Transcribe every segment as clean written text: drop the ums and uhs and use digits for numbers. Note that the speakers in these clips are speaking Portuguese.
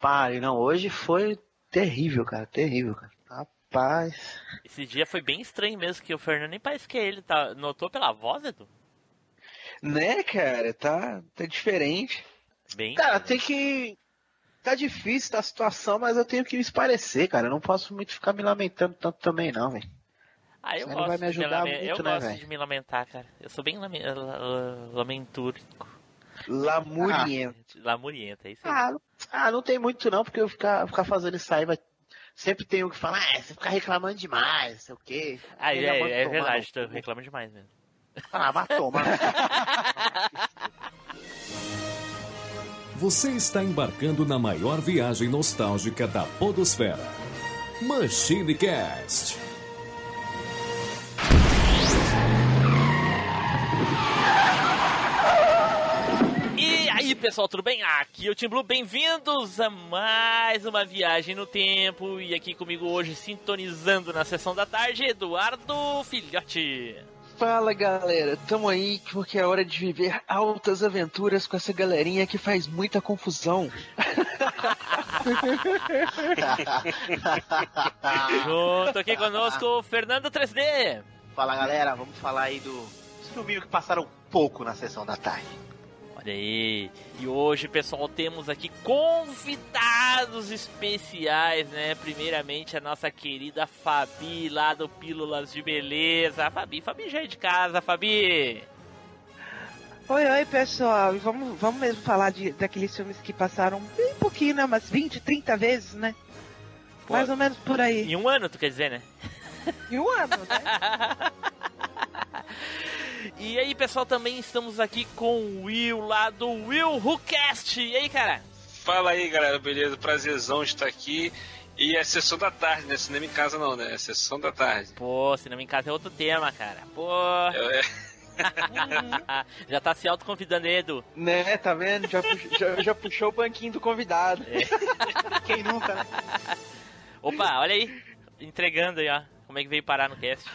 pare, não. Hoje foi terrível, cara. Terrível, cara. Rapaz. Esse dia foi bem estranho mesmo, que o Fernando nem parece que é ele. Tá... Notou pela voz, Edu? Né, cara? Tá diferente. Bem Cara, diferente. tem que... Tá difícil a situação, mas eu tenho que me esparecer, cara. Eu não posso muito ficar me lamentando tanto também, não, velho. Ah, eu Isso aí não vai gosto, me ajudar de, muito, eu né, gosto velho? de me lamentar, cara. Eu sou bem lamentúrico. Lamuriento. Lamuriento, é isso aí. Não tem muito não, porque eu ficar fazendo isso aí vai... Sempre tem um que fala, você fica reclamando demais, não sei o quê. Ah, Aí já manda é tomar verdade, no tu cu. reclama demais mesmo. Vai tomar. Você está embarcando na maior viagem nostálgica da podosfera. MachineCast. E aí, pessoal, tudo bem? Aqui é o Tim Blue, bem-vindos a mais uma viagem no tempo. E aqui comigo hoje, sintonizando na sessão da tarde, Eduardo Filhote. Fala, galera. Tamo aí porque é hora de viver altas aventuras com essa galerinha que faz muita confusão. Junto aqui conosco, Fernando 3D. Fala, galera, vamos falar aí dos filminhos que passaram pouco na sessão da tarde. Olha aí, e hoje, pessoal, temos aqui convidados especiais, né? Primeiramente, a nossa querida Fabi, lá do Pílulas de Beleza. Fabi já é de casa, Fabi. Oi, pessoal. E vamos mesmo falar daqueles filmes que passaram bem pouquinho, né? Umas 20, 30 vezes, né? Pô, mais ou menos por aí. Em um ano, tu quer dizer, né? Em um ano, né? E aí, pessoal, também estamos aqui com o Will, lá do Will Who Cast. E aí, cara? Fala aí, galera, beleza? Prazerzão estar aqui. E é sessão da tarde, né? Cinema em casa não, né? É sessão da tarde. Pô, cinema em casa é outro tema, cara. Pô... Já tá se autoconvidando, Edu. Né, tá vendo? Já puxou o banquinho do convidado. Quem nunca, né? Opa, olha aí. Entregando aí, ó. Como é que veio parar no cast.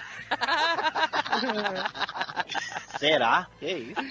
Será? Que isso?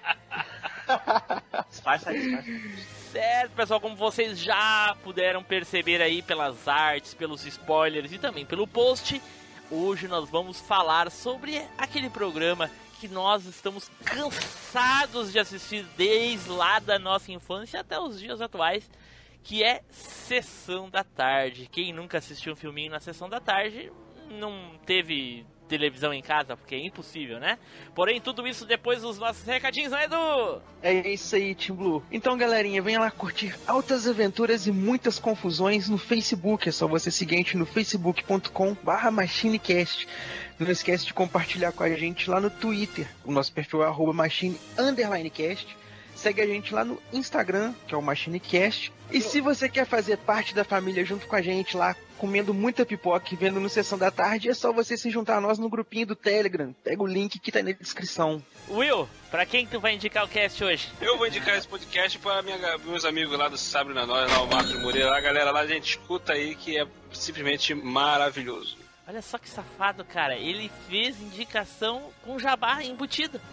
Disfarça aí. Certo, pessoal, como vocês já puderam perceber aí pelas artes, pelos spoilers e também pelo post, hoje nós vamos falar sobre aquele programa que nós estamos cansados de assistir desde lá da nossa infância até os dias atuais, que é Sessão da Tarde. Quem nunca assistiu um filminho na Sessão da Tarde não teve televisão em casa, porque é impossível, né? Porém, tudo isso depois dos nossos recadinhos, né, Edu? É isso aí, Team Blue. Então, galerinha, venha lá curtir altas aventuras e muitas confusões no Facebook. É só você seguir a gente no facebook.com/MachineCast. Não esquece de compartilhar com a gente lá no Twitter. O nosso perfil é @machine_cast. Segue a gente lá no Instagram, que é o MachineCast. E se você quer fazer parte da família junto com a gente lá, comendo muita pipoca e vendo no Sessão da Tarde, é só você se juntar a nós no grupinho do Telegram. Pega o link que tá na descrição. Will, pra quem tu vai indicar o cast hoje? Eu vou indicar esse podcast para meus amigos lá do Sabre na Nós, lá o Marcos Moreira, lá, a galera lá, a gente escuta aí que é simplesmente maravilhoso. Olha só que safado, cara. Ele fez indicação com jabá embutido.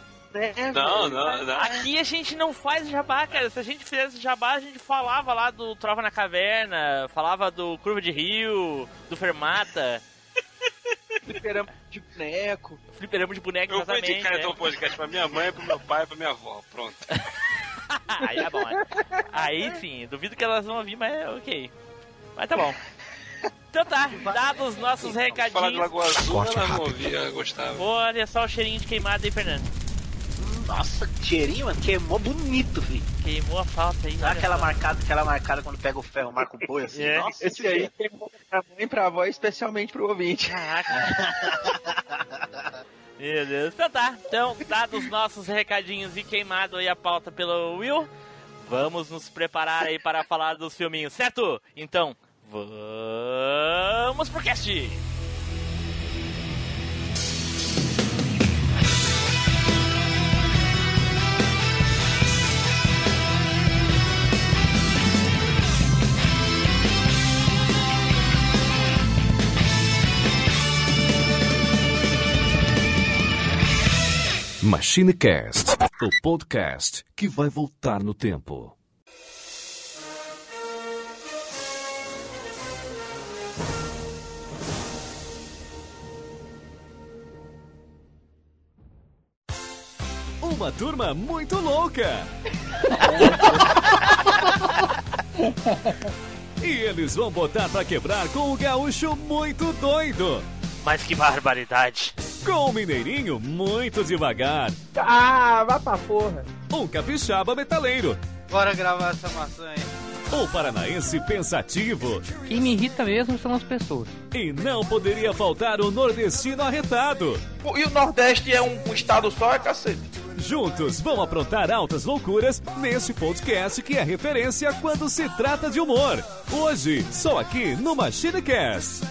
Não. Aqui a gente não faz jabá, cara. Se a gente fizesse jabá, a gente falava lá do Trova na Caverna, falava do Curva de Rio, do Fermata. Fliperama de boneco. Fliperama de boneco, Eu vou exatamente. indicar então o podcast pra minha mãe, pro meu pai e pra minha avó. Pronto. Aí é bom, né? Aí sim, duvido que elas vão ouvir, mas é ok. Mas tá bom. Então tá, dados os nossos Falar de recadinhos. Lagoa Azul, elas vão ouvir, eu gostava. Olha só o cheirinho de queimado aí, Fernando. Nossa, que cheirinho, mano. Queimou bonito, filho. Queimou a falta aí. Sabe olha aquela só. marcada quando pega o ferro, marca o boi assim? É. Nossa, Esse aí queimou pra mãe e pra avó, especialmente pro ouvinte. Caraca. Meu Deus. Então tá. Então, dados os nossos recadinhos e queimado aí a pauta pelo Will, vamos nos preparar aí para falar dos filminhos, certo? Então, vamos pro cast! MachineCast, o podcast que vai voltar no tempo. Uma turma muito louca. E eles vão botar pra quebrar com o gaúcho muito doido. Mas que barbaridade. Com o mineirinho muito devagar. Ah, vá pra porra. Um capixaba metaleiro. Bora gravar essa maçã aí. Um paranaense pensativo. Quem me irrita mesmo são as pessoas. E não poderia faltar o nordestino arretado. E o Nordeste é um estado só, é cacete. Juntos vão aprontar altas loucuras nesse podcast que é referência quando se trata de humor. Hoje, só aqui no MachineCast.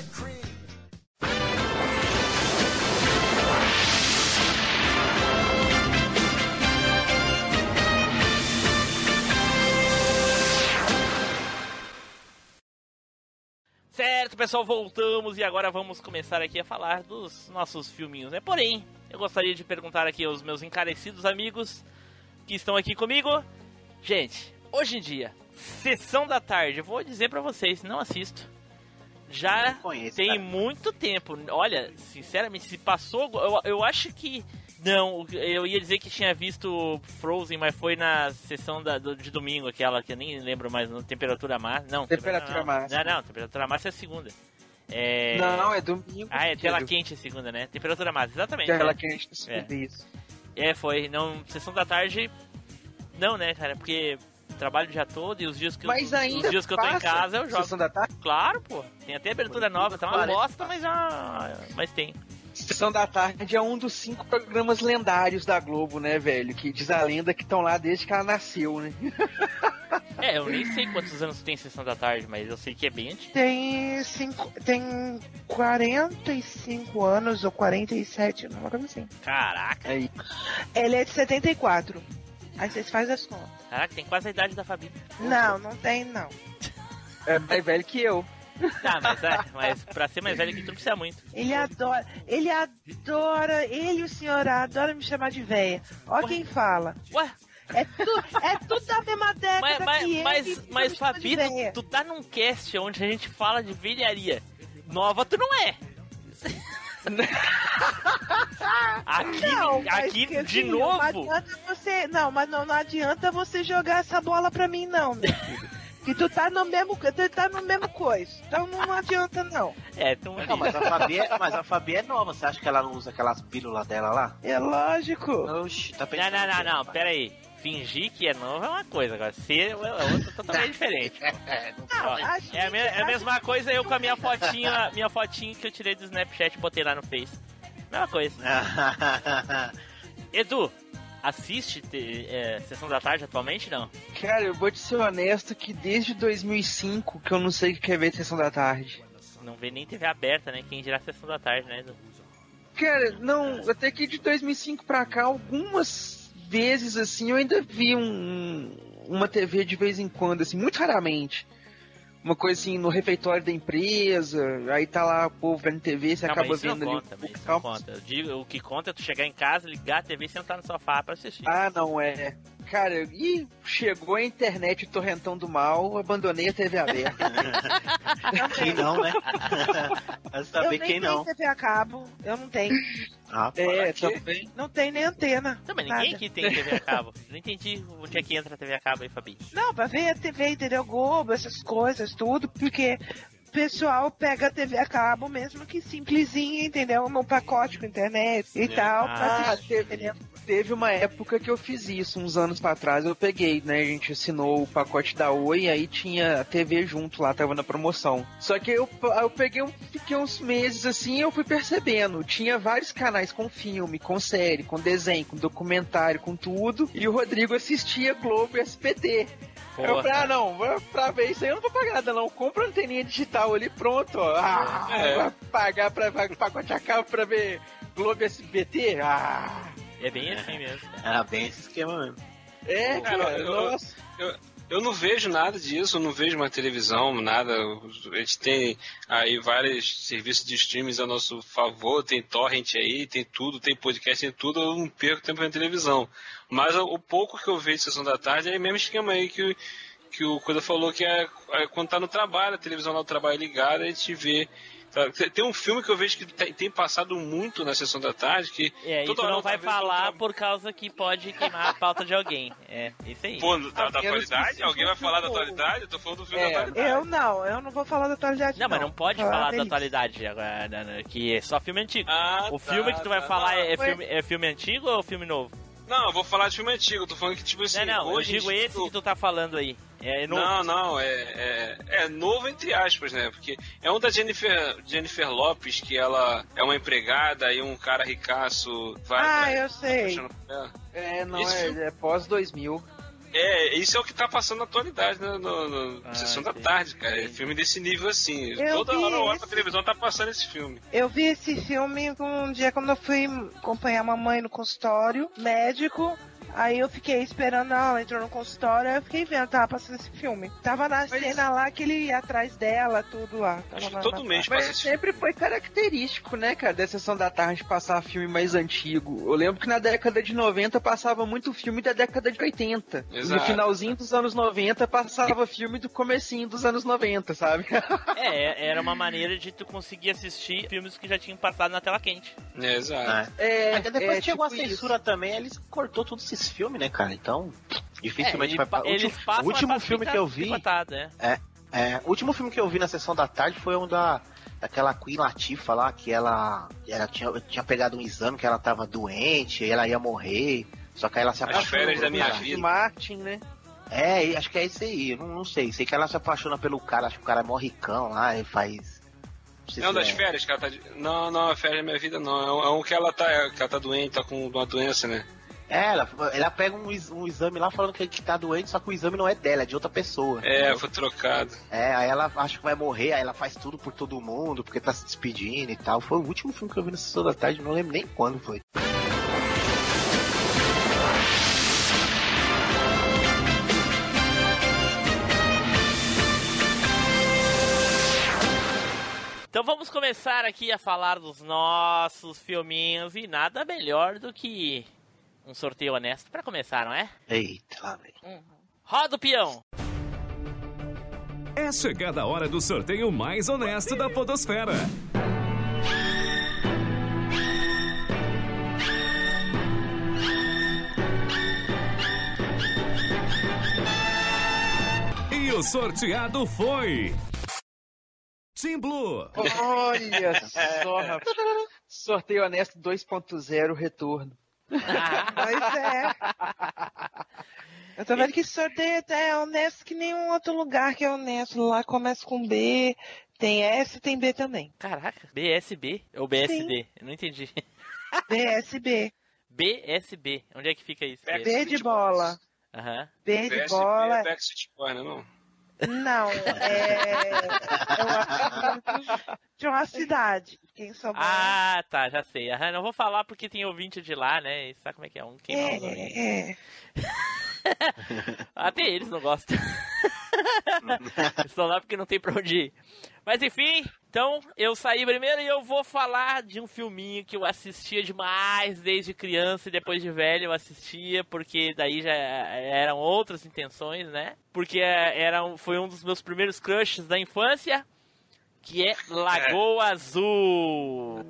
Certo, pessoal, voltamos e agora vamos começar aqui a falar dos nossos filminhos, né? Porém, eu gostaria de perguntar aqui aos meus encarecidos amigos que estão aqui comigo. Gente, hoje em dia, Sessão da Tarde, eu vou dizer pra vocês, não assisto. Já tem cara. Muito tempo. Olha, sinceramente, se passou... Eu acho que... Não, eu ia dizer que tinha visto Frozen, mas foi na sessão de domingo, aquela que eu nem lembro mais, Temperatura Máxima. Não, Temperatura Máxima. Não, Temperatura Máxima é segunda. Não, é domingo. Ah, é Tela Quente é segunda, né? Temperatura Máxima, exatamente. Tela Quente é segunda, isso. Foi. Não, Sessão da Tarde, não, né, cara? Porque trabalho o dia todo e os dias que, os dias que eu tô em casa eu jogo. Sessão da Tarde? Claro, pô. Tem até abertura nova, tá uma bosta, mas tem. Sessão da Tarde é um dos 5 programas lendários da Globo, né, velho? Que diz a lenda que estão lá desde que ela nasceu, né? Eu nem sei quantos anos tem Sessão da Tarde, mas eu sei que é bem antigo. Tem 45 anos ou 47, uma coisa assim. Caraca! Aí. Ele é de 74. Aí vocês fazem as contas. Caraca, tem quase a idade da Fabi. Não tem, não. É mais velho que eu. Tá, mas pra ser mais velho que tu não precisa muito. Ele e o senhor adora me chamar de véia. Ó quem fala. Ué? É tudo da mesma década mas Fabi, tu tá num cast onde a gente fala de velharia. Nova tu não é. Aqui de novo. Não adianta você jogar essa bola pra mim não, meu filho. Que tu tá no mesmo coisa. Então não adianta, não. Não, mas a Fabi é nova. Você acha que ela não usa aquelas pílulas dela lá? É lógico. Oxi, tá pensando. Não, pera aí. Fingir que é novo é uma coisa, agora ser é outra totalmente diferente. É a mesma coisa eu com a minha fotinha que eu tirei do Snapchat e botei lá no Face. Mesma coisa. Edu, assiste Sessão da Tarde atualmente, não? Cara, eu vou te ser honesto que desde 2005 que eu não sei o que é ver Sessão da Tarde. Não vê nem TV aberta, né? Quem dirá Sessão da Tarde, né, Edu? Cara, não, até que de 2005 pra cá, algumas vezes, assim, eu ainda vi uma TV de vez em quando, assim, muito raramente. Uma coisa assim, no refeitório da empresa, aí tá lá o povo vendo TV, você acaba vendo ali. Não conta. Eu digo, o que conta é tu chegar em casa, ligar a TV e sentar no sofá pra assistir. Ah, não, Cara, chegou a internet, o torrentão do mal, abandonei a TV aberta. Quem não, né? Vai saber quem não. Eu nem tenho TV a cabo, eu não tenho. Também. Não tem nem antena. Não, mas ninguém aqui tem TV a cabo. Não entendi onde é que entra a TV a cabo aí, Fabi. Não, pra ver a TV, entendeu? Globo, essas coisas, tudo, porque o pessoal pega a TV a cabo mesmo que simplesinha, entendeu? No pacote com internet e tal, pra assistir, entendeu? Teve uma época que eu fiz isso, uns anos pra trás, eu peguei, né, a gente assinou o pacote da Oi e aí tinha a TV junto lá, tava na promoção. Só que eu peguei, fiquei uns meses assim e eu fui percebendo, tinha vários canais com filme, com série, com desenho, com documentário, com tudo, e o Rodrigo assistia Globo e SBT. Porra. Eu falei, não, pra ver isso aí eu não vou pagar nada não, compra uma anteninha digital ali, pronto, ó. Vai pagar pra pacote a cabo pra ver Globo e SBT? É bem assim mesmo. Era bem esse esquema mesmo. Cara, eu não vejo nada disso, eu não vejo uma televisão, nada. A gente tem aí vários serviços de streaming a nosso favor, tem torrent aí, tem tudo, tem podcast, tem tudo, eu não perco tempo na televisão. Mas o pouco que eu vejo de Sessão da Tarde é o mesmo esquema aí que que o Coisa falou, que é quando tá no trabalho, a televisão lá do trabalho ligada, a gente vê. Tem um filme que eu vejo que tem passado muito na sessão da tarde, que toda hora não vai falar por causa que pode queimar a pauta de alguém. É, isso aí. Pô, da atualidade? Alguém vai falar da atualidade? Eu tô falando do filme da atualidade. Eu não vou falar da atualidade. Não, mas não pode falar da atualidade agora, que é só filme antigo. O filme que tu vai falar é filme antigo ou filme novo? Não, eu vou falar de filme antigo, eu tô falando que, tipo assim... Não, hoje eu digo esse que tu tá falando aí. É novo. Não, é novo entre aspas, né? Porque é um da Jennifer Lopez, que ela é uma empregada e um cara ricaço vai... eu sei. É pós-2000. Isso é o que tá passando na atualidade, né? Na sessão da tarde, cara. É filme desse nível assim. Toda hora a televisão tá passando esse filme. Eu vi esse filme um dia quando eu fui acompanhar a mamãe no consultório médico. Aí eu fiquei esperando, ela entrou no consultório, aí eu fiquei vendo, tava passando esse filme. Tava na cena lá que ele ia atrás dela, tudo lá. Acho que todo mês passa esse sempre filme. Foi característico, né, cara, da sessão da tarde passar filme mais antigo. Eu lembro que na década de 90 passava muito filme da década de 80. Exato. No finalzinho dos anos 90 passava filme do comecinho dos anos 90, sabe? Era uma maneira de tu conseguir assistir filmes que já tinham passado na tela quente. Exato. Mas depois chegou a censura também, eles cortou todos esses filmes, né, cara? Então, dificilmente vai passar. O último filme que eu vi... O último filme que eu vi na sessão da tarde foi um daquela Queen Latifah lá, que ela tinha pegado um exame que ela tava doente, e ela ia morrer, só que aí ela se apaixonou. As férias da minha vida. Martin, né? Acho que é esse aí, eu não sei. Sei que ela se apaixona pelo cara, acho que o cara é mó ricão lá, e faz... Não, das férias que ela tá... Não, a férias da minha vida não. É um que ela tá doente, tá com uma doença, né? Ela pega um exame lá falando que tá doente, só que o exame não é dela, é de outra pessoa. Foi trocado. Aí ela acha que vai morrer, aí ela faz tudo por todo mundo, porque tá se despedindo e tal. Foi o último filme que eu vi na sessão da tarde, não lembro nem quando foi. Então vamos começar aqui a falar dos nossos filminhos, e nada melhor do que um sorteio honesto pra começar, não é? Eita, lá vem. Roda o peão! É chegada a hora do sorteio mais honesto da podosfera. E o sorteado foi... Team Blue. Olha só, rapaz. Sorteio honesto 2.0 retorno. Mas eu tô vendo que sorteio é honesto que nenhum outro lugar que é honesto. Lá começa com B, tem S e tem B também. Caraca, BSB ou BSD? Sim. Eu não entendi. BSB. BSB, onde é que fica isso? B de bola. B de bola. Backstreet Boys, não? Não, de uma cidade. Quem souber. Tá, já sei. Não vou falar porque tem ouvinte de lá, né? E sabe como é que é? Um queimar os ouvintes. Até eles não gostam. Estão lá porque não tem pra onde ir. Mas enfim, então eu saí primeiro e eu vou falar de um filminho que eu assistia demais desde criança e depois de velho eu assistia, porque daí já eram outras intenções, né? Porque foi um dos meus primeiros crushes da infância, que é Lagoa Azul.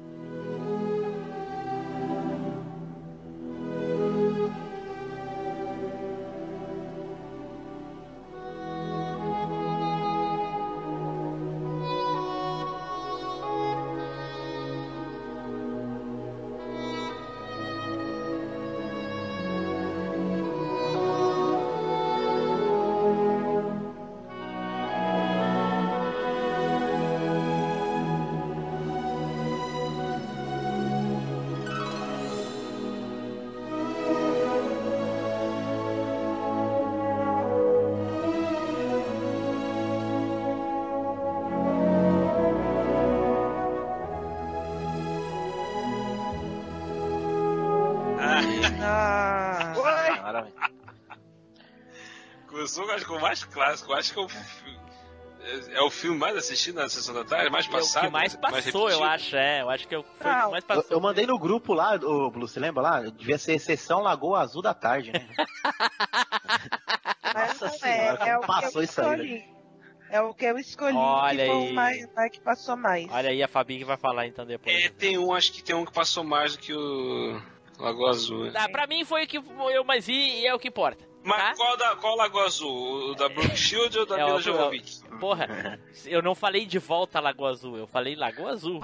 Começou, acho que o mais clássico. Acho que é o filme mais assistido na sessão da tarde, mais passado. O que mais passou, eu acho. Eu acho que foi o que mais passou. Eu mandei no grupo lá, Blue, você lembra lá? Devia ser Sessão Lagoa Azul da tarde, né? Nossa senhora. cara, como passou isso aí, né? É o que eu escolhi, olha que foi aí. o mais que passou mais. Olha aí, a Fabi que vai falar então depois. Acho que tem um que passou mais do que o Lagoa Azul. Tá, pra mim foi o que eu mais vi e é o que importa. Mas tá? qual Lagoa Azul? O da Brooke Shield ou da Mila Jovovich? Porra, eu não falei de volta a Lagoa Azul, eu falei Lagoa Azul.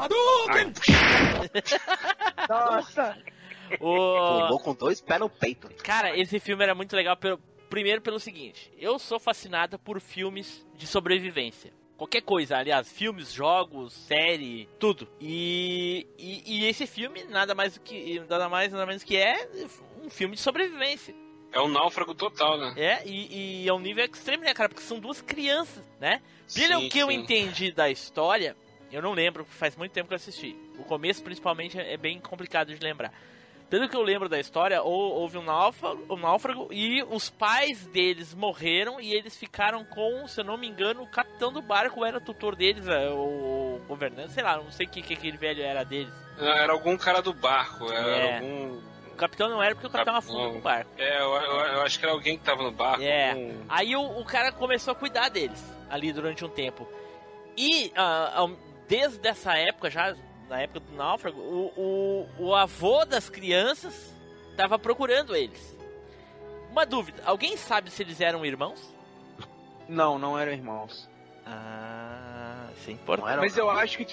Nossa! Pulou com 2 pés no peito. Cara, esse filme era muito legal, primeiro pelo seguinte, eu sou fascinado por filmes de sobrevivência. Qualquer coisa, aliás, filmes, jogos, série, tudo. E esse filme nada mais menos que é um filme de sobrevivência. É um náufrago total, né? E é um nível extremo, né, cara? Porque são 2 crianças, né? Pelo que eu entendi da história, eu não lembro, faz muito tempo que eu assisti. O começo, principalmente, é bem complicado de lembrar. Pelo que eu lembro da história, houve um náufrago e os pais deles morreram e eles ficaram com, se eu não me engano, o capitão do barco era tutor deles, o governante, sei lá, não sei o que aquele velho era deles. Era algum cara do barco, era algum... O capitão não era porque o capitão afundou no barco. Eu acho que era alguém que tava no barco. Aí o cara começou a cuidar deles ali durante um tempo. E desde essa época já... Na época do náufrago, o avô das crianças estava procurando eles. Uma dúvida, alguém sabe se eles eram irmãos? Não eram irmãos. Sim, importante. Mas eu acho que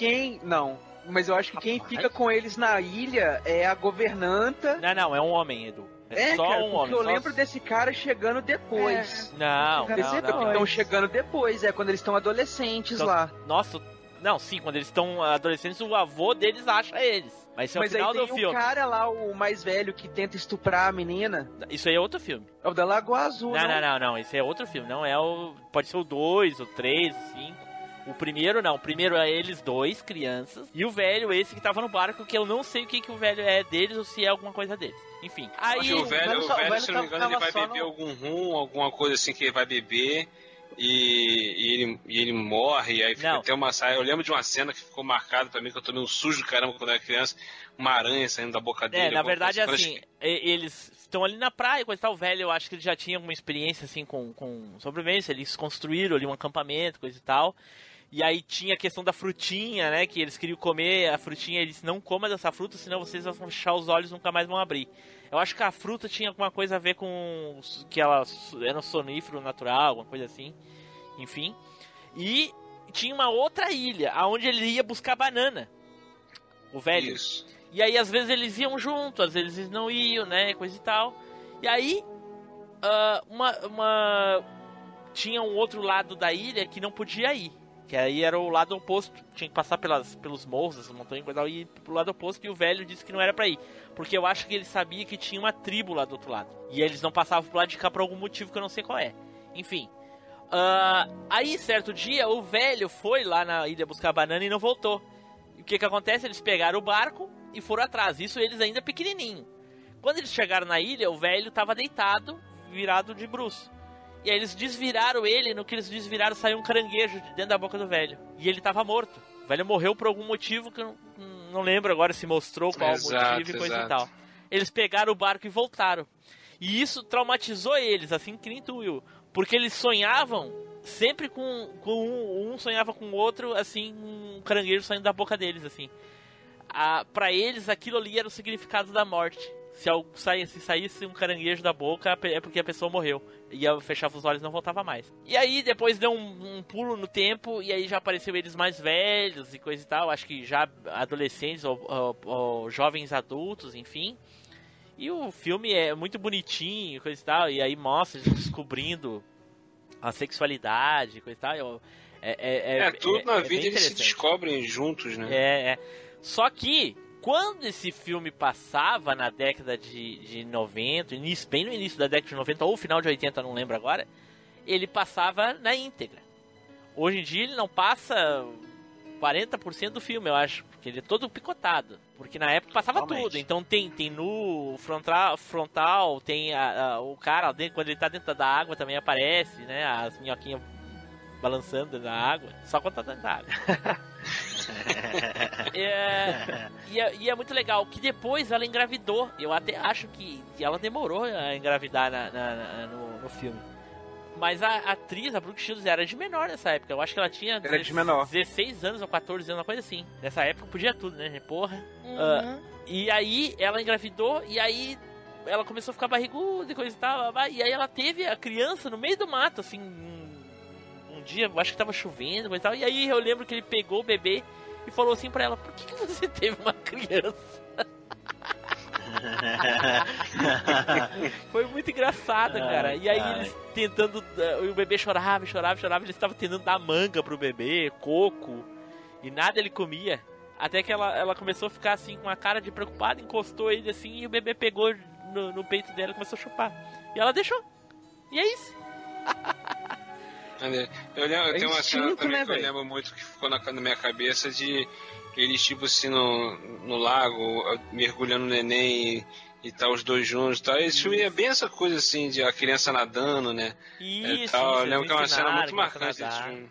quem fica com eles na ilha é a governanta. Não, é um homem, Edu. É só cara, um homem. Eu lembro desse cara chegando depois. Não. Estão chegando depois, quando eles estão adolescentes lá. Nossa, não, sim, quando eles estão adolescentes, o avô deles acha eles. Mas isso é o final do filme. Mas aí tem o cara lá, o mais velho, que tenta estuprar a menina. Isso aí é outro filme. É o da Lagoa Azul, Não, esse é outro filme. Não é o... Pode ser o 2, o 3, o 5. O primeiro não. O primeiro é eles 2, crianças. E o velho, esse que tava no barco, que eu não sei o que o velho é deles ou se é alguma coisa deles. Enfim. Aí o velho, se não me engano, ele vai beber algum rum, alguma coisa assim que ele vai beber... E ele morre, e aí fica até uma saia. Eu lembro de uma cena que ficou marcada pra mim, que eu tomei um sujo do caramba quando era criança, uma aranha saindo da boca dele. Na verdade, assim, eles estão ali na praia, coisa e tal. O velho, eu acho que ele já tinha alguma experiência, assim, com sobrevivência. Eles construíram ali um acampamento, coisa e tal. E aí tinha a questão da frutinha, né, que eles queriam comer a frutinha. Eles não comam dessa fruta, senão vocês vão fechar os olhos e nunca mais vão abrir. Eu acho que a fruta tinha alguma coisa a ver com que ela era um sonífero natural, alguma coisa assim. Enfim. E tinha uma outra ilha, onde ele ia buscar banana. O velho. Isso. E aí, às vezes, eles iam junto, às vezes eles não iam, né, coisa e tal. E aí, tinha um outro lado da ilha que não podia ir. Que aí era o lado oposto. Tinha que passar pelos morros, as montanhas e coisa, e ir pro lado oposto. E o velho disse que não era pra ir. Porque eu acho que ele sabia que tinha uma tribo lá do outro lado. E eles não passavam pro lado de cá por algum motivo que eu não sei qual é. Enfim. Aí, certo dia, o velho foi lá na ilha buscar banana e não voltou. E o que acontece? Eles pegaram o barco e foram atrás. Isso eles ainda pequenininho. Quando eles chegaram na ilha, o velho tava deitado, virado de bruço. E aí eles desviraram ele, no que eles desviraram saiu um caranguejo de dentro da boca do velho. E ele tava morto. O velho morreu por algum motivo que eu não lembro agora se mostrou qual motivo e coisa e tal. Eles pegaram o barco e voltaram. E isso traumatizou eles, assim que nem tu, Will. Porque eles sonhavam sempre com um sonhava com o outro, assim, um caranguejo saindo da boca deles, assim. Pra eles, aquilo ali era o significado da morte. Se saísse um caranguejo da boca, é porque a pessoa morreu. E eu fechava os olhos e não voltava mais. E aí, depois deu um pulo no tempo, e aí já apareceu eles mais velhos e coisa e tal. Acho que já adolescentes ou jovens adultos, enfim. E o filme é muito bonitinho, coisa e tal. E aí mostra eles descobrindo a sexualidade, coisa e tal. Tudo na vida eles se descobrem juntos, né? Só que, quando esse filme passava na década de 90, bem no início da década de 90 ou final de 80, não lembro agora, ele passava na íntegra. Hoje em dia ele não passa 40% do filme, eu acho, porque ele é todo picotado. Porque na época passava tudo. Então tem no frontal, tem o cara, quando ele tá dentro da água também aparece, né? As minhoquinhas balançando dentro da água. Só quando tá dentro da água. E é muito legal que depois ela engravidou. Eu até acho que ela demorou a engravidar no filme. Mas a atriz, a Brooke Shields, era de menor nessa época. Eu acho que ela tinha 16 anos ou 14 anos, uma coisa assim. Nessa época podia tudo, né? Porra. E aí ela engravidou e aí ela começou a ficar barriguda e coisa e tal. E aí ela teve a criança no meio do mato, assim, um dia, eu acho que tava chovendo e tal. E aí eu lembro que ele pegou o bebê e falou assim pra ela: por que você teve uma criança? Foi muito engraçado, cara. E aí eles tentando, o bebê chorava, eles estavam tentando dar manga pro bebê, coco, e nada ele comia. Até que ela começou a ficar assim com a cara de preocupada, encostou ele assim e o bebê pegou no peito dela e começou a chupar. E ela deixou. E é isso. Tem uma cena também que eu lembro muito que ficou na minha cabeça de eles tipo assim no lago, mergulhando no neném e tal, os dois juntos e tal. Isso é bem essa coisa assim de a criança nadando, né? Isso, eu lembro que é uma cena muito marcante.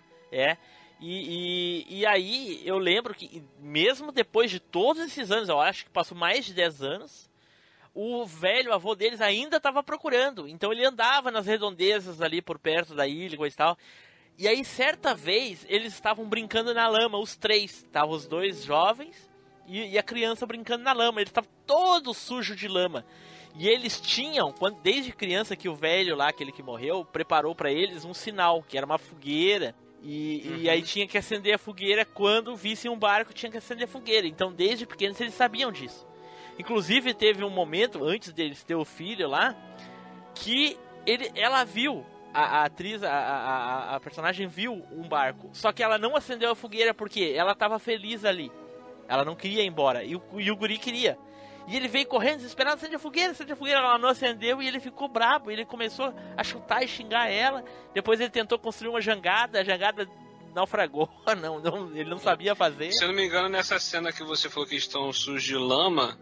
E aí eu lembro que mesmo depois de todos esses anos, eu acho que passou mais de 10 anos, o velho avô deles ainda estava procurando. Então ele andava nas redondezas ali por perto da ilha e coisa e tal. E aí, certa vez, eles estavam brincando na lama, os três. Estavam os dois jovens e a criança brincando na lama. Eles estavam todos sujos de lama. E eles tinham, desde criança que o velho lá, aquele que morreu, preparou para eles um sinal, que era uma fogueira. E aí tinha que acender a fogueira quando vissem um barco, tinha que acender a fogueira. Então, desde pequenos, eles sabiam disso. Inclusive, teve um momento, antes deles ter o filho lá, que ela viu... A atriz, a personagem viu um barco. Só que ela não acendeu a fogueira porque ela estava feliz ali. Ela não queria ir embora. E o guri queria. E ele veio correndo, desesperado, acende a fogueira. Ela não acendeu e ele ficou brabo. Ele começou a chutar e xingar ela. Depois ele tentou construir uma jangada. A jangada naufragou. Ele não sabia fazer. Se eu não me engano, nessa cena que você falou que estão sujos de lama...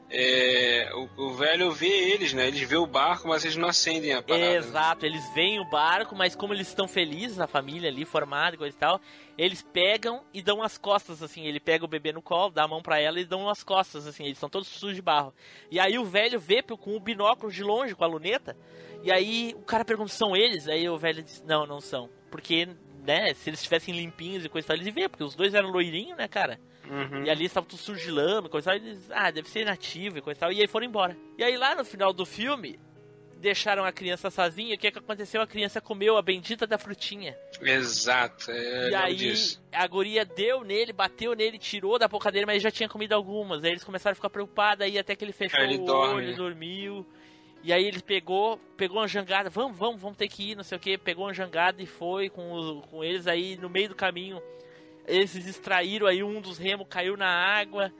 o velho vê eles, né? Eles vê o barco, mas eles não acendem a parada. Exato, eles veem o barco, mas como eles estão felizes, a família ali formada e coisa e tal, eles pegam e dão as costas, assim. Ele pega o bebê no colo, dá a mão pra ela e dão as costas, assim. Eles estão todos sujos de barro. E aí o velho vê com o binóculo de longe, com a luneta. E aí o cara pergunta: são eles? Aí o velho diz: não são. Porque, né, se eles estivessem limpinhos e coisa e tal, eles iam ver, porque os dois eram loirinhos, né, cara? E ali estavam tudo sujo de lama, coisa e tal. E eles, deve ser nativo e coisa e tal. E aí foram embora. E aí lá no final do filme, deixaram a criança sozinha. O que aconteceu? A criança comeu a bendita da frutinha. Exato. E aí a guria deu nele, bateu nele, tirou da boca dele, mas ele já tinha comido algumas. Aí eles começaram a ficar preocupados. Aí até que ele fechou olho, dormiu. E aí ele pegou uma jangada. Vamos ter que ir, não sei o que. Pegou uma jangada e foi com eles. Aí no meio do caminho, eles se distraíram, aí um dos remos caiu na água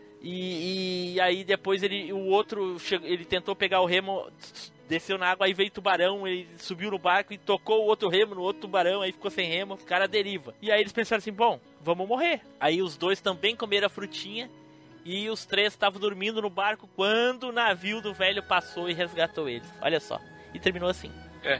e aí depois o outro ele tentou pegar o remo, desceu na água, aí veio tubarão, ele subiu no barco e tocou o outro remo no outro tubarão, aí ficou sem remo, ficaram à deriva. E aí eles pensaram assim: bom, vamos morrer. Aí os dois também comeram a frutinha e os três estavam dormindo no barco quando o navio do velho passou e resgatou eles. Olha só. E terminou assim.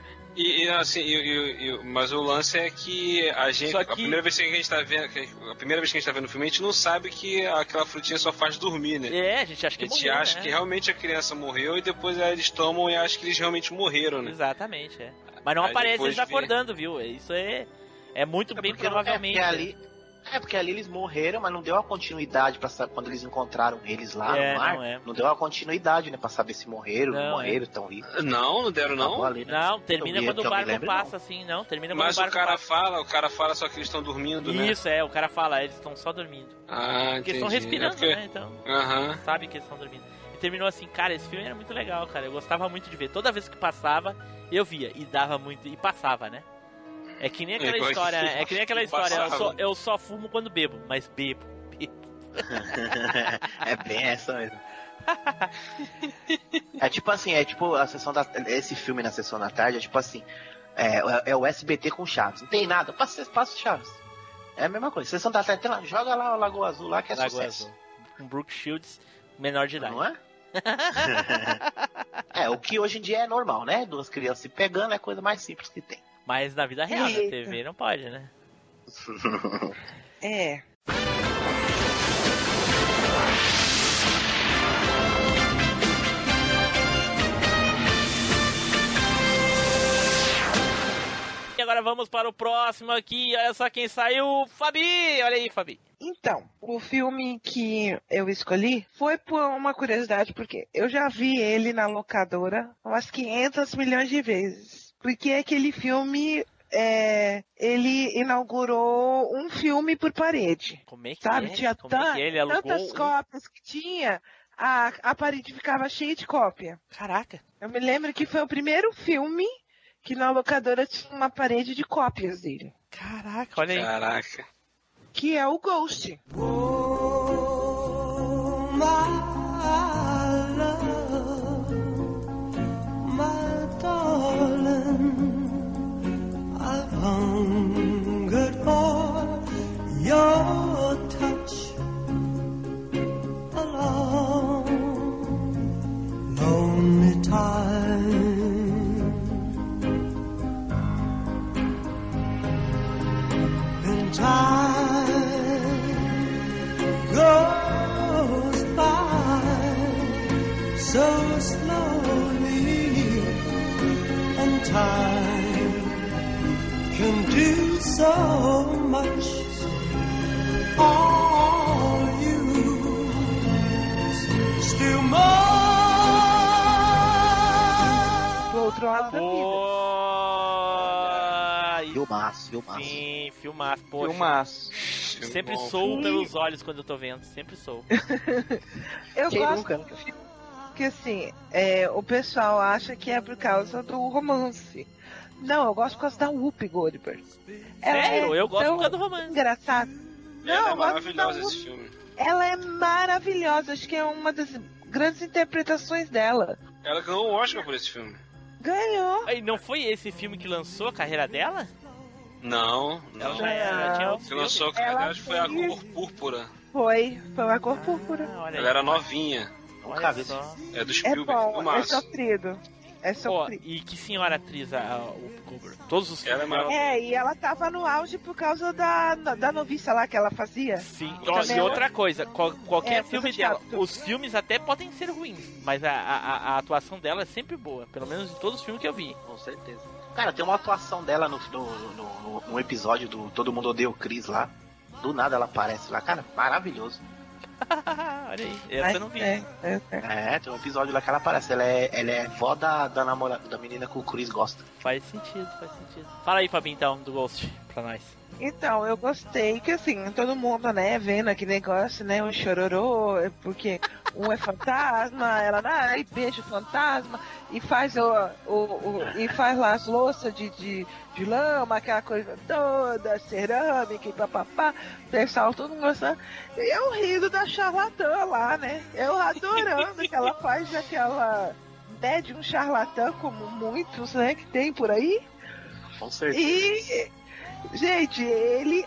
Mas o lance é que a gente, a primeira vez que a gente tá vendo o filme, a gente não sabe que aquela frutinha só faz dormir, né? A gente acha que morreu. A gente acha que realmente a criança morreu e depois eles tomam e acham que eles realmente morreram, né? Exatamente, Mas não aparece eles acordando, viu? Isso é muito bem provavelmente. Porque ali eles morreram, mas não deu a continuidade pra saber quando eles encontraram eles lá no mar. Não deu a continuidade, né? Pra saber se morreram, não morreram, tão vivos. Não deram, não? Ali, né? Não, termina quando o barco passa, assim, não. Termina quando mas o barco passa. O cara fala só que eles estão dormindo, né? Isso, o cara fala, eles estão só dormindo. Porque eles estão respirando, né? Então, sabe que eles estão dormindo. E terminou assim, cara, esse filme era muito legal, cara. Eu gostava muito de ver. Toda vez que passava, eu via. E dava muito, e passava, né? É que nem aquela história, eu só fumo quando bebo, mas bebo. É bem essa mesmo. É tipo a sessão esse filme na sessão da tarde, é tipo assim, é o SBT com Chaves. Não tem nada, passa Chaves. É a mesma coisa, sessão da tarde, tem lá, joga lá o Lagoa Azul lá que é Lagoa sucesso. Azul. Com Brooke Shields, menor de idade. Não é? O que hoje em dia é normal, né? Duas crianças se pegando é a coisa mais simples que tem. Mas na vida real, na TV não pode, né? agora vamos para o próximo aqui. Olha só quem saiu. Fabi! Olha aí, Fabi. Então, o filme que eu escolhi foi por uma curiosidade, porque eu já vi ele na locadora umas 500 milhões de vezes. Porque aquele filme, ele inaugurou um filme por parede. Como é que sabe? é? Tinha tantas cópias que tinha, a parede ficava cheia de cópia. Caraca. Eu me lembro que foi o primeiro filme que na locadora tinha uma parede de cópias dele. Caraca, olha aí. Caraca. Que é o Ghost. Oh, my love, my darling, I've hungered for your touch a long, lonely time. In time goes by so slowly, and time can do so much. All you still more. Do outro lado da vida. Filmaço. Sim, filmaço. Poxa. Filmaço. Sempre sou pelos olhos quando eu tô vendo. Sempre sou. Eu gosto que assim, o pessoal acha que é por causa do romance. Não, eu gosto por causa da Whoopi Goldberg. Sério? Eu gosto por causa do romance. Engraçado. Não, é maravilhosa esse filme. Ela é maravilhosa. Acho que é uma das grandes interpretações dela. Ela ganhou um Oscar por esse filme. Ganhou. E não foi esse filme que lançou a carreira dela? Não. Ela já tinha outros que lançou a carreira foi A Cor Púrpura. Foi A Cor Púrpura. Ela era novinha. Olha só. É do Spielberg. É bom, é sofrido. É sofrido. E que senhora atriz a Whoopi Goldberg? Todos os filmes. E ela tava no auge por causa da noviça lá que ela fazia. Sim, e outra coisa, qualquer filme dela, os filmes até podem ser ruins, mas a atuação dela é sempre boa, pelo menos em todos os filmes que eu vi. Com certeza. Cara, tem uma atuação dela no episódio do Todo Mundo Odeia o Chris lá. Do nada ela aparece lá, cara, maravilhoso. Olha aí, essa eu não vi. Tem um episódio lá que ela aparece. Ela é vó da namorada da menina que o Chris gosta. Faz sentido. Fala aí, Fabinho, então, do Ghost, pra nós. Então, eu gostei que assim, todo mundo, né, vendo aquele negócio, né, um chororô, porque um é fantasma, ela e beija o fantasma e faz e faz lá as louças de lama, aquela coisa toda, cerâmica e papapá, pessoal, todo mundo gostando. E eu rindo da charlatã lá, né? Eu adorando que ela faz aquela médium charlatã, como muitos, né, que tem por aí. Com certeza. E gente, ele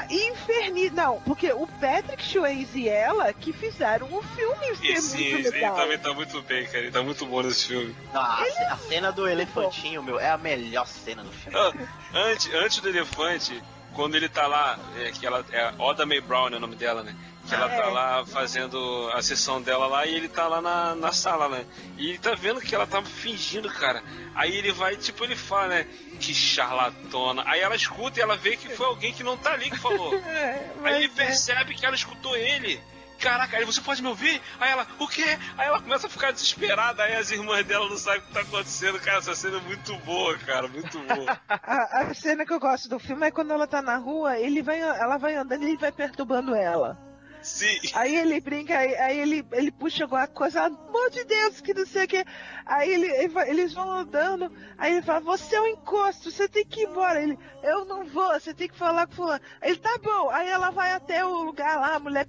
não, porque o Patrick Swayze e ela que fizeram o filme muito legal. Ele também tá muito bem, cara. Ele tá muito bom nesse filme. Não, a cena do elefantinho, meu, é a melhor cena do filme. Antes do elefante, quando ele tá lá, que ela é Oda Mae Brown, é o nome dela, né? Que ela tá lá fazendo a sessão dela lá e ele tá lá na sala, né? E ele tá vendo que ela tá fingindo, cara. Aí ele vai, tipo, ele fala, né? Que charlatona. Aí ela escuta e ela vê que foi alguém que não tá ali que falou. Aí ele percebe que ela escutou ele. Caraca, aí você pode me ouvir? Aí ela, o quê? Aí ela começa a ficar desesperada, aí as irmãs dela não sabem o que tá acontecendo. Cara, essa cena é muito boa, cara, muito boa. A cena que eu gosto do filme é quando ela tá na rua, ela vai andando e ele vai perturbando ela. Sim. Aí ele brinca, aí ele puxa alguma coisa, amor de Deus, que não sei o que. Aí eles vão andando, aí ele fala, você é um encosto, você tem que ir embora. Ele, eu não vou, você tem que falar com fulano. Ele, tá bom. Aí ela vai até o lugar lá, a mulher...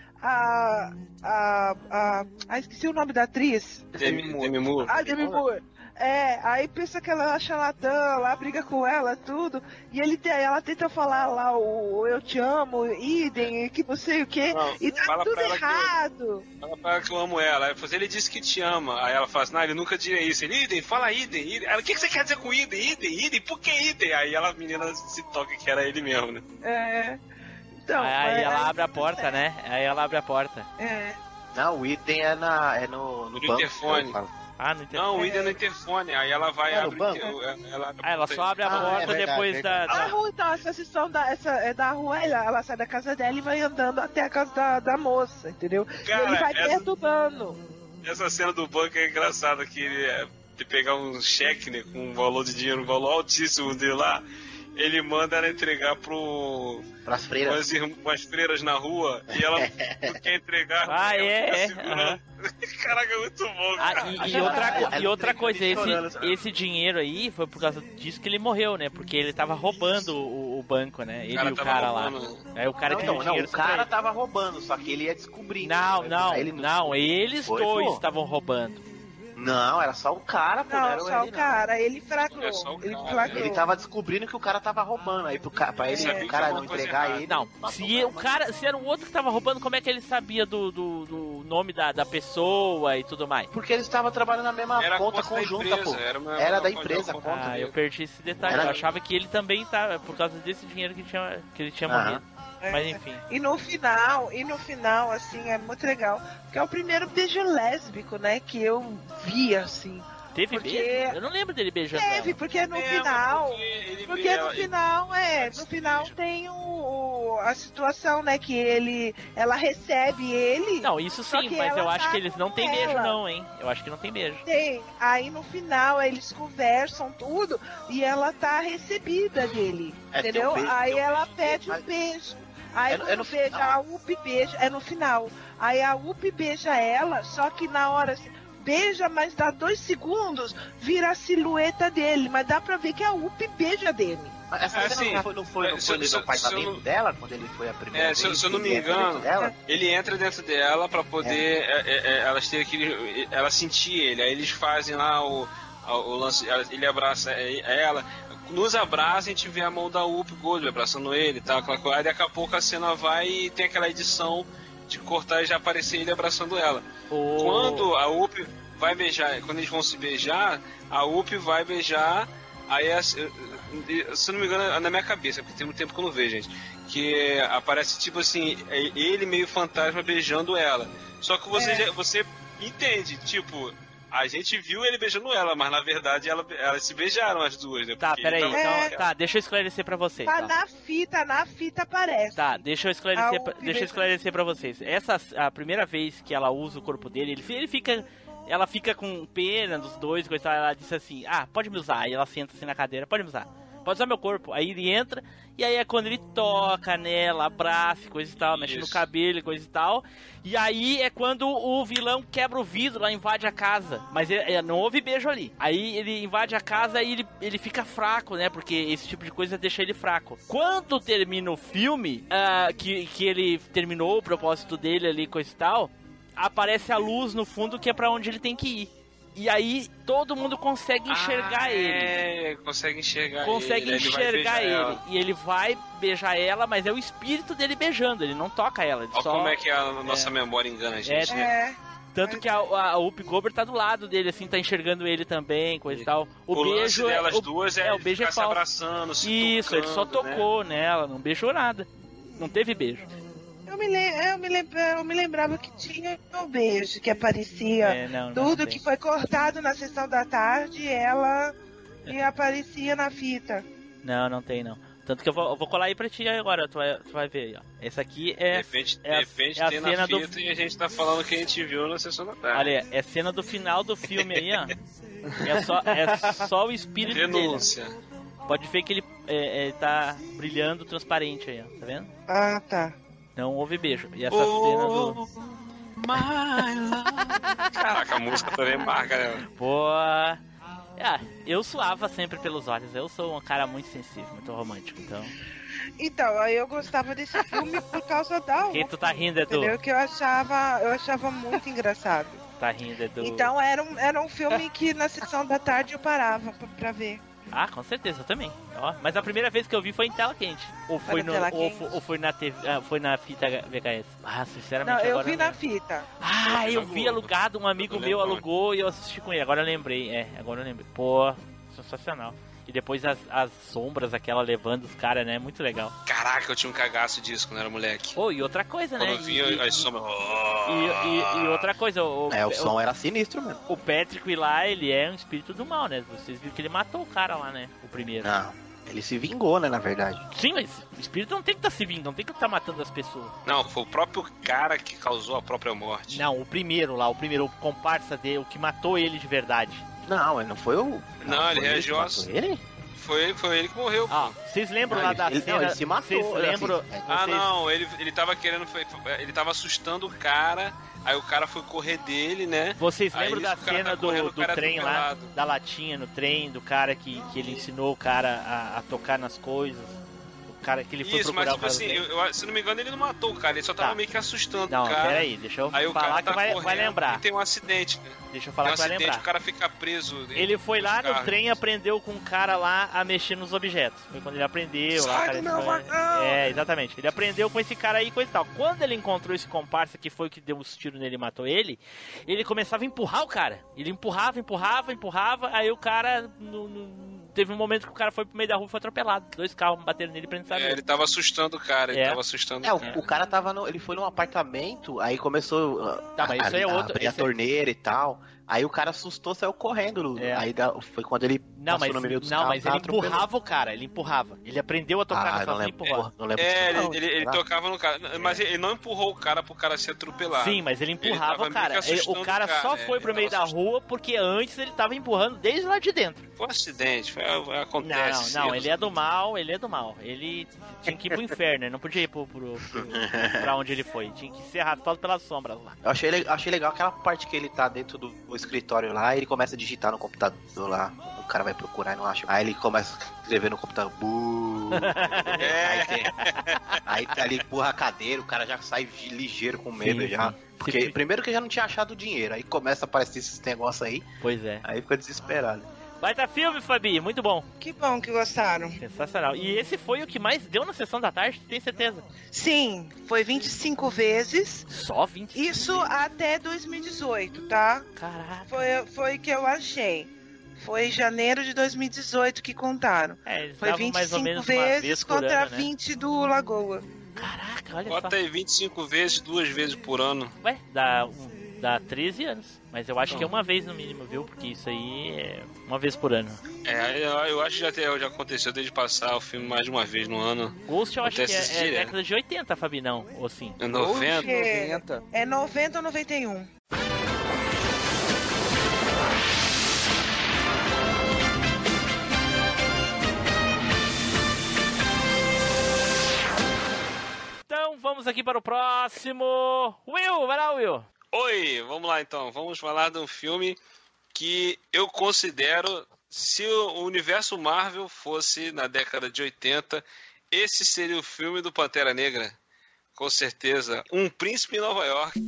esqueci o nome da atriz. Demi Moore. Demi Moore. Aí pensa que ela é charlatã, lá briga com ela, tudo. E ela tenta falar lá o eu te amo, idem, que não sei o que. E tá tudo errado. Fala pra ela que eu amo ela. Ele disse que te ama. Aí ela fala assim, não, ele nunca diria isso. Ele, idem, fala idem. Ela, o que você quer dizer com idem? Por que idem? Aí a menina se toca que era ele mesmo, né? Então, aí ela abre a porta, né? Aí ela abre a porta. Não, o item é no interfone. Ah, no interfone. Não, o Ida no interfone. Aí ela vai abrir. Ela só abre a porta depois da. A rua, então, essa sessão é da rua, ela sai da casa dela e vai andando até a casa da moça, entendeu? Cara, e ele vai perturbando. Essa cena do banco é engraçada, que ele de pegar um cheque, né, com um valor de dinheiro, um valor altíssimo dele lá. Ele manda ela entregar pras freiras. Umas freiras na rua e ela não quer entregar. Caraca, é muito bom, cara. E outra coisa, esse dinheiro aí foi por causa disso que ele morreu, né? Porque ele tava roubando o banco, né? Ele e o cara lá. Aí o cara o cara tava roubando, só que ele ia descobrir. Não, eles dois estavam roubando. Não, era só o cara, pô. Não, só o cara, ele flagrou. Ele tava descobrindo que o cara tava roubando. Aí pro cara não entregar ele. Não, se era o outro que tava roubando, como é que ele sabia do nome da pessoa e tudo mais? Porque eles estavam trabalhando na mesma conta conjunta, pô. Era da empresa a conta. Eu perdi esse detalhe. Eu achava que ele também tava, por causa desse dinheiro que ele tinha morrido. Mas enfim. E no final, assim, é muito legal. Porque é o primeiro beijo lésbico, né? Que eu vi, assim. Teve beijo? Eu não lembro dele beijando. Teve, porque no final. No final tem a situação, né? Que ela recebe ele. Não, isso sim, mas eu acho que eles não tem beijo, não, hein? Eu acho que não tem beijo. Tem. Aí no final eles conversam tudo e ela tá recebida dele. Entendeu? Aí ela pede um beijo. Aí quando beija, a Whoopi beija, é no final. Aí a Whoopi beija ela, só que na hora assim, beija, mas dá 2 segundos, vira a silhueta dele, mas dá pra ver que a Whoopi beija dele. Essa cena não foi no apartamento dela, quando ele foi a primeira vez? Se eu não me engano, ele entra dentro dela pra poder elas terem aquele, ela sentir ele, aí eles fazem lá o lance, ele abraça ela. Nos abraça, a gente vê a mão da Whoopi Goldberg abraçando ele e tal. Aí daqui a pouco a cena vai e tem aquela edição de cortar e já aparecer ele abraçando ela. Quando a Whoopi vai beijar, quando eles vão se beijar, a Whoopi vai beijar. Aí, se não me engano, na minha cabeça, porque tem muito tempo que eu não vejo, gente, que aparece tipo assim, ele meio fantasma beijando ela. Só que você entende, tipo. A gente viu ele beijando ela, mas na verdade elas se beijaram as duas, né? Tá, peraí, então, deixa eu esclarecer pra vocês. Na fita aparece. Tá, deixa eu esclarecer pra vocês. A primeira vez que ela usa o corpo dele, ela fica com pena dos dois, coisa, ela disse assim, pode me usar. Aí ela senta assim na cadeira, pode me usar. Pode usar meu corpo. Aí ele entra, e aí é quando ele toca nela, abraça, coisa e tal, mexe no cabelo, coisa e tal. E aí é quando o vilão quebra o vidro, lá invade a casa. Mas não houve beijo ali. Aí ele invade a casa e ele fica fraco, né? Porque esse tipo de coisa deixa ele fraco. Quando termina o filme, que ele terminou o propósito dele ali, coisa e tal, aparece a luz no fundo que é pra onde ele tem que ir. E aí todo mundo consegue enxergar ele. Consegue enxergar ele. E ele vai beijar ela, mas é o espírito dele beijando, ele não toca ela. Olha como é que a nossa memória engana a gente, né? Tanto que a Whoopi Goldberg tá do lado dele, assim, tá enxergando ele também, coisa e tal. O beijo delas duas o beijo é se abraçando, se Isso, tocando, ele só tocou nela, não beijou nada. Não teve beijo. Eu me lembrava que tinha um beijo que aparecia tudo que foi cortado na sessão da tarde, ela e aparecia na fita. Não tem não. Tanto que eu vou colar aí pra ti agora, tu vai ver aí, ó. Essa aqui de repente a tem cena na fita e a gente tá falando que a gente viu na sessão da tarde. Olha, é cena do final do filme aí, ó. É só o espírito Denúncia. dele. Pode ver que ele tá brilhando transparente aí, ó. Tá vendo? Ah, tá. Não houve beijo. E essa cena do... Caraca, a música também marca, né? Pô... eu suava sempre pelos olhos. Eu sou um cara muito sensível, muito romântico, então... Então, aí eu gostava desse filme por causa da... Quem tu tá rindo, Edu? Entendeu? Que eu achava muito engraçado. Tá rindo, Edu? Então era um filme que na sessão da tarde eu parava pra ver. Ah, com certeza, eu também. Ó, mas a primeira vez que eu vi foi em tela quente. Ou foi na TV, foi na fita VHS. Ah, sinceramente, não, eu vi na fita. Ah, eu vi alugado, um amigo meu alugou e eu assisti com ele. Agora eu lembrei. Pô, sensacional. E depois as sombras, aquela levando os caras, né? Muito legal. Caraca, eu tinha um cagaço disso quando era moleque. E outra coisa, quando né? Eu via as sombras... E outra coisa... O som era sinistro mesmo. O Patrick lá, ele é um espírito do mal, né? Vocês viram que ele matou o cara lá, né? O primeiro. Não, ele se vingou, né, na verdade. Sim, mas o espírito não tem que estar se vingando, não tem que estar matando as pessoas. Não, foi o próprio cara que causou a própria morte. Não, o primeiro, o comparsa dele, o que matou ele de verdade. Não, ele não foi o... Não, ele reagiu a... Ele? Foi ele que morreu. Vocês lembram lá da cena? Ele se matou. Vocês lembram? Não, ele tava querendo... Ele tava assustando o cara, aí o cara foi correr dele, né? Vocês lembram da cena do trem lá, da latinha no trem, do cara que ele ensinou o cara a tocar nas coisas? Cara, que ele foi procurar mas tipo assim, se não me engano, ele não matou o cara, ele só tava meio que assustando o cara. Não, peraí, deixa eu falar que vai lembrar. E tem um acidente. Deixa eu falar que vai lembrar. O cara fica preso. Ele foi lá no trem e aprendeu com um cara lá a mexer nos objetos. Foi quando ele aprendeu. Sai do meu vagão! Exatamente. Ele aprendeu com esse cara aí e coisa e tal. Quando ele encontrou esse comparsa que foi o que deu os tiros nele e matou ele, ele começava a empurrar o cara. Ele empurrava, aí o cara... Teve um momento que o cara foi pro meio da rua e foi atropelado. 2 carros bateram nele pra ele saber. Ele tava assustando o cara, o cara tava ele foi num apartamento, aí começou mas isso aí é outro, abrir a torneira e tal. Aí o cara assustou, saiu correndo. Aí foi quando ele passou no meio dos carros. Mas ele empurrava o cara, ele empurrava. Ele aprendeu a tocar nessa e empurrava. Não lembro ele tocava no cara. Mas ele não empurrou o cara pro cara se atropelar. Sim, mas ele empurrava o cara. O cara só foi pro meio da rua porque antes ele tava empurrando desde lá de dentro. Foi um acidente, acontece. Não, ele é do mal. Ele tinha que ir pro inferno, ele não podia ir pra onde ele foi. Tinha que ser arrastado pelas sombras lá. Eu achei legal aquela parte que ele tá dentro do escritório lá e ele começa a digitar no computador lá. O cara vai procurar e não acha. Aí ele começa a escrever no computador. Aí ele empurra a cadeira, o cara já sai ligeiro com medo já. Porque primeiro que já não tinha achado o dinheiro. Aí começa a aparecer esses negócios aí. Pois é. Aí fica desesperado. Baita filme, Fabi, muito bom. Que bom que gostaram. Sensacional. E esse foi o que mais deu na sessão da tarde, tem certeza? Sim, foi 25 vezes. Só 25? Isso até 2018, tá? Caraca. Foi que eu achei. Foi em janeiro de 2018 que contaram. Foi 25 mais ou menos vezes contra ano, né? 20 do Lagoa. Caraca, olha só. Bota aí 25 vezes, 2 vezes por ano. Ué, dá 13 anos. Mas eu acho que é uma vez no mínimo, viu? Porque isso aí é uma vez por ano. Eu acho que já aconteceu desde passar o filme mais de uma vez no ano. Ghost eu acho que é década de 80, Fabi, não? Ou sim? É 90? É 90 ou 91. Então vamos aqui para o próximo. Will, vai lá, Will. Oi, vamos lá então. Vamos falar de um filme que eu considero, se o universo Marvel fosse na década de 80, esse seria o filme do Pantera Negra. Com certeza. Um Príncipe em Nova York.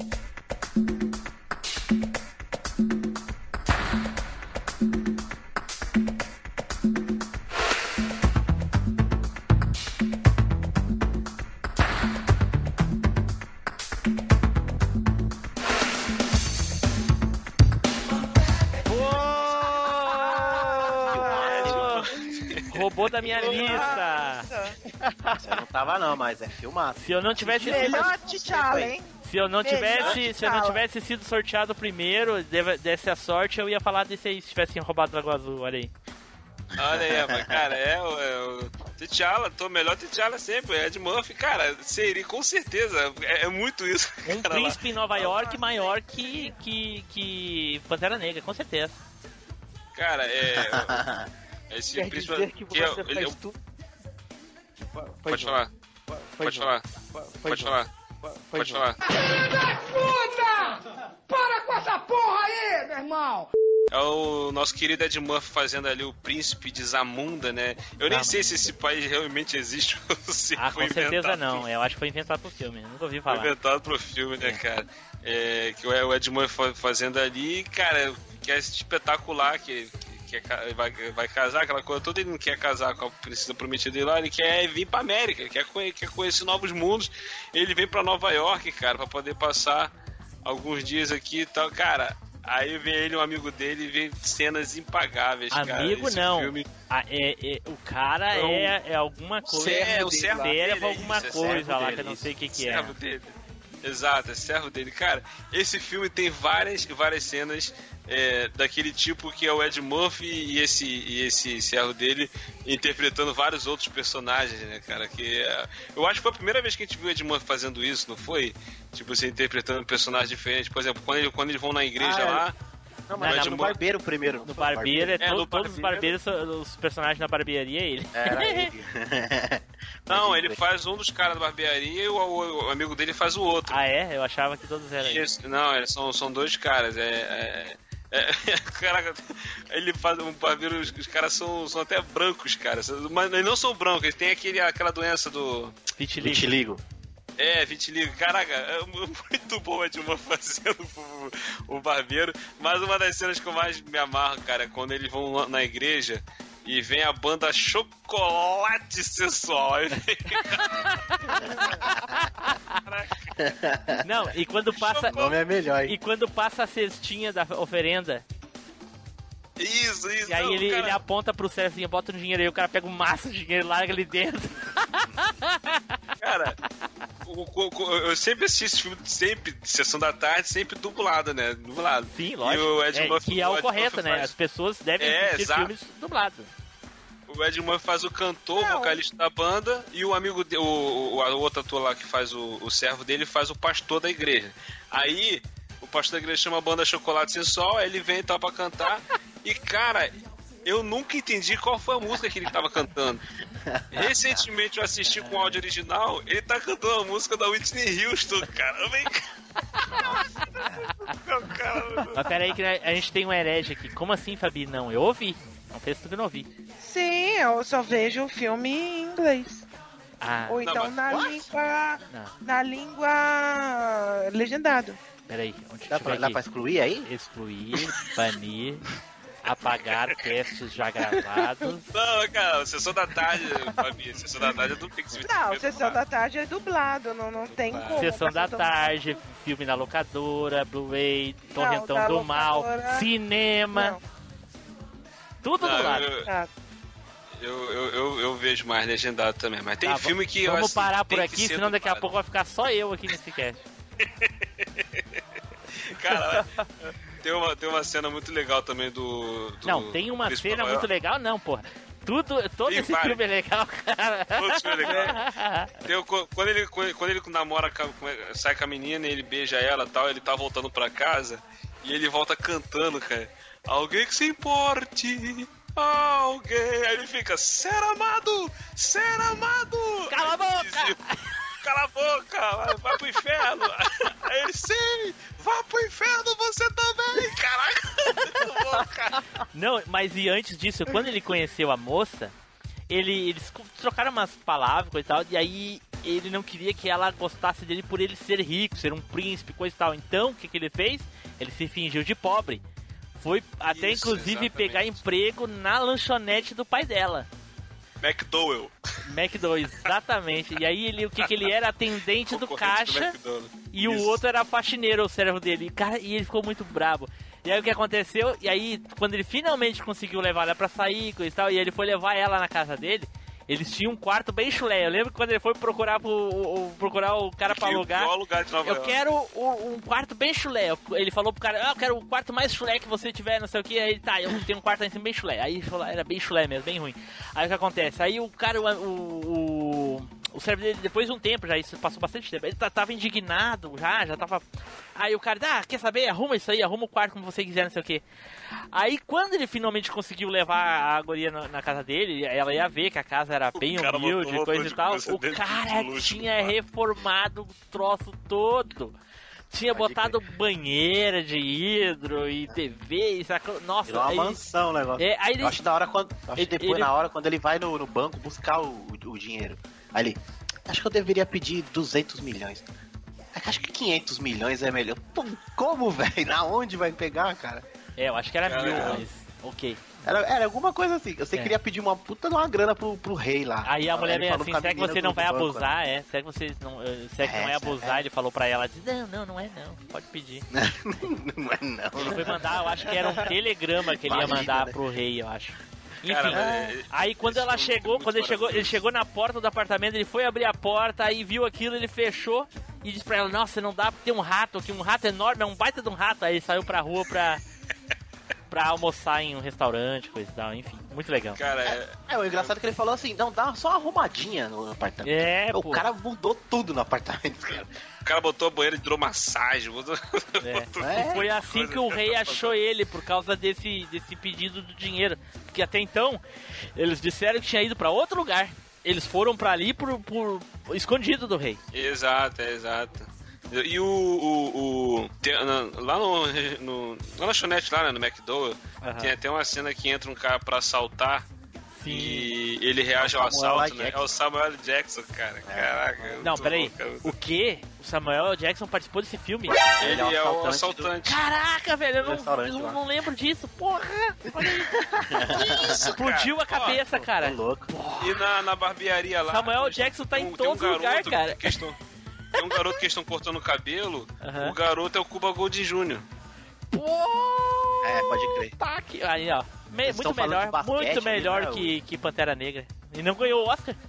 Roubou da minha lista. Você não tava não, mas é filmado. Se eu não tivesse melhor T'Challa, hein? Se eu não tivesse sido sorteado primeiro, desse a sorte, eu ia falar desse aí, se tivessem roubado o Dragão Azul, olha aí. Olha aí, cara, o T'Challa, melhor T'Challa sempre, Ed Murphy, cara, seria com certeza, é muito isso. Um príncipe em Nova York maior que Pantera Negra, com certeza. Cara, esse príncipe que você faz tudo. Pode falar. Puta! Para com essa porra aí, meu irmão! É o nosso querido Ed Murphy fazendo ali o príncipe de Zamunda, né? Eu nem sei se esse país realmente existe ou se foi inventado. Com certeza não. Eu acho que foi inventado pro filme. Nunca ouvi falar. Foi inventado pro filme, né, cara? Que o Ed Murphy fazendo ali, cara, que é espetacular, que vai casar, aquela coisa toda. Ele não quer casar com a princesa prometida dele lá, ele quer vir pra América, ele quer conhecer novos mundos. Ele vem pra Nova York, cara, pra poder passar alguns dias aqui e tal, cara. Aí vem ele, um amigo dele, e vê cenas impagáveis, cara. Amigo não. O cara é alguma coisa. É o servo dele. Alguma coisa lá, que eu não sei o que é. Servo dele. Exato, é servo dele. Cara, esse filme tem várias cenas daquele tipo que é o Ed Murphy e esse servo dele interpretando vários outros personagens, né, cara? Eu acho que foi a primeira vez que a gente viu o Ed Murphy fazendo isso, não foi? Tipo, você interpretando personagens diferentes. Por exemplo, quando eles vão na igreja lá... Não, mas no barbeiro primeiro. No barbeiro, todos os barbeiros, os personagens na barbearia é ele. Era ele. Não, ele faz um dos caras da barbearia e o amigo dele faz o outro. Ah, é? Eu achava que todos eram isso. Não, são dois caras. Caraca, ele faz um barbeiro, os caras são até brancos, cara. Mas eles não são brancos, eles têm aquela doença do... Vitiligo. Vitiligo. Caraca, é muito bom a Dilma fazendo o barbeiro. Mas uma das cenas que eu mais me amarro, cara, é quando eles vão na igreja e vem a banda Chocolate Sensual. Não, e quando passa... O nome é melhor, hein? E quando passa a cestinha da oferenda... Isso. E aí ele aponta pro Sérgio assim, bota no dinheiro aí, o cara pega um maço de dinheiro e larga ali dentro. Cara, eu sempre assisti esse filme, sempre, de Sessão da Tarde, sempre dublado, né? Dublado. Sim, lógico. E o Ed Murphy, que é o correto, né? As pessoas devem assistir filmes dublados. O Ed Murphy faz o cantor, o vocalista da banda, e o amigo dele, o outro ator lá que faz o servo dele, faz o pastor da igreja. Aí, o pastor da igreja chama a banda Chocolate Sensual, aí ele vem e tá pra cantar, e cara... Eu nunca entendi qual foi a música que ele tava cantando. Recentemente eu assisti com o áudio original, ele tá cantando a música da Whitney Houston, cara. Mas peraí que a gente tem um herege aqui. Como assim, Fabi? Não, eu ouvi. Não fez tudo que eu não ouvi. Sim, eu só vejo o filme em inglês. Ou então na língua legendado. Peraí, dá pra excluir aí? Excluir, banir... Apagar testes já gravados. Não, cara, Sessão da Tarde, Fabi, Sessão da Tarde não tem que se Não, Sessão da Tarde é dublado, não tem como. Sessão da Tarde, filme na locadora, Blu-ray, Torrentão do Mal, cinema. Não. Tudo dublado. Eu vejo mais legendado também, mas tem filme que... Vamos parar por aqui, senão daqui a pouco vai ficar só eu aqui nesse cast. Cara... Tem uma cena muito legal também do não, tem uma cena muito legal, não, porra. Todo esse filme é legal, cara. Todo esse filme é legal. Quando ele namora, sai com a menina e ele beija ela e tal, ele tá voltando pra casa e ele volta cantando, cara. Alguém que se importe, alguém. Aí ele fica, ser amado! Cala a boca! Cala a boca, vai pro inferno. Aí ele, sim, vá pro inferno você também, caraca. Não, mas e antes disso, quando ele conheceu a moça, eles trocaram umas palavras e tal, e aí ele não queria que ela gostasse dele por ele ser rico, ser um príncipe, coisa e tal. Então, o que ele fez? Ele se fingiu de pobre. Foi até, inclusive, exatamente, pegar emprego na lanchonete do pai dela. McDowell, exatamente. E aí o que ele era? Atendente do caixa e o outro era faxineiro, o servo dele. Cara, e ele ficou muito brabo. E aí o que aconteceu? E aí, quando ele finalmente conseguiu levar ela pra sair e tal, e ele foi levar ela na casa dele, eles tinham um quarto bem chulé. Eu lembro que quando ele foi procurar o cara pra alugar, eu quero um quarto bem chulé. Ele falou pro cara, eu quero o quarto mais chulé que você tiver, não sei o que. Aí tá, eu tenho um quarto assim bem chulé. Aí ele falou, era bem chulé mesmo, bem ruim. Aí o que acontece? Aí o cara, o servo dele, depois de um tempo, já isso passou bastante tempo, ele tava indignado, já tava... Aí o cara, quer saber? Arruma isso aí, arruma o quarto como você quiser, não sei o que. Aí quando ele finalmente conseguiu levar a guria na casa dele, ela ia ver que a casa era bem humilde, coisa e tal, o cara tinha reformado o troço todo. Tinha botado banheira de hidro e TV, nossa, virou uma mansão o negócio. Aí eu acho da hora quando ele vai no banco buscar o dinheiro. Aí ele, acho que eu deveria pedir 200 milhões. Acho que 500 milhões é melhor. Pô, como, velho? Na onde vai pegar, cara? Eu acho que era 1000, mas ok. Era alguma coisa assim. Você queria pedir uma puta de uma grana pro rei lá. Aí a mulher vem assim, será que você não vai abusar? Será que você não, não vai abusar? Ele falou pra ela, disse, não é não, pode pedir. Não é não. Ele foi mandar, eu acho que era um telegrama que ele ia mandar pro rei, eu acho. Enfim, aí quando ela chegou, ele chegou na porta do apartamento, ele foi abrir a porta, aí viu aquilo, ele fechou e disse pra ela, nossa, não dá porque tem um rato aqui, um rato enorme, é um baita de um rato. Aí ele saiu pra rua pra almoçar em um restaurante, coisa e tal, enfim, muito legal. Cara, o engraçado é que ele falou assim, não, dá só uma arrumadinha no apartamento. O cara mudou tudo no apartamento, cara. O cara botou a banheira de hidromassagem. Foi assim que o rei achou ele, por causa desse pedido do dinheiro. Porque até então, eles disseram que tinha ido pra outro lugar. Eles foram pra ali por escondido do rei. Exato. E lá na lanchonete, lá, né, no McDowell, tem até uma cena que entra um cara pra assaltar. Sim. E ele reage ao assalto, né? É o Samuel Jackson, cara. Caraca. Não, peraí. O quê? O Samuel Jackson participou desse filme? Ele é o assaltante. Caraca, velho, eu não lembro disso. Porra! Olha isso. Explodiu a cabeça, cara. Louco. E na barbearia lá... Samuel Jackson tá em todo lugar, cara. Tem um garoto que estão cortando o cabelo. O garoto é o Cuba Gooding Jr. Pô! Pode crer. Tá aqui. Aí, ó. Muito melhor que Pantera Negra. E não ganhou o Oscar.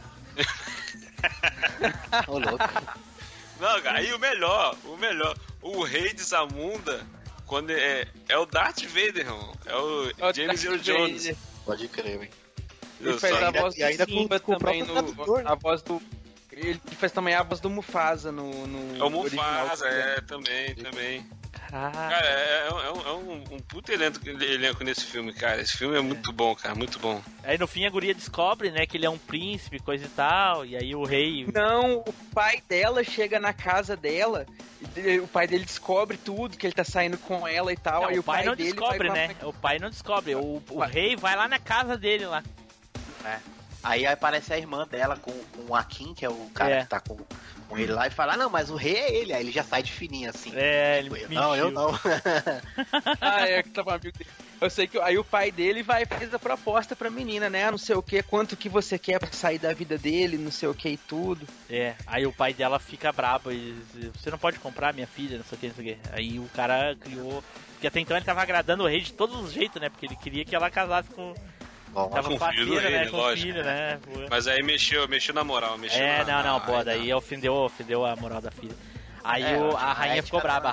Ô, louco. Não, cara, aí o melhor. O rei de Zamunda, quando é o Darth Vader, irmão. É o James Earl Jones. Pode crer, hein. Ele faz a voz do Simba também a voz do... Ele faz também a voz do Mufasa no é o Mufasa, também. Caraca. Cara, é um puto elenco nesse filme, cara. Esse filme é muito bom, cara, muito bom. Aí no fim a guria descobre, né, que ele é um príncipe, coisa e tal, e aí o rei... Não, o pai dela chega na casa dela, o pai dele descobre tudo, que ele tá saindo com ela e tal. Não, aí o pai não dele descobre, né? O pai não descobre, o rei vai lá na casa dele lá. Aí aparece a irmã dela com o Akin, que é o cara que tá com ele lá, e fala, não, mas o rei é ele. Aí ele já sai de fininho, assim. Ele eu não. Que tava amigo dele. Eu sei que aí o pai dele fez a proposta pra menina, né? Não sei o que, quanto que você quer pra sair da vida dele, não sei o que e tudo. Aí o pai dela fica brabo e diz, você não pode comprar minha filha, não sei o que, não sei o que. Aí o cara criou... Porque até então ele tava agradando o rei de todos os jeitos, né? Porque ele queria que ela casasse com... Tava faceira, né? Com o filho, né? Mas aí mexeu na moral. Daí ofendeu a moral da filha. Aí a rainha ficou braba,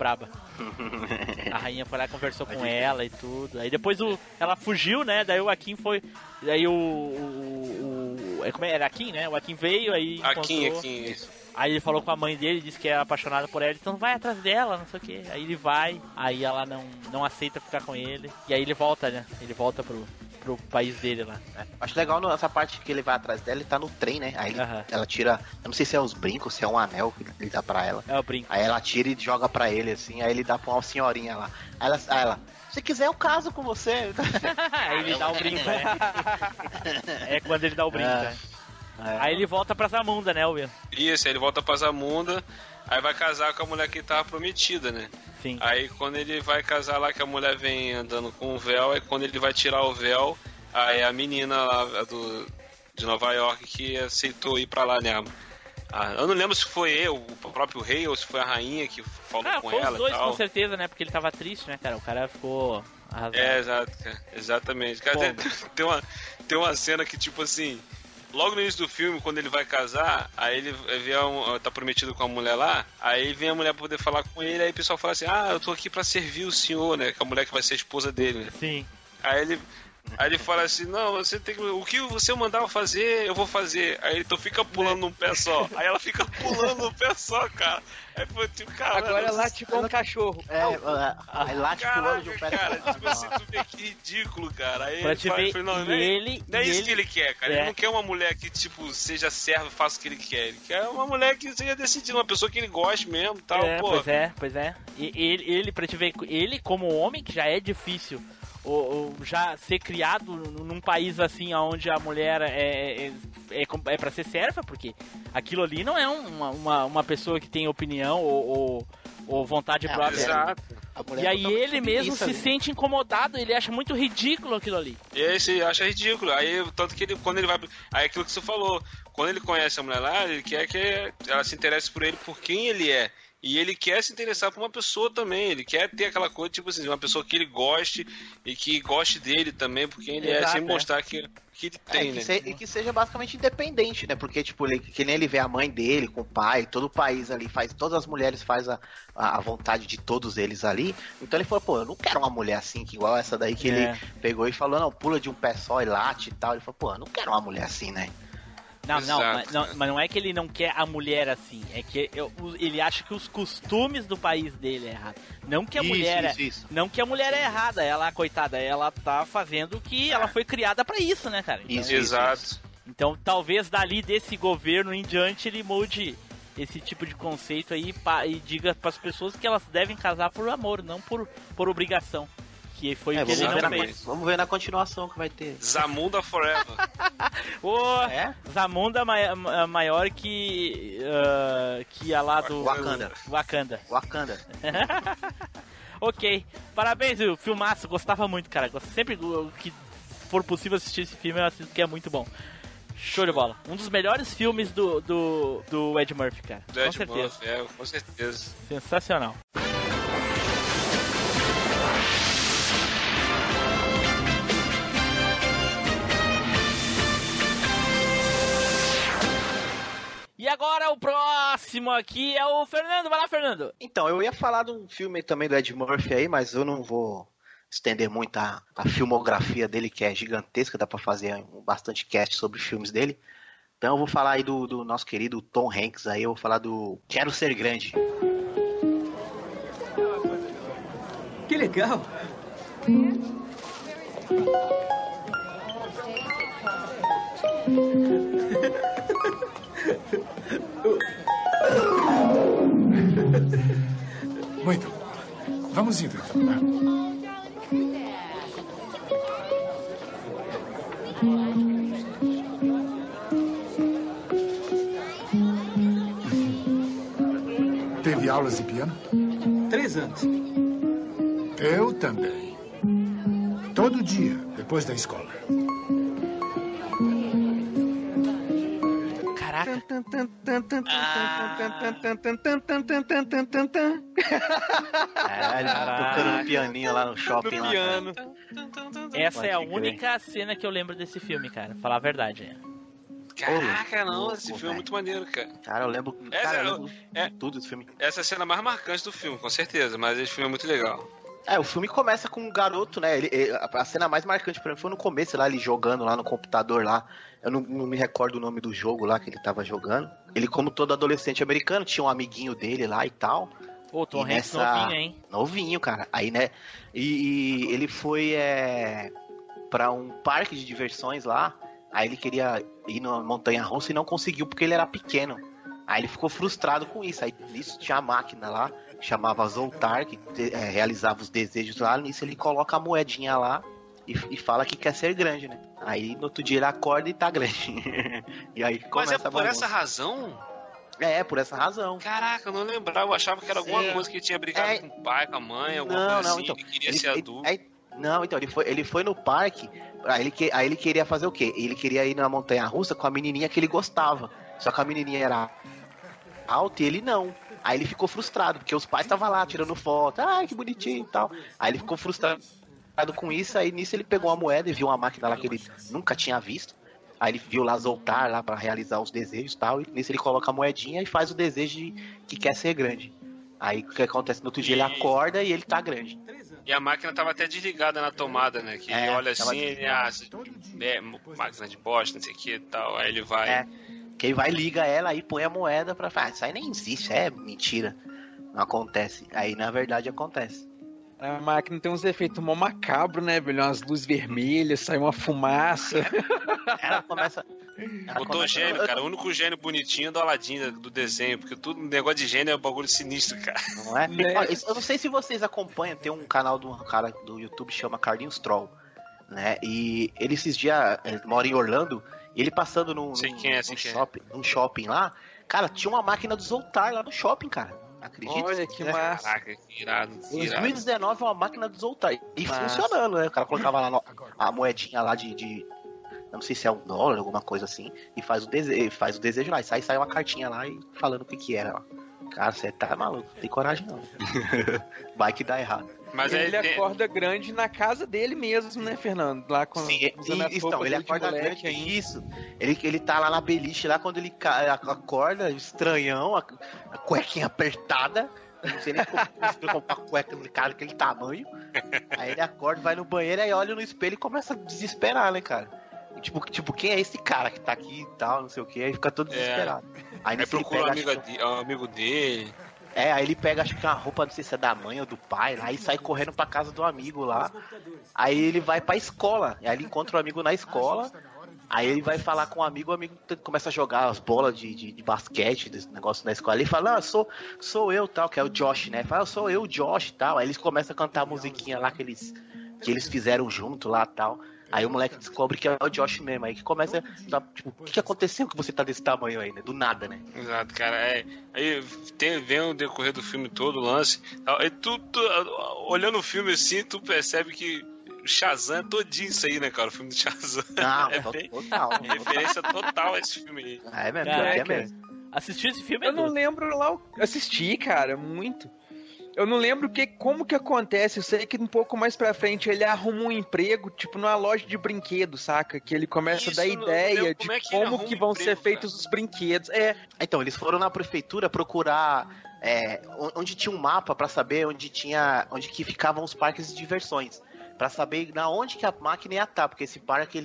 A rainha foi lá e conversou com ela e tudo. Aí depois ela fugiu, né? Daí o Akin foi... Daí como era Akin, né? O Akin veio, aí Akin, isso. Aí ele falou com a mãe dele, disse que é apaixonado por ela, então vai atrás dela, não sei o que. Aí ele vai, aí ela não aceita ficar com ele. E aí ele volta, né? Ele volta pro país dele lá. Acho legal nessa parte que ele vai atrás dela, ele tá no trem, né? Aí ela tira, eu não sei se é os brincos, se é um anel que ele dá pra ela. É o brinco. Aí ela tira e joga pra ele, assim, aí ele dá pra uma senhorinha lá. Aí ela se quiser eu caso com você. Aí ele dá o brinco, né? É quando ele dá o brinco, né? Aí ele volta pra Zamunda, né, Will? Isso, aí ele volta pra Zamunda, aí vai casar com a mulher que tava prometida, né? Sim. Aí quando ele vai casar lá, que a mulher vem andando com o véu, aí quando ele vai tirar o véu, aí a menina lá de Nova York que aceitou ir pra lá, né? Eu não lembro se foi o próprio rei ou se foi a rainha que falou com ela. Os dois, e tal. com certeza, né? Porque ele tava triste, né, cara? O cara ficou arrasado. Exato, cara. Exatamente. Cara, tem uma cena que, tipo assim, logo no início do filme, quando ele vai casar, aí ele tá prometido com a mulher lá, aí vem a mulher pra poder falar com ele, aí o pessoal fala assim, eu tô aqui pra servir o senhor, né? Que a mulher que vai ser a esposa dele, né? Sim. Aí ele fala assim, não, você tem que... O que você mandar eu fazer, eu vou fazer. Aí ele fica pulando num pé só. Aí ela fica pulando num pé só, cara. Aí foi tipo, cara... Agora late igual um cachorro. Aí late pulando de um pé. Cara, tipo assim, tu vê que ridículo, cara. Aí pra te ver, não é isso que ele quer, cara. Ele não quer uma mulher que, tipo, seja serva e faça o que ele quer. Ele quer uma mulher que seja decidida, uma pessoa que ele goste mesmo e tal, pô. Pois é. E ele, pra te ver, ele como homem, que já é difícil... Ou já ser criado num país assim onde a mulher é pra ser serva, porque aquilo ali não é uma pessoa que tem opinião ou vontade própria. Exato. E aí ele mesmo se sente incomodado, ele acha muito ridículo aquilo ali. E aí você acha ridículo. Aí tanto que quando ele vai. Aí aquilo que você falou, quando ele conhece a mulher lá, ele quer que ela se interesse por ele por quem ele é. E ele quer se interessar por uma pessoa também. Ele quer ter aquela coisa, tipo assim, uma pessoa que ele goste e que goste dele também, por quem ele é, sem mostrar que ele tem, né? E que seja basicamente independente, né? Porque, tipo, que nem ele vê a mãe dele com o pai, todo o país ali faz, todas as mulheres fazem a vontade de todos eles ali. Então ele falou, pô, eu não quero uma mulher assim, que igual essa daí que ele pegou e falou, não, pula de um pé só e late e tal. Ele falou, pô, eu não quero uma mulher assim, né? Mas não é que ele não quer a mulher assim, é que ele acha que os costumes do país dele é errado. Não que a não que a mulher é errada, ela, coitada, ela tá fazendo o que ela foi criada pra isso, né, cara? Então, Exato. Então, talvez dali desse governo em diante ele mude esse tipo de conceito aí e diga pras pessoas que elas devem casar por amor, não por obrigação. Que foi o que ele não fez. Vamos ver na continuação que vai ter. Zamunda Forever. Zamunda maior que a lá do Wakanda. Ok, parabéns, o filmaço, gostava muito, cara. Sempre que for possível assistir esse filme, eu assisto, que é muito bom. Show de bola. Um dos melhores filmes do Ed Murphy, cara. Com certeza. Com certeza. Sensacional. E agora o próximo aqui é o Fernando. Vai lá, Fernando. Então, eu ia falar de um filme também do Ed Murphy aí, mas eu não vou estender muito a filmografia dele, que é gigantesca, dá pra fazer bastante cast sobre filmes dele. Então eu vou falar aí do nosso querido Tom Hanks aí, eu vou falar do Quero Ser Grande. Que legal! Muito bom. Vamos indo então, né? Teve aulas de piano? 3 anos. Eu também. Todo dia, depois da escola. Caraca. Ele tocando um pianinho lá no shopping. No piano. Essa é a única cena que eu lembro desse filme, cara. Falar a verdade. Caraca, não, esse filme é muito maneiro, cara. Cara, eu lembro, tudo desse filme. Essa é a cena mais marcante do filme, com certeza, mas esse filme é muito legal. O filme começa com um garoto, né? A cena mais marcante pra mim foi no começo, lá, ele jogando lá no computador lá. Eu não me recordo o nome do jogo lá que ele tava jogando. Ele, como todo adolescente americano, tinha um amiguinho dele lá e tal. Pô, Tom Hanks novinho, hein? Novinho, cara. Aí, né? E ele foi pra um parque de diversões lá. Aí ele queria ir na montanha-russa e não conseguiu porque ele era pequeno. Aí ele ficou frustrado com isso. Aí nisso tinha a máquina lá, que chamava Zoltar, que realizava os desejos lá. Nisso ele coloca a moedinha lá e fala que quer ser grande, né? Aí no outro dia ele acorda e tá grande. E aí começa. Mas é por essa razão? Por essa razão. Caraca, eu não lembrava. Eu achava que era alguma coisa que ele tinha brigado com o pai, com a mãe, alguma coisa assim, então, que queria ser adulto. Então, ele foi no parque, aí ele queria fazer o quê? Ele queria ir na montanha-russa com a menininha que ele gostava. Só que a menininha era alta e ele não. Aí ele ficou frustrado, porque os pais estavam lá tirando foto. Ai, que bonitinho e tal. Aí ele ficou frustrado com isso, aí nisso ele pegou uma moeda e viu uma máquina lá que ele nunca tinha visto. Aí ele viu lá Zoltar lá pra realizar os desejos e tal. E nisso ele coloca a moedinha e faz o desejo que quer ser grande. Aí o que acontece? No outro dia ele acorda e ele tá grande. E a máquina tava até desligada na tomada, né? Que ele olha assim e máquina de bosta, não sei o que e tal. Aí ele vai. Quem vai liga ela aí põe a moeda pra falar, isso aí nem existe, é mentira. Não acontece. Aí na verdade acontece. A máquina tem uns efeitos mó macabro, né, velho? Umas luzes vermelhas, sai uma fumaça. Ela começa. Botou gênio, cara. O único gênio bonitinho do Aladdin, do desenho. Porque tudo negócio de gênio é um bagulho sinistro, cara. Não é? Eu não sei se vocês acompanham, tem um canal de um cara do YouTube que chama Carlinhos Troll, né? E ele esses dias mora em Orlando. E ele passando num shopping lá, cara, tinha uma máquina do Zoltar lá no shopping, cara. Acredita? Olha que massa. Caraca, que irado. Em 2019 uma máquina do Zoltar. E funcionando, né? O cara colocava lá a moedinha lá eu não sei se é $1, alguma coisa assim, e faz o desejo lá, e sai uma cartinha lá e falando o que era lá. Cara, você tá maluco, não tem coragem não. Vai que dá errado. Mas ele acorda grande na casa dele mesmo, né, Fernando? Lá com Sim, então, ele acorda grande, isso. Ele tá lá na beliche, lá quando ele acorda, estranhão, a cuequinha apertada. Não sei nem como comprar cueca no cara daquele tamanho. Aí ele acorda, vai no banheiro, aí olha no espelho e começa a desesperar, né, cara? Tipo, quem é esse cara que tá aqui e tal, não sei o que, aí fica todo desesperado. Aí procura um amigo dele. Aí ele pega, acho que uma roupa, não sei se é da mãe ou do pai, lá, e sai correndo pra casa do amigo lá. Aí ele vai pra escola, aí ele encontra o amigo na escola, aí ele vai falar com o amigo começa a jogar as bolas de basquete, desse negócio na escola. Ele fala, sou eu, tal, que é o Josh, né? Fala, sou eu, o Josh, tal. Aí eles começam a cantar a musiquinha lá que eles fizeram junto lá, tal. Aí o moleque descobre que é o Josh mesmo. Aí que começa, tipo, o que aconteceu que você tá desse tamanho aí, né? Do nada, né? Exato, cara. Aí vem o decorrer do filme todo, o lance. Aí tu olhando o filme assim, tu percebe que o Shazam é todinho isso aí, né, cara? O filme do Shazam. Não, total. Referência total a esse filme aí. É mesmo, é mesmo. Assistiu esse filme? Eu não lembro lá. Assisti, cara, muito. Eu não lembro como que acontece. Eu sei que um pouco mais pra frente ele arruma um emprego, tipo, numa loja de brinquedos, saca? Que ele começa a dar ideia de como que vão ser feitos os brinquedos. Então, eles foram na prefeitura procurar onde tinha um mapa pra saber onde que ficavam os parques de diversões. Pra saber na onde que a máquina ia estar, porque esse parque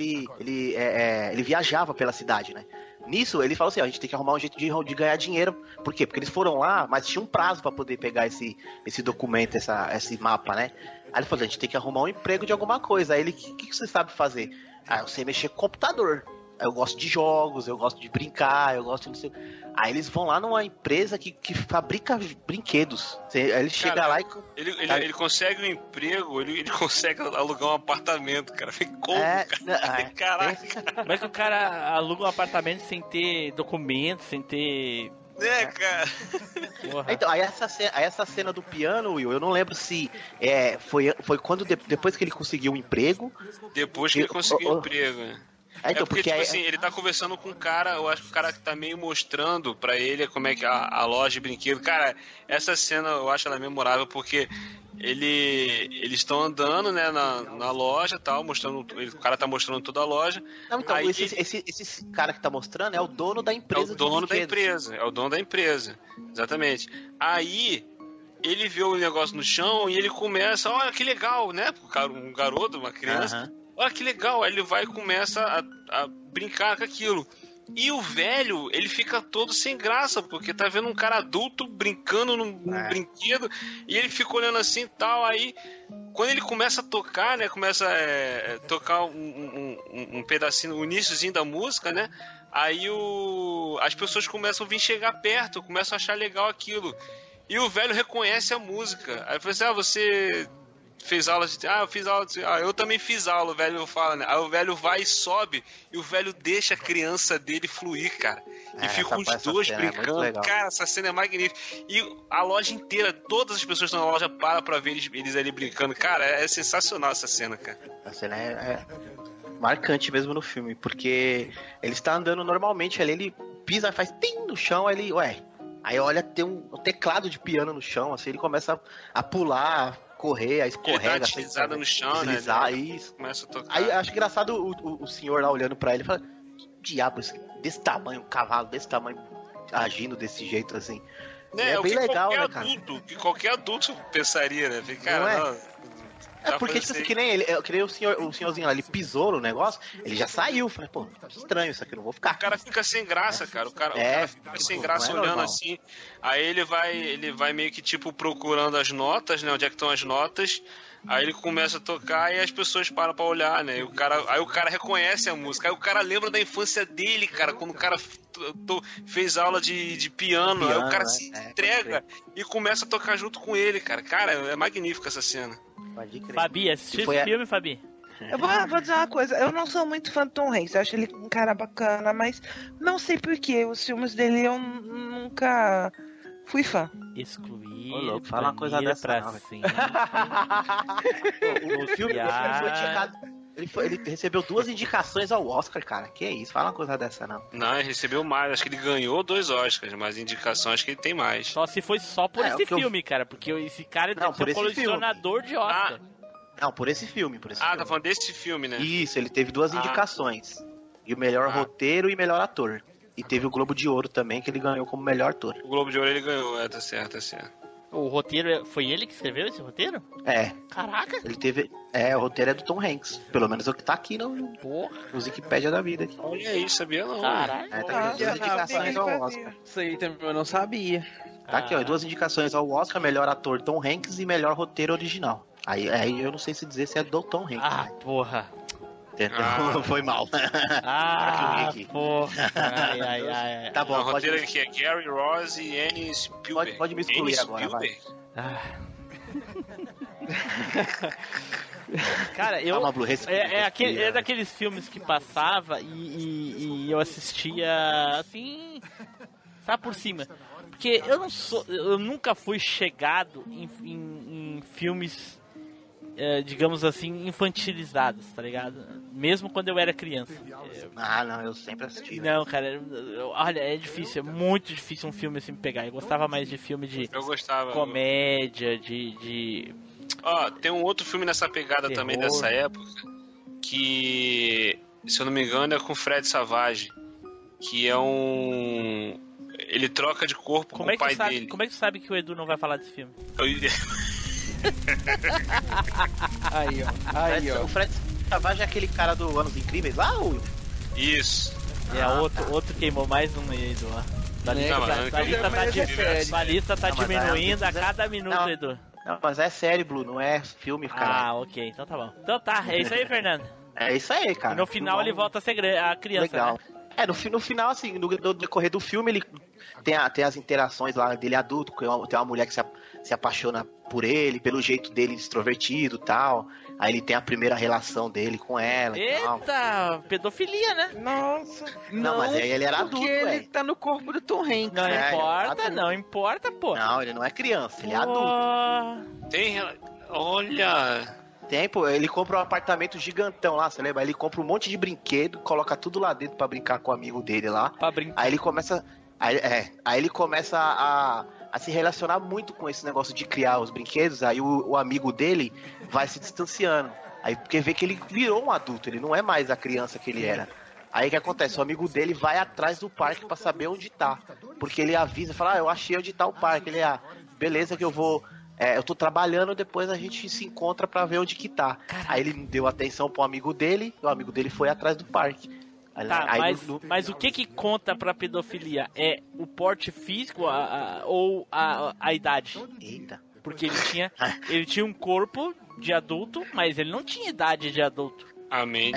ele viajava pela cidade, né? Nisso, ele falou assim, a gente tem que arrumar um jeito de ganhar dinheiro. Por quê? Porque eles foram lá, mas tinha um prazo pra poder pegar esse documento, esse mapa, né? Aí ele falou, a gente tem que arrumar um emprego de alguma coisa. Aí ele, o que você sabe fazer? Eu sei mexer com computador. Eu gosto de jogos, eu gosto de brincar, eu gosto de não sei... Aí eles vão lá numa empresa que fabrica brinquedos. Aí ele chega lá e... Ele consegue um emprego, ele consegue alugar um apartamento, cara. Como, cara? Caraca. Como é que o cara aluga um apartamento sem ter documento, sem ter... cara. Então, aí essa cena do piano, Will, eu não lembro se foi quando depois que ele conseguiu um emprego. Depois que ele conseguiu um emprego, né? Então, porque tipo assim, ele tá conversando com um cara, eu acho que o cara tá meio mostrando pra ele como é que a loja de brinquedo. Cara, essa cena eu acho ela memorável porque eles estão andando, né, na loja e tal, mostrando, o cara tá mostrando toda a loja. Não, então, aí, esse cara que tá mostrando é o dono da empresa. É o dono da empresa, exatamente. Aí ele vê o negócio no chão e ele começa, olha que legal, né, um garoto, uma criança. Olha que legal, aí ele vai e começa a brincar com aquilo. E o velho, ele fica todo sem graça, porque tá vendo um cara adulto brincando num brinquedo, e ele fica olhando assim e tal, aí quando ele começa a tocar, né, começa a tocar um pedacinho, o iniciozinho da música, né, aí as pessoas começam a vir chegar perto, começam a achar legal aquilo. E o velho reconhece a música. Aí fala assim, você... fez aula de... eu fiz aula de... eu também fiz aula, o velho fala, né? Aí o velho vai e sobe, e o velho deixa a criança dele fluir, cara. E ficam os dois brincando. Cara, essa cena é magnífica. E a loja inteira, todas as pessoas que estão na loja param pra ver eles ali brincando. Cara, é sensacional essa cena, cara. A cena é marcante mesmo no filme, porque ele está andando normalmente ali, ele pisa, faz tim no chão, aí ele... Aí olha, tem um teclado de piano no chão, assim, ele começa a pular... correr, a escorrega, deslizada no chão, deslizar, né? Isso. Começa a tocar. Aí acho engraçado o senhor lá olhando pra ele e fala, que diabo, desse tamanho, um cavalo desse tamanho agindo desse jeito assim. É bem legal, né, cara? Que qualquer adulto pensaria, né? Cara, porque tipo assim, que nem o senhorzinho lá, ele pisou no negócio, ele já saiu. Falei, pô, estranho isso aqui, não vou ficar. O cara fica sem graça, cara. O cara fica sem graça olhando normal. Assim. Aí ele vai meio que tipo procurando as notas, né? Onde é que estão as notas. Aí ele começa a tocar e as pessoas param pra olhar, né? Aí o cara reconhece a música. Aí o cara lembra da infância dele, cara. Quando o cara fez aula de piano. Aí o cara se entrega e começa a tocar junto com ele, cara. Cara, é magnífica essa cena. Fabi, assistiu esse filme, Fabi? Eu vou dizer uma coisa, eu não sou muito fã do Tom Hanks, eu acho ele um cara bacana, mas não sei porquê, os filmes dele eu nunca fui fã. Excluir. Fala uma coisa dessa pra cima. O filme foi indicado. Ele recebeu 2 indicações ao Oscar, cara. Que isso? Fala uma coisa dessa, não. Não, ele recebeu mais. Acho que ele ganhou 2 Oscars, mas indicações que ele tem mais. Só se foi só por esse filme, cara. Porque esse cara deve ser um colecionador de Oscar. Não, por esse filme. Tá falando desse filme, né? Isso, ele teve 2 indicações. E o melhor roteiro e melhor ator. E teve o Globo de Ouro também, que ele ganhou como melhor ator. O Globo de Ouro ele ganhou, tá certo. O roteiro, foi ele que escreveu esse roteiro? É. Caraca! Ele teve... o roteiro é do Tom Hanks. Pelo menos é o que tá aqui no Wikipédia da vida. Aqui. Olha aí, sabia não. Caralho. Tá aqui 2 indicações ao Oscar. Isso aí também eu não sabia. Tá aqui, 2 indicações ao Oscar, melhor ator Tom Hanks e melhor roteiro original. Aí eu não sei se dizer se é do Tom Hanks. Porra. Foi mal. Porra. Ai. Tá bom, o roteiro aqui é Gary Ross e Annie Spielberg. Pode me excluir agora, vai. Cara, é daqueles filmes que passava e eu assistia assim, sabe, por cima. Porque eu nunca fui chegado em filmes, digamos assim, infantilizados, tá ligado? Mesmo quando eu era criança. Não, eu sempre assisti. Não, cara, olha, é difícil, é muito difícil um filme assim me pegar. Eu gostava mais de filme de comédia, de... tem um outro filme nessa pegada terror. Também dessa época, que, se eu não me engano, é com Fred Savage, que é um... Ele troca de corpo com o pai dele. Como é que tu sabe que o Edu não vai falar desse filme? Aí, ó. O Fred Savage é aquele cara do Anos Incríveis lá, ou... Isso. Outro queimou mais um aí, Edu. A lista tá diminuindo a cada minuto, Edu. Não, mas é série, Blue, não é filme, cara. Ok, então tá bom. Então tá, é isso aí, Fernando. É isso aí, cara. E no final ele volta a ser a criança, legal. Né? No final, assim, no decorrer do filme, ele tem as interações lá dele adulto, tem uma mulher que se apaixona por ele, pelo jeito dele extrovertido e tal. Aí ele tem a primeira relação dele com ela. Eita, pedofilia, né? Nossa. Não, mas aí ele era adulto, velho. Ele tá no corpo do Tom Hanks. Não importa, pô. Não, ele não é criança, ele é adulto. Olha... Ele compra um apartamento gigantão lá, você lembra? Ele compra um monte de brinquedo, coloca tudo lá dentro pra brincar com o amigo dele lá. Pra brincar. Aí ele começa... Aí ele começa a se relacionar muito com esse negócio de criar os brinquedos. Aí o amigo dele vai se distanciando. Aí porque vê que ele virou um adulto, ele não é mais a criança que ele era. Aí o que acontece? O amigo dele vai atrás do parque pra saber onde tá. Porque ele avisa, fala, eu achei onde tá o parque. Ele, beleza que eu vou... eu tô trabalhando, depois a gente se encontra pra ver onde que tá. Caraca. Aí ele deu atenção pro amigo dele, e o amigo dele foi atrás do parque. Mas o que conta pra pedofilia? É o porte físico ou a idade? Eita. Porque ele tinha um corpo de adulto, mas ele não tinha idade de adulto. A mente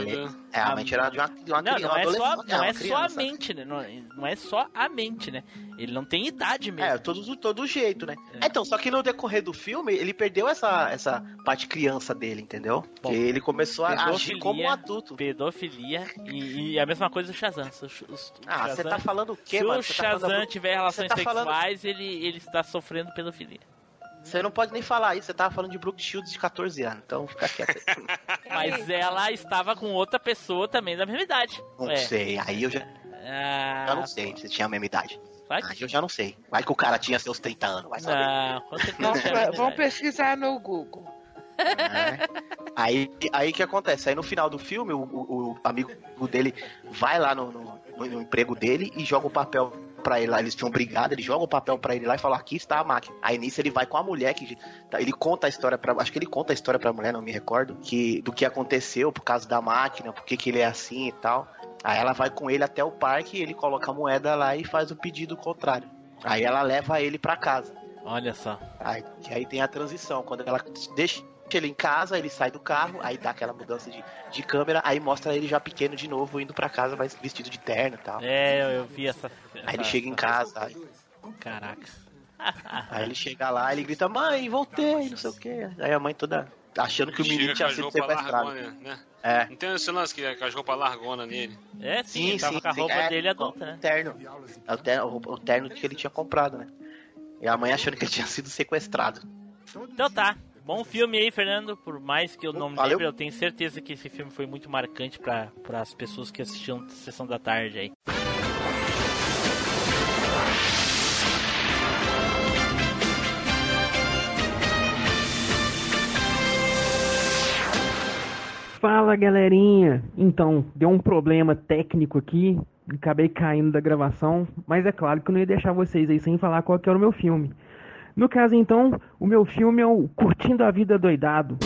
a mente era de uma criança. Não é só a mente, né? Não é só a mente, né? Ele não tem idade mesmo. Todo jeito, né? Então, só que no decorrer do filme, ele perdeu essa parte criança dele, entendeu? Bom, ele começou a agir como um adulto. Pedofilia e a mesma coisa do Shazam. Você tá falando o quê, mano? Se o Shazam tiver relações sexuais, ele está sofrendo pedofilia. Você não pode nem falar isso, você tava falando de Brooke Shields de 14 anos, então fica quieto. Mas ela estava com outra pessoa também da mesma idade. Não sei, aí eu já não sei se tinha a mesma idade. Aí eu já não sei. Vai que o cara tinha seus 30 anos, vai saber. Vamos pesquisar no Google. Aí o que acontece? Aí no final do filme, o amigo dele vai lá no emprego dele e joga o papel pra ele lá. Eles tinham brigado, ele joga o papel pra ele lá e fala, aqui está a máquina. Aí nisso ele vai com a mulher, ele conta a história acho que ele conta a história pra mulher, não me recordo, do que aconteceu por causa da máquina, por que ele é assim e tal. Aí ela vai com ele até o parque, ele coloca a moeda lá e faz o pedido contrário. Aí ela leva ele pra casa. Olha só. Aí tem a transição, quando ela deixa ele em casa, ele sai do carro, aí dá aquela mudança de câmera, aí mostra ele já pequeno de novo, indo pra casa, mas vestido de terno e tal. Eu vi essa... Aí ele chega em casa. Caraca. Aí ele chega lá, ele grita, mãe, voltei, não sei o que. Aí a mãe toda achando que o menino tinha sido sequestrado. Né? Não tem esse lance que é com a roupa largona nele. Sim, tava com a roupa dele adulta, né? O terno que ele tinha comprado, né? E a mãe achando que ele tinha sido sequestrado. Então tá. Bom filme aí, Fernando. Por mais que eu não me lembre, eu tenho certeza que esse filme foi muito marcante para as pessoas que assistiam Sessão da Tarde aí. Fala, galerinha! Então, deu um problema técnico aqui, acabei caindo da gravação, mas é claro que eu não ia deixar vocês aí sem falar qual que era o meu filme. No caso, então, o meu filme é o Curtindo a Vida Doidado.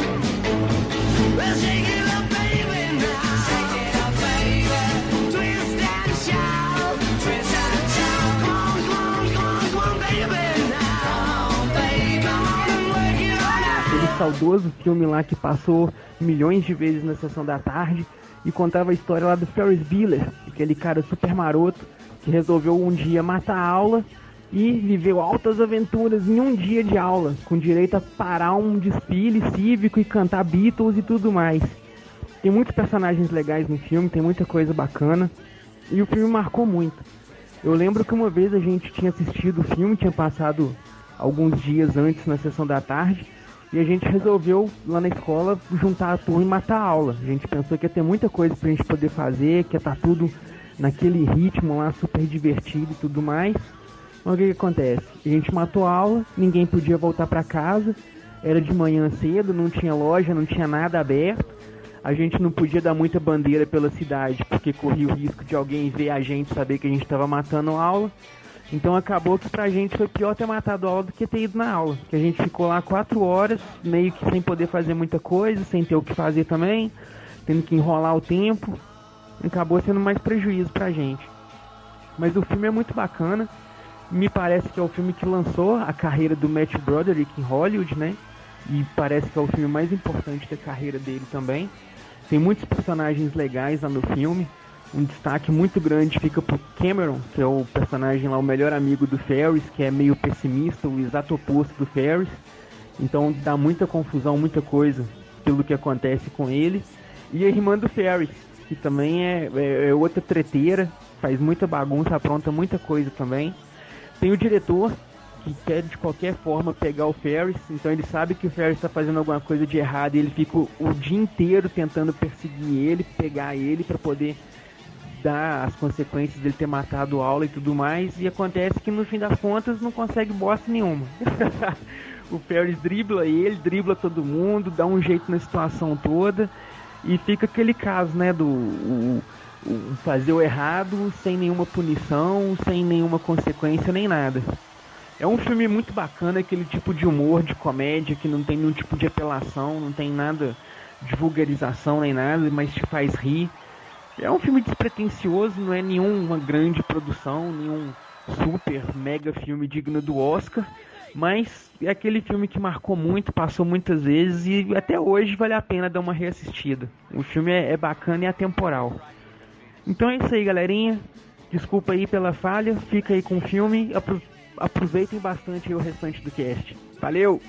Saudoso filme lá que passou milhões de vezes na Sessão da Tarde e contava a história lá do Ferris Bueller, aquele cara super maroto que resolveu um dia matar a aula e viveu altas aventuras em um dia de aula, com direito a parar um desfile cívico e cantar Beatles e tudo mais. Tem muitos personagens legais no filme, tem muita coisa bacana e o filme marcou muito. Eu lembro que uma vez a gente tinha assistido o filme, tinha passado alguns dias antes na Sessão da Tarde, e a gente resolveu, lá na escola, juntar a turma e matar a aula. A gente pensou que ia ter muita coisa pra gente poder fazer, que ia estar tudo naquele ritmo lá, super divertido e tudo mais. Mas o que acontece? A gente matou a aula, ninguém podia voltar pra casa, era de manhã cedo, não tinha loja, não tinha nada aberto. A gente não podia dar muita bandeira pela cidade, porque corria o risco de alguém ver a gente, saber que a gente estava matando a aula. Então acabou que pra gente foi pior ter matado a aula do que ter ido na aula. Que a gente ficou lá 4 horas, meio que sem poder fazer muita coisa, sem ter o que fazer também, tendo que enrolar o tempo. Acabou sendo mais prejuízo pra gente. Mas o filme é muito bacana. Me parece que é o filme que lançou a carreira do Matthew Broderick em Hollywood, né? E parece que é o filme mais importante da carreira dele também. Tem muitos personagens legais lá no filme. Um destaque muito grande fica pro Cameron, que é o personagem lá, o melhor amigo do Ferris, que é meio pessimista, o exato oposto do Ferris. Então dá muita confusão, muita coisa pelo que acontece com ele. E a irmã do Ferris, que também é outra treteira, faz muita bagunça, apronta muita coisa também. Tem o diretor, que quer de qualquer forma pegar o Ferris, então ele sabe que o Ferris está fazendo alguma coisa de errado e ele fica o dia inteiro tentando perseguir ele, pegar ele para poder dar as consequências dele ter matado a aula e tudo mais, e acontece que no fim das contas não consegue bosta nenhuma. O Ferris dribla ele, dribla todo mundo, dá um jeito na situação toda, e fica aquele caso, né, do fazer o errado sem nenhuma punição, sem nenhuma consequência nem nada. É um filme muito bacana, aquele tipo de humor, de comédia, que não tem nenhum tipo de apelação, não tem nada de vulgarização nem nada, mas te faz rir. É um filme despretensioso, não é nenhuma grande produção, nenhum super mega filme digno do Oscar, mas é aquele filme que marcou muito, passou muitas vezes e até hoje vale a pena dar uma reassistida. O filme é bacana e atemporal. Então é isso aí, galerinha. Desculpa aí pela falha, fica aí com o filme, aproveitem bastante aí o restante do cast. Valeu!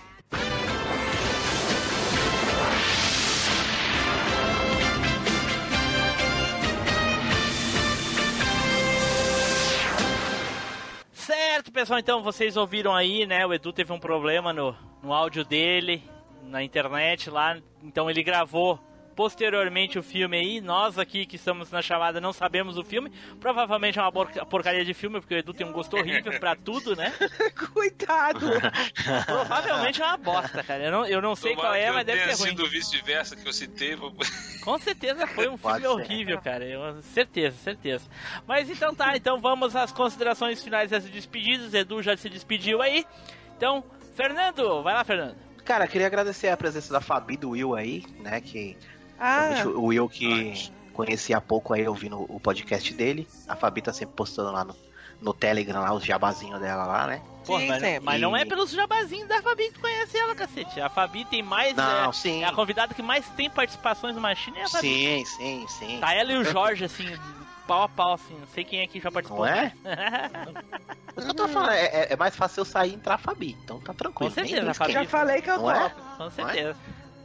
Certo, pessoal, então vocês ouviram aí, né, o Edu teve um problema no áudio dele, na internet lá, então ele gravou posteriormente o filme aí. Nós aqui que estamos na chamada não sabemos o filme, provavelmente é uma porcaria de filme, porque o Edu tem um gosto horrível pra tudo, né? Coitado! Provavelmente é uma bosta, cara, eu não sei qual é, mas deve ser ruim. Sido vice-versa que eu citei. Com certeza foi um filme horrível, cara, certeza. Mas então tá, então vamos às considerações finais dessas despedidas. Edu já se despediu aí, então, Fernando, vai lá, Fernando. Cara, queria agradecer a presença da Fabi, do Will aí, né, que o Will que conheci há pouco aí ouvindo o podcast dele. A Fabi tá sempre postando lá no Telegram lá os jabazinhos dela lá, né? Pô, mas não é pelos jabazinhos da Fabi que tu conhece ela, cacete. A Fabi tem mais... sim. É a convidada que mais tem participações no Machine é a Fabi. Sim. Tá ela e o Jorge, assim, pau a pau, assim. Não sei quem aqui já participou. Não é? Mas eu tô falando, é mais fácil eu sair e entrar a Fabi. Então tá tranquilo. Com certeza, a Fabi... Já falei que eu tô. Com certeza.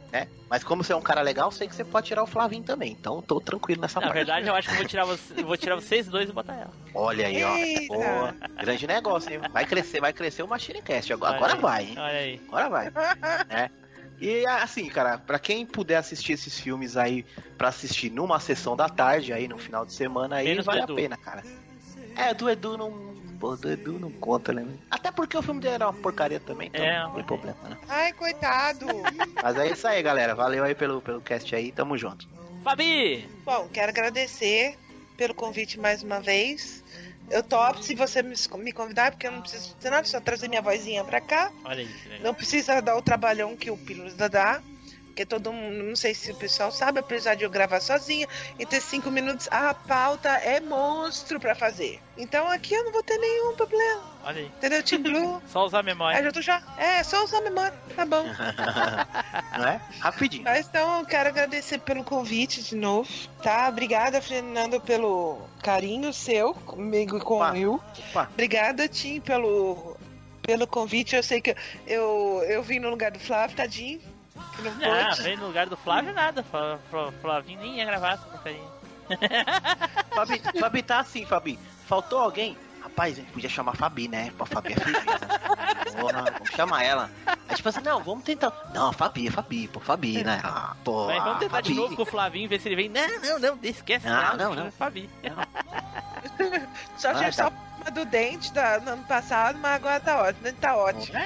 né? Mas como você é um cara legal, sei que você pode tirar o Flavinho também. Então tô tranquilo nessa parte. Na verdade, eu acho que eu vou tirar vocês dois e botar ela. Olha aí, ó. Boa. Grande negócio, hein? Vai crescer o Machinecast. Agora vai, hein? Olha aí. Agora vai. É. E assim, cara, pra quem puder assistir esses filmes aí, pra assistir numa sessão da tarde, aí no final de semana, aí vale a pena, cara. Do Edu não conta, né? Até porque o filme dele era uma porcaria também, então não tem problema, né? Ai, coitado. Mas é isso aí, galera. Valeu aí pelo cast aí, tamo junto. Fabi! Bom, quero agradecer pelo convite mais uma vez. Eu topo se você me convidar, porque eu não preciso fazer nada, só trazer minha vozinha pra cá. Olha aí, que legal. Não precisa dar o trabalhão que o Pílulas dá. Porque todo mundo, não sei se o pessoal sabe, apesar de eu gravar sozinha, em ter 5 minutos, a pauta é monstro pra fazer. Então aqui eu não vou ter nenhum problema. Olha aí. Entendeu, Team Blue? Só usar a memória. Só usar a memória, tá bom. Não é? Rapidinho. Mas então eu quero agradecer pelo convite de novo, tá? Obrigada, Fernando, pelo carinho seu comigo e com o Will. Obrigada, Tim, pelo convite. Eu sei que eu vim no lugar do Flávio, tadinho. Não, veio no lugar do Flávio nada. Flavinho nem ia gravar essa porcaria. Fabi tá assim, Fabi. Faltou alguém? Rapaz, a gente podia chamar a Fabi, né? A Fabi é firmeza. Porra, vamos chamar ela. Aí tipo assim, não, vamos tentar. Não, Fabi, né? Mas vamos tentar Fabi de novo com o Flavinho, ver se ele vem. Não, esquece. Não. Fabi. Só tinha só uma do dente no ano passado, mas agora tá ótimo. Tá ótimo.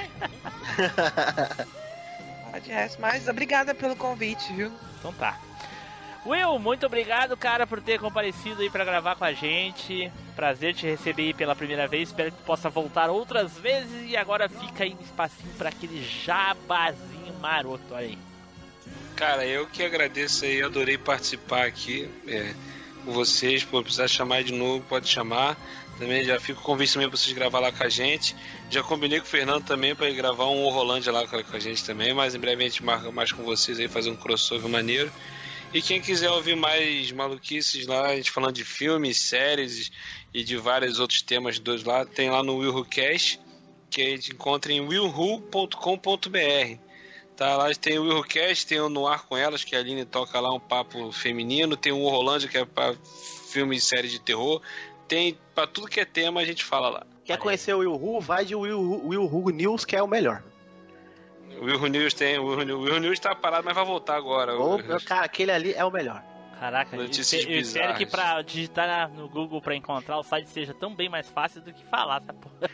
Mas obrigada pelo convite, viu? Então tá. Will, muito obrigado, cara, por ter comparecido aí pra gravar com a gente. Prazer te receber aí pela primeira vez. Espero que tu possa voltar outras vezes. E agora fica aí no espacinho pra aquele jabazinho maroto. Olha aí. Cara, eu que agradeço aí. Adorei participar aqui com vocês. Por precisar chamar de novo, pode chamar. Também já fico convite também pra vocês gravar lá com a gente. Já combinei com o Fernando também pra ir gravar um Horrorlândia lá com a gente também. Mas em breve a gente marca mais com vocês aí, fazer um crossover maneiro. E quem quiser ouvir mais maluquices lá, a gente falando de filmes, séries e de vários outros temas dois lá, tem lá no Will Who Cast, que a gente encontra em willwho.com.br. Tá, lá tem o Will Who Cast, tem o Noir com Elas, que a Aline toca lá um papo feminino, tem o Horrorlândia, que é pra filmes e séries de terror. Tem pra tudo que é tema, a gente fala lá. Quer conhecer o Will Who? Vai de Will Who News, que é o melhor. O Will Who News tem. O Will News tá parado, mas vai voltar agora. Cara, aquele ali é o melhor. Caraca, eu espero que pra digitar no Google pra encontrar o site seja tão bem mais fácil do que falar, tá porra.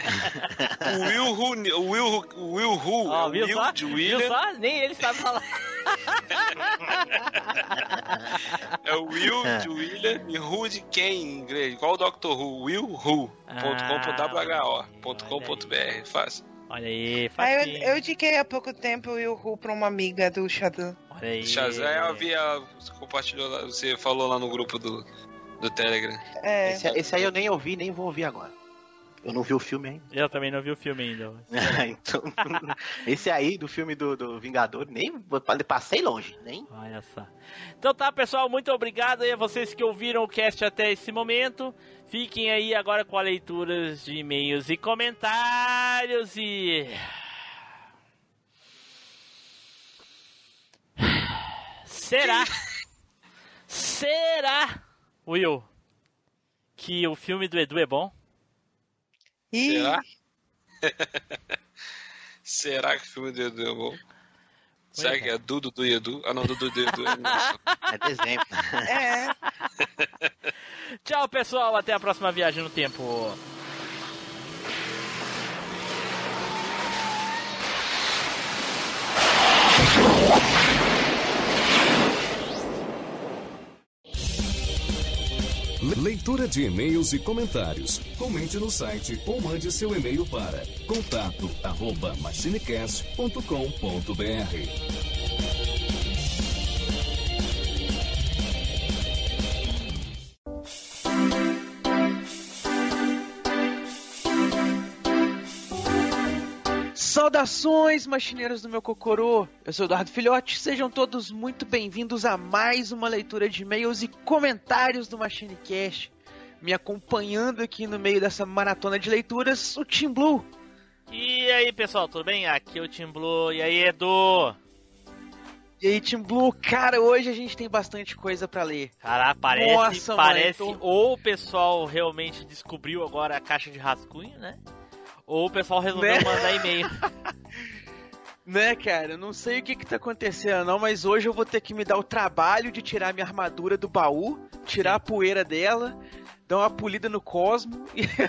O Will Who, viu só? Nem ele sabe falar. É o Will de William e Who de quem em inglês? Igual o Dr. Who, willwho.com.br, fácil. Olha aí, eu indiquei há pouco tempo o Will Who pra uma amiga do Shazam. Olha aí. Shazam, você compartilhou lá, você falou lá no grupo do Telegram. Esse aí eu nem ouvi, nem vou ouvir agora. Eu não vi o filme ainda. Eu também não vi o filme ainda. Então, esse aí do filme do Vingador, nem passei longe, nem. Olha só. Então tá, pessoal, muito obrigado aí a vocês que ouviram o cast até esse momento. Fiquem aí agora com a leitura de e-mails e comentários e... Será, Will, que o filme do Edu é bom? Será? Será que o filme do Edu é bom? Será que é Dudu do Edu? Ah, não, Dudu do Edu é desenho. Tchau, pessoal. Até a próxima viagem no tempo. Leitura de e-mails e comentários. Comente no site ou mande seu e-mail para contato@machinecast.com.br. Saudações, machineiros do meu cocorô! Eu sou Eduardo Filhote, sejam todos muito bem-vindos a mais uma leitura de e-mails e comentários do MachineCast. Me acompanhando aqui no meio dessa maratona de leituras, o Team Blue. E aí, pessoal, tudo bem? Aqui é o Team Blue. E aí, Edu? E aí, Team Blue, cara, hoje a gente tem bastante coisa pra ler. Cara, parece ou o pessoal realmente descobriu agora a caixa de rascunho, né? Ou o pessoal resolveu mandar e-mail. Né, cara, eu não sei o que tá acontecendo não, mas hoje eu vou ter que me dar o trabalho de tirar minha armadura do baú, tirar a poeira dela, dar uma polida no Cosmo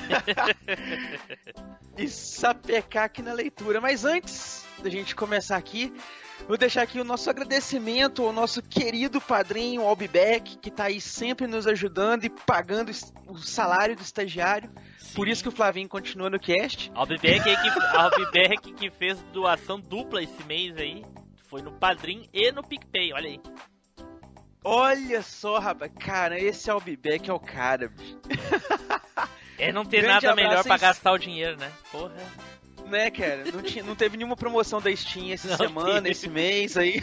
e sapecar aqui na leitura. Mas antes da gente começar aqui, vou deixar aqui o nosso agradecimento ao nosso querido padrinho Albibeck, que tá aí sempre nos ajudando e pagando o salário do estagiário. Sim. Por isso que o Flavinho continua no cast. Albibeck que fez doação dupla esse mês aí. Foi no Padrim e no PicPay, olha aí. Olha só, rapaz. Cara, esse Albibeck é o cara, bicho. Não tem nada melhor pra gastar o dinheiro, né? Porra. Né, cara? Não teve nenhuma promoção da Steam essa semana, esse mês aí.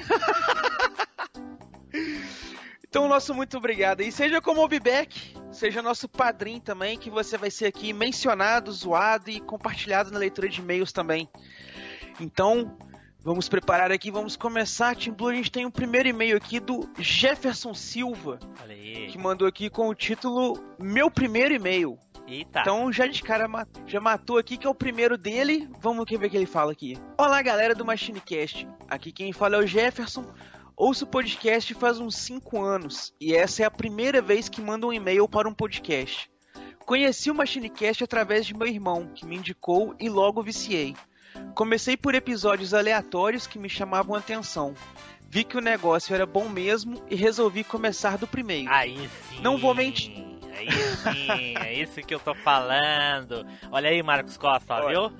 Então, nosso muito obrigado. E seja como o Albibeck, seja nosso padrinho também, que você vai ser aqui mencionado, zoado e compartilhado na leitura de e-mails também. Então, vamos preparar aqui, vamos começar. Team Blue, a gente tem um primeiro e-mail aqui do Jefferson Silva, que mandou aqui com o título Meu Primeiro E-mail. Eita. Então já de cara já matou aqui, que é o primeiro dele. Vamos ver o que ele fala aqui. Olá, galera do MachineCast. Aqui quem fala é o Jefferson. Ouço o podcast faz uns 5 anos e essa é a primeira vez que mando um e-mail para um podcast. Conheci o MachineCast através de meu irmão, que me indicou e logo viciei. Comecei por episódios aleatórios que me chamavam a atenção. Vi que o negócio era bom mesmo e resolvi começar do primeiro. Aí sim. Não vou mentir. Aí sim, é isso que eu tô falando. Olha aí, Marcos Costa, viu?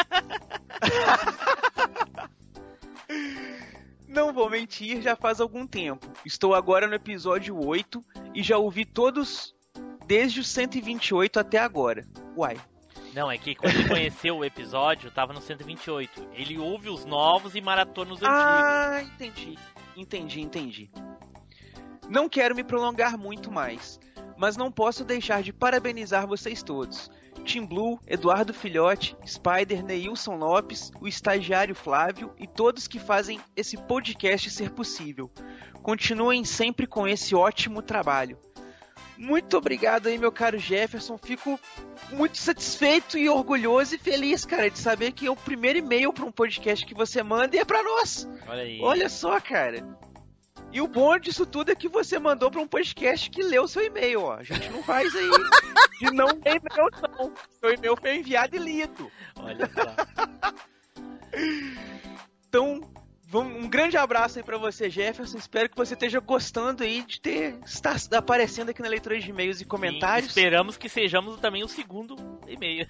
Não vou mentir, já faz algum tempo. Estou agora no episódio 8 e já ouvi todos desde o 128 até agora. Uai. Não, é que quando ele conheceu o episódio, tava no 128. Ele ouve os novos e maratona os antigos. Ah, entendi. Não quero me prolongar muito mais, mas não posso deixar de parabenizar vocês todos. Team Blue, Eduardo Filhote, Spider, Neilson Lopes, o estagiário Flávio e todos que fazem esse podcast ser possível. Continuem sempre com esse ótimo trabalho. Muito obrigado aí, meu caro Jefferson. Fico muito satisfeito e orgulhoso e feliz, cara, de saber que é o primeiro e-mail para um podcast que você manda e é pra nós. Olha aí. Olha só, cara. E o bom disso tudo é que você mandou pra um podcast que leu seu e-mail, ó. A gente não faz aí de não ler e-mail, não. Seu e-mail foi enviado e lido. Olha só. Então, um grande abraço aí pra você, Jefferson. Espero que você esteja gostando aí de estar aparecendo aqui na leitura de e-mails e comentários. Sim, esperamos que sejamos também o segundo e-mail.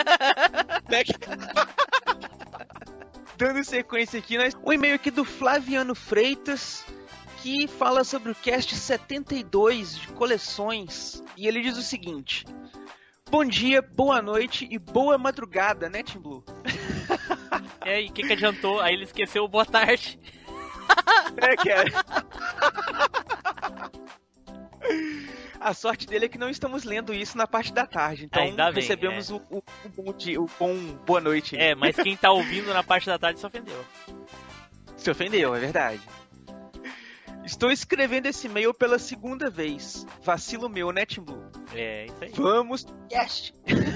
Dando sequência aqui, um e-mail aqui do Flaviano Freitas, que fala sobre o cast 72 de coleções. E ele diz o seguinte: bom dia, boa noite e boa madrugada, né, Team Blue? E o que adiantou? Aí ele esqueceu o boa tarde. Cara. A sorte dele é que não estamos lendo isso na parte da tarde. Então recebemos o bom boa noite. Mas quem tá ouvindo na parte da tarde se ofendeu. Se ofendeu, é verdade. Estou escrevendo esse e-mail pela segunda vez. Vacilo meu, né, Team Blue? Isso aí. Vamos, cast!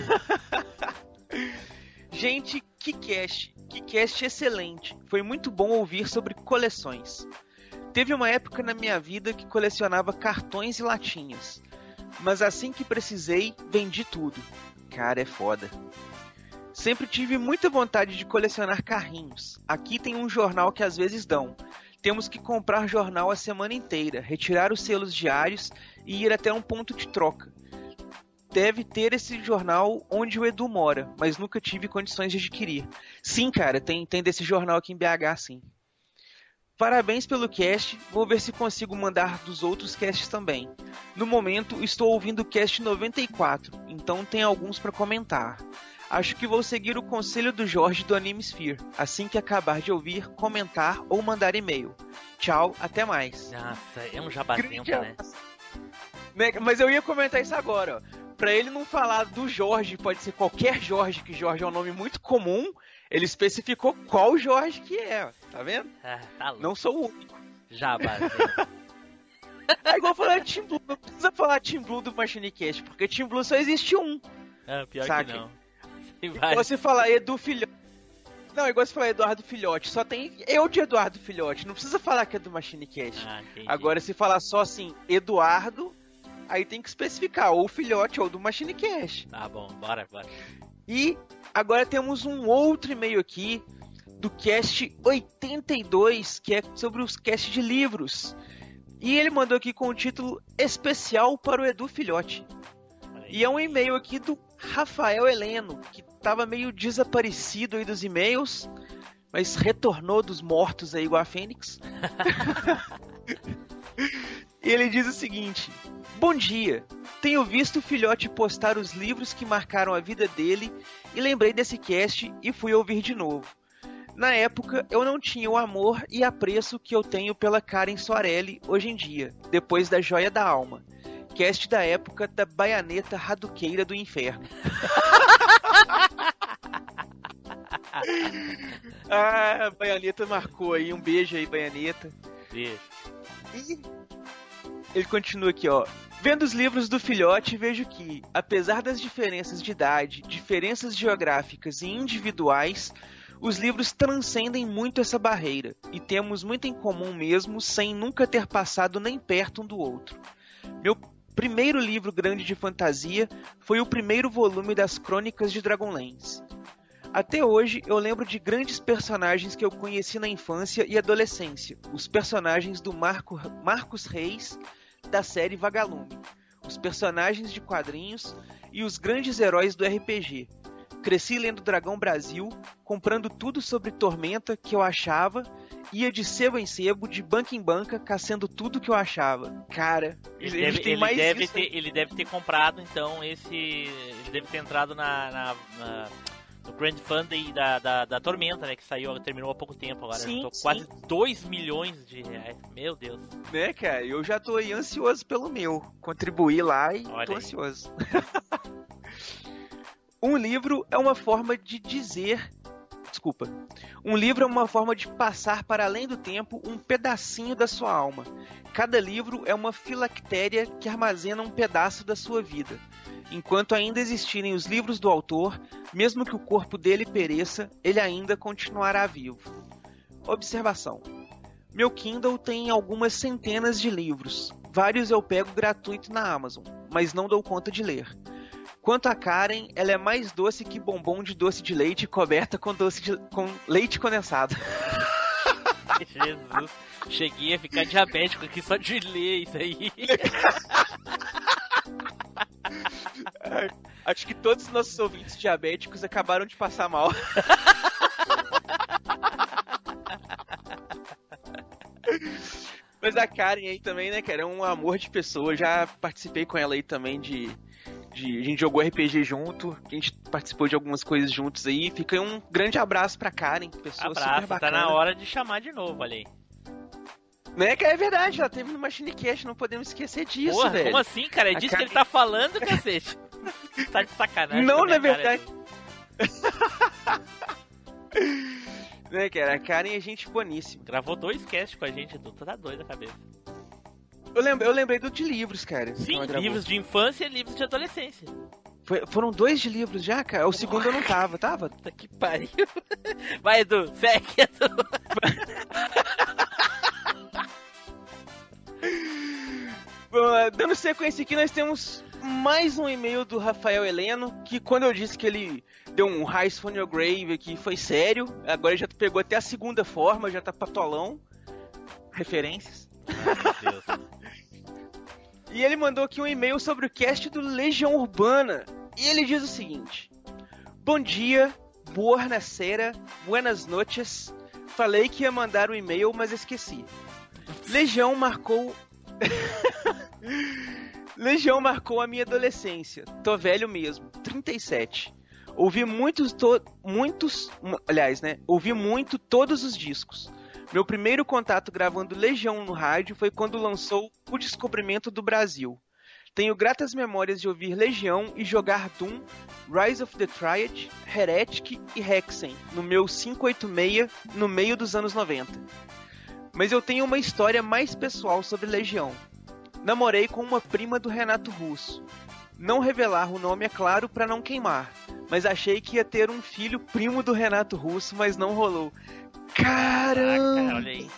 Gente, que cast excelente. Foi muito bom ouvir sobre coleções. Teve uma época na minha vida que colecionava cartões e latinhas. Mas assim que precisei, vendi tudo. Cara, é foda. Sempre tive muita vontade de colecionar carrinhos. Aqui tem um jornal que às vezes dão. Temos que comprar jornal a semana inteira, retirar os selos diários e ir até um ponto de troca. Deve ter esse jornal onde o Edu mora, mas nunca tive condições de adquirir. Sim, cara, tem desse jornal aqui em BH, sim. Parabéns pelo cast, vou ver se consigo mandar dos outros casts também. No momento, estou ouvindo o cast 94, então tem alguns para comentar. Acho que vou seguir o conselho do Jorge do Animesphere. Assim que acabar de ouvir, comentar ou mandar e-mail. Tchau, até mais. Nossa, é um jabazento, né? Mas eu ia comentar isso agora, ó. Pra ele não falar do Jorge, pode ser qualquer Jorge, que Jorge é um nome muito comum, ele especificou qual Jorge que é, tá vendo? Tá louco. Não sou o único. Jabazê. É igual falar Team Blue, não precisa falar Team Blue do MachineCast, porque Team Blue só existe um. Pior saca? Que não. Igual você falar Edu Filhote. Não, igual você falar Eduardo Filhote, só tem eu de Eduardo Filhote, não precisa falar que é do MachineCast. Agora, se falar só assim, Eduardo, aí tem que especificar, ou Filhote ou do MachineCast. Tá bom, bora. E agora temos um outro e-mail aqui, do cast 82, que é sobre os cast de livros. E ele mandou aqui com o título Especial para o Edu Filhote. E é um e-mail aqui do Rafael Heleno, que estava meio desaparecido aí dos e-mails, mas retornou dos mortos aí igual a Fênix. E ele diz o seguinte: bom dia, tenho visto o Filhote postar os livros que marcaram a vida dele e lembrei desse cast e fui ouvir de novo. Na época, eu não tinha o amor e apreço que eu tenho pela Karen Soarelli hoje em dia, depois da Joia da Alma. Cast da época da baianeta raduqueira do inferno. A baianeta marcou aí, um beijo aí, baianeta. Beijo. E ele continua aqui, ó. Vendo os livros do Filhote, vejo que, apesar das diferenças de idade, diferenças geográficas e individuais, os livros transcendem muito essa barreira e temos muito em comum mesmo, sem nunca ter passado nem perto um do outro. Meu primeiro livro grande de fantasia foi o primeiro volume das Crônicas de Dragonlance. Até hoje eu lembro de grandes personagens que eu conheci na infância e adolescência, os personagens do Marcos Reis da série Vagalume, os personagens de quadrinhos e os grandes heróis do RPG. Cresci lendo Dragão Brasil, comprando tudo sobre Tormenta que eu achava, ia de sebo em sebo, de banca em banca, caçando tudo que eu achava. Cara, ele deve ter comprado, então, ele deve ter entrado no crowdfunding da Tormenta, né, que terminou há pouco tempo agora. Sim, quase 2 milhões de reais, meu Deus. Né, cara, eu já tô aí ansioso pelo meu, contribuir lá e tô ansioso. Um livro é uma forma de dizer... Desculpa. Um livro é uma forma de passar para além do tempo um pedacinho da sua alma. Cada livro é uma filactéria que armazena um pedaço da sua vida. Enquanto ainda existirem os livros do autor, mesmo que o corpo dele pereça, ele ainda continuará vivo. Observação. Meu Kindle tem algumas centenas de livros. Vários eu pego gratuito na Amazon, mas não dou conta de ler. Quanto a Karen, ela é mais doce que bombom de doce de leite coberta com leite condensado. Jesus, cheguei a ficar diabético aqui só de ler isso aí. Acho que todos os nossos ouvintes diabéticos acabaram de passar mal. Mas a Karen aí também, né, cara, é um amor de pessoa. Já participei com ela aí também a gente jogou RPG junto, a gente participou de algumas coisas juntos aí. Fica um grande abraço pra Karen, pessoa super bacana. Tá na hora de chamar de novo, olha aí. Né, que é verdade, ela teve no MachineCast, não podemos esquecer disso, porra, velho. Como assim, cara? É disso que ele tá falando, cacete. Tá de sacanagem. Não, na verdade. Né, cara, a Karen é gente boníssima. Gravou 2 casts com a gente, tu tá doido a cabeça. Eu lembrei do de livros, cara. Sim, livros de infância e livros de adolescência. Foram 2 de livros já, cara? O segundo eu não tava. Puta que pariu. Vai, Edu, segue, Edu. Bom, dando sequência aqui, nós temos mais um e-mail do Rafael Heleno, que quando eu disse que ele deu um Rise from Your Grave aqui, foi sério. Agora ele já pegou até a segunda forma, já tá patolão. Referências. Ai, meu Deus. E ele mandou aqui um e-mail sobre o cast do Legião Urbana. E ele diz o seguinte: bom dia, buonasera, buenas noches. Falei que ia mandar um e-mail, mas esqueci. Legião marcou a minha adolescência. Tô velho mesmo, 37. Ouvi muito todos os discos. Meu primeiro contato gravando Legião no rádio foi quando lançou O Descobrimento do Brasil. Tenho gratas memórias de ouvir Legião e jogar Doom, Rise of the Triad, Heretic e Hexen no meu 586 no meio dos anos 90. Mas eu tenho uma história mais pessoal sobre Legião. Namorei com uma prima do Renato Russo. Não revelar o nome, é claro, pra não queimar. Mas achei que ia ter um filho primo do Renato Russo, mas não rolou. Caramba! Olha aí.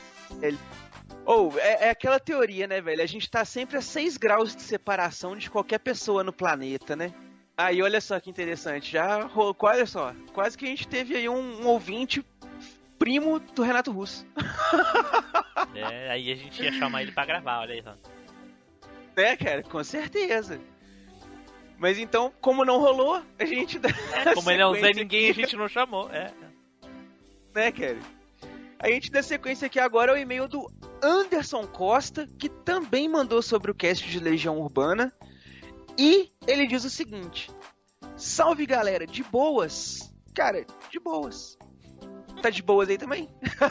É aquela teoria, né, velho? A gente tá sempre a 6 graus de separação de qualquer pessoa no planeta, né? Aí, olha só que interessante. Olha só. Quase que a gente teve aí um ouvinte primo do Renato Russo. Aí a gente ia chamar ele pra gravar, olha aí, só. Cara, com certeza. Mas então, como não rolou, a gente dá. Como ele é o Zé Ninguém, a gente não chamou. Né, cara? A gente dá sequência aqui agora ao e-mail do Anderson Costa, que também mandou sobre o cast de Legião Urbana. E ele diz o seguinte: salve galera, de boas? Cara, de boas. Tá de boas aí também?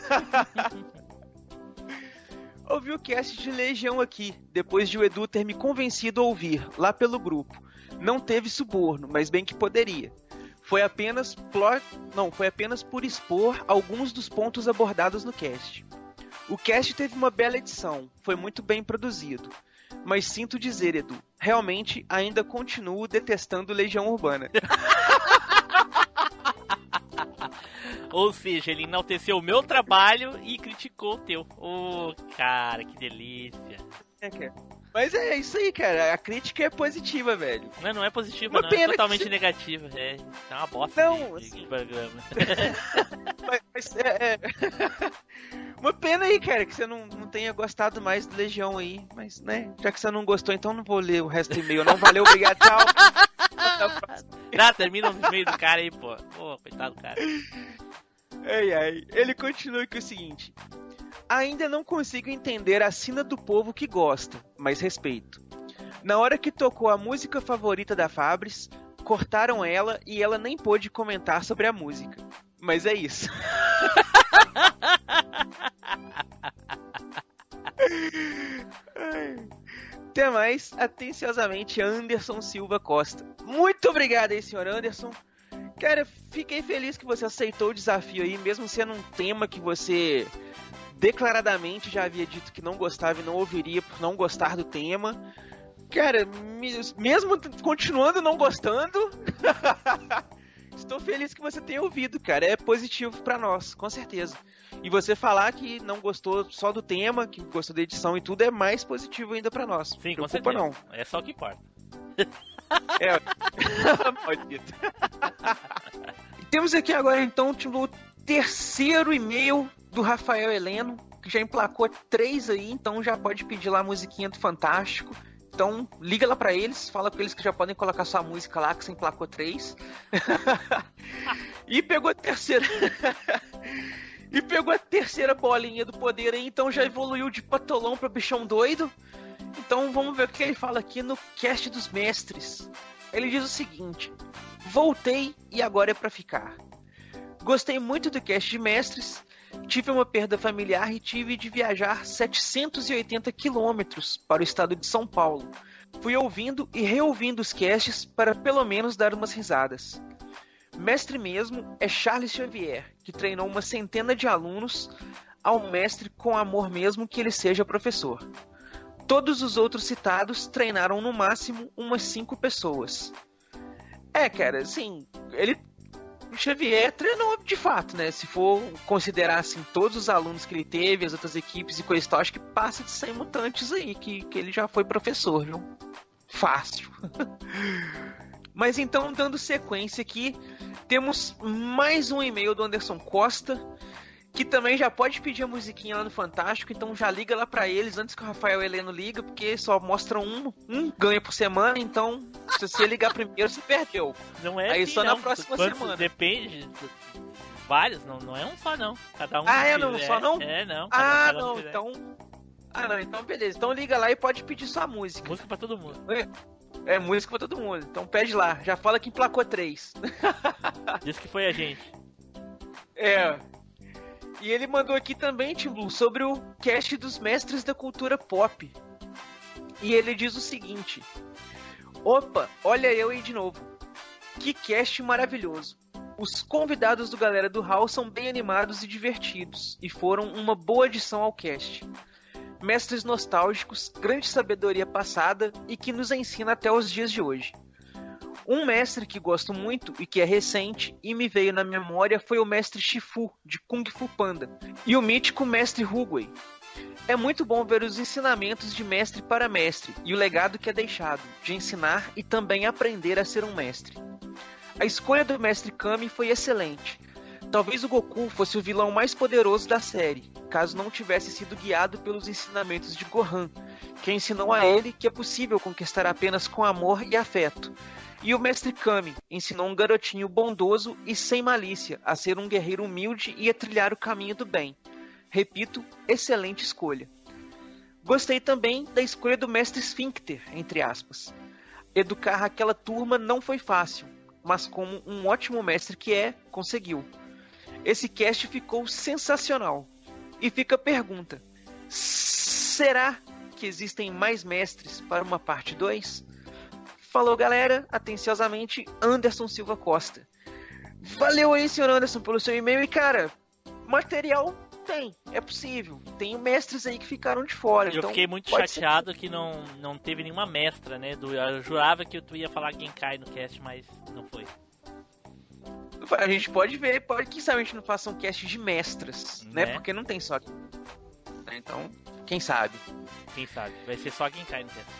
Ouvi o cast de Legião aqui, depois de o Edu ter me convencido a ouvir, lá pelo grupo. Não teve suborno, mas bem que poderia. Foi apenas por expor alguns dos pontos abordados no cast. O cast teve uma bela edição, foi muito bem produzido. Mas sinto dizer, Edu, realmente ainda continuo detestando Legião Urbana. Ou seja, ele enalteceu o meu trabalho e criticou o teu. Cara, que delícia. Mas é isso aí, cara. A crítica é positiva, velho. Não é positiva, não. É totalmente negativa. É uma bosta de programa. Uma pena aí, cara, que você não tenha gostado mais do Legião aí. Mas, né, já que você não gostou, então não vou ler o resto do e-mail. Não valeu, obrigado, tchau. Termina o e-mail do cara aí, pô. Coitado do cara. Ele continua aqui o seguinte: ainda não consigo entender a sina do povo que gosta, mas respeito. Na hora que tocou a música favorita da Fabris, cortaram ela e ela nem pôde comentar sobre a música. Mas é isso. Até mais, atenciosamente, Anderson Silva Costa. Muito obrigado aí, senhor Anderson. Cara, fiquei feliz que você aceitou o desafio aí, mesmo sendo um tema que você declaradamente já havia dito que não gostava e não ouviria por não gostar do tema. Cara, mesmo continuando não gostando, estou feliz que você tenha ouvido, cara. É positivo pra nós, com certeza. E você falar que não gostou só do tema, que gostou da edição e tudo, é mais positivo ainda pra nós. Sim, com certeza. Não. É só o que importa. Maldito. Temos aqui agora então o terceiro e-mail do Rafael Heleno, que já emplacou 3 aí, então já pode pedir lá a musiquinha do Fantástico. Então liga lá pra eles, fala com eles que já podem colocar sua música lá, que você emplacou 3. E pegou a terceira. E pegou a terceira bolinha do poder aí, então já evoluiu de patolão pra bichão doido. Então vamos ver o que ele fala aqui no cast dos mestres. Ele diz o seguinte: voltei e agora é pra ficar. Gostei muito do cast de mestres. Tive uma perda familiar e tive de viajar 780 quilômetros para o estado de São Paulo. Fui ouvindo e reouvindo os casts para pelo menos dar umas risadas. Mestre mesmo é Charles Xavier, que treinou uma centena de alunos ao mestre com amor mesmo que ele seja professor. Todos os outros citados treinaram no máximo umas 5 pessoas. Cara, assim, o Xavier treinou de fato, né? Se for considerar assim, todos os alunos que ele teve, as outras equipes e coisa e tal, acho que passa de 100 mutantes aí, que ele já foi professor, viu? Fácil. Mas então, dando sequência aqui, temos mais um e-mail do Anderson Costa, que também já pode pedir a musiquinha lá no Fantástico, então já liga lá pra eles antes que o Rafael Heleno liga, porque só mostra um ganha por semana, então se você ligar primeiro, você perdeu. Não é aí assim, só não. Na próxima semana. Depende, vários, não é um só não. Cada um. Só não? Não. Então beleza. Então liga lá e pode pedir sua música. Música pra todo mundo. É música pra todo mundo. Então pede lá. Já fala que emplacou 3. Diz que foi a gente. E ele mandou aqui também, Tim Blue, sobre o cast dos mestres da cultura pop. E ele diz o seguinte: opa, olha eu aí de novo. Que cast maravilhoso. Os convidados do Galera do Hall são bem animados e divertidos, e foram uma boa adição ao cast. Mestres nostálgicos, grande sabedoria passada e que nos ensina até os dias de hoje. Um mestre que gosto muito e que é recente e me veio na memória foi o mestre Shifu, de Kung Fu Panda, e o mítico mestre Ruguay. É muito bom ver os ensinamentos de mestre para mestre e o legado que é deixado, de ensinar e também aprender a ser um mestre. A escolha do mestre Kami foi excelente. Talvez o Goku fosse o vilão mais poderoso da série, caso não tivesse sido guiado pelos ensinamentos de Gohan, que ensinou a ele que é possível conquistar apenas com amor e afeto. E o mestre Kami ensinou um garotinho bondoso e sem malícia a ser um guerreiro humilde e a trilhar o caminho do bem. Repito, excelente escolha. Gostei também da escolha do mestre Esfíncter, entre aspas. Educar aquela turma não foi fácil, mas como um ótimo mestre que é, conseguiu. Esse cast ficou sensacional. E fica a pergunta: será que existem mais mestres para uma parte 2? Falou, galera. Atenciosamente, Anderson Silva Costa. Valeu aí, senhor Anderson, pelo seu e-mail. E, cara, material tem, é possível. Tem mestres aí que ficaram de fora. Eu fiquei muito chateado que não teve nenhuma mestra, né? Eu jurava que tu ia falar Genkai no cast, mas não foi. A gente pode ver, quem sabe a gente não faça um cast de mestras, né? Porque não tem só. Então, quem sabe? Quem sabe? Vai ser só Genkai no cast.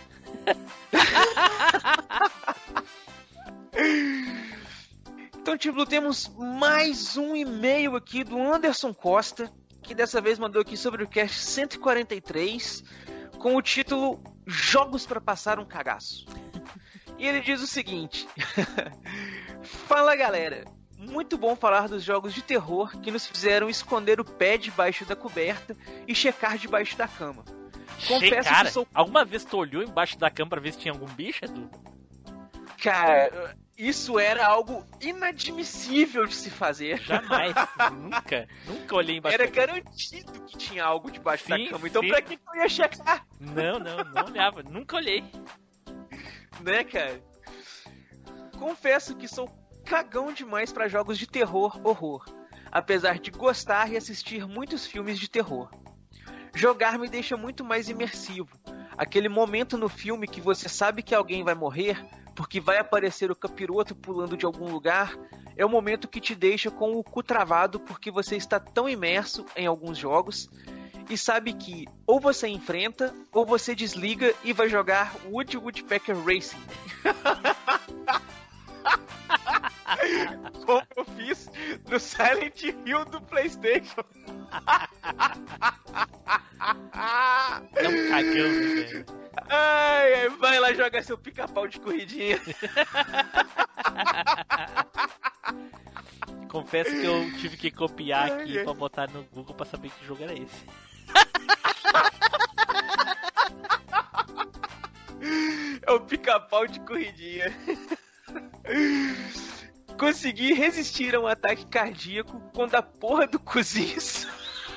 Então, Tiblu, temos mais um e-mail aqui do Anderson Costa, que dessa vez mandou aqui sobre o cast 143, com o título Jogos para Passar um Cagaço. E ele diz o seguinte: fala, galera, muito bom falar dos jogos de terror que nos fizeram esconder o pé debaixo da coberta e checar debaixo da cama. Confesso que sou... Alguma vez tu olhou embaixo da cama pra ver se tinha algum bicho, Edu? Cara, isso era algo inadmissível de se fazer. Jamais, nunca olhei embaixo da cama. Era garantido que tinha algo debaixo da cama, então pra que tu ia checar? Não olhava, nunca olhei. Né, cara? Confesso que sou cagão demais pra jogos de terror, horror, apesar de gostar e assistir muitos filmes de terror. Jogar me deixa muito mais imersivo. Aquele momento no filme que você sabe que alguém vai morrer, porque vai aparecer o capiroto pulando de algum lugar, é o momento que te deixa com o cu travado porque você está tão imerso em alguns jogos e sabe que ou você enfrenta ou você desliga e vai jogar Woody Woodpecker Racing. Como eu fiz no Silent Hill do PlayStation. É um cagão, né, velho? Ai, vai lá jogar seu pica-pau de corridinha. Confesso que eu tive que copiar aqui pra botar no Google pra saber que jogo era esse. É o pica-pau de corridinha. Consegui resistir a um ataque cardíaco quando a porra do coziço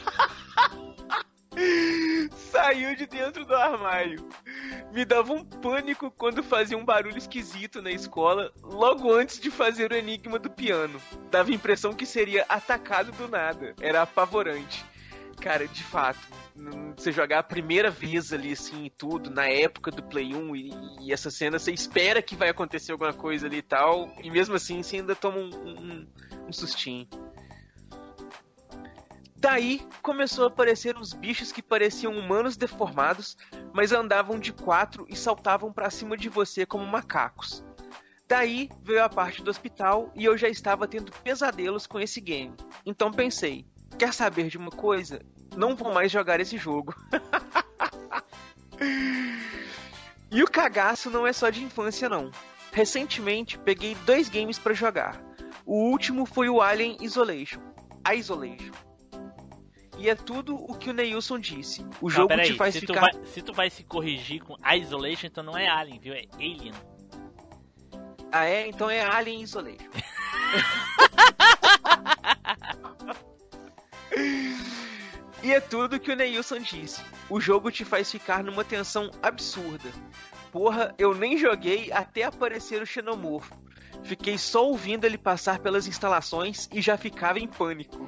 saiu de dentro do armário. Me dava um pânico quando fazia um barulho esquisito na escola, logo antes de fazer o enigma do piano. Dava a impressão que seria atacado do nada. Era apavorante. Cara, de fato, você jogar a primeira vez ali, assim, e tudo, na época do Play 1 e essa cena, você espera que vai acontecer alguma coisa ali e tal, e mesmo assim você ainda toma um sustinho. Daí começou a aparecer uns bichos que pareciam humanos deformados, mas andavam de 4 e saltavam pra cima de você como macacos. Daí veio a parte do hospital e eu já estava tendo pesadelos com esse game. Então pensei, quer saber de uma coisa? Não vou mais jogar esse jogo. E o cagaço não é só de infância, não. Recentemente peguei 2 games pra jogar. O último foi o Alien Isolation. A Isolation. E é tudo o que o Neilson disse. O jogo te faz ficar... Se tu vai se corrigir com Isolation, então não é Alien, viu? É Alien. Ah, é? Então é Alien Isolation. E é tudo o que o Neilson disse. O jogo te faz ficar numa tensão absurda. Porra, eu nem joguei até aparecer o Xenomorfo. Fiquei só ouvindo ele passar pelas instalações e já ficava em pânico.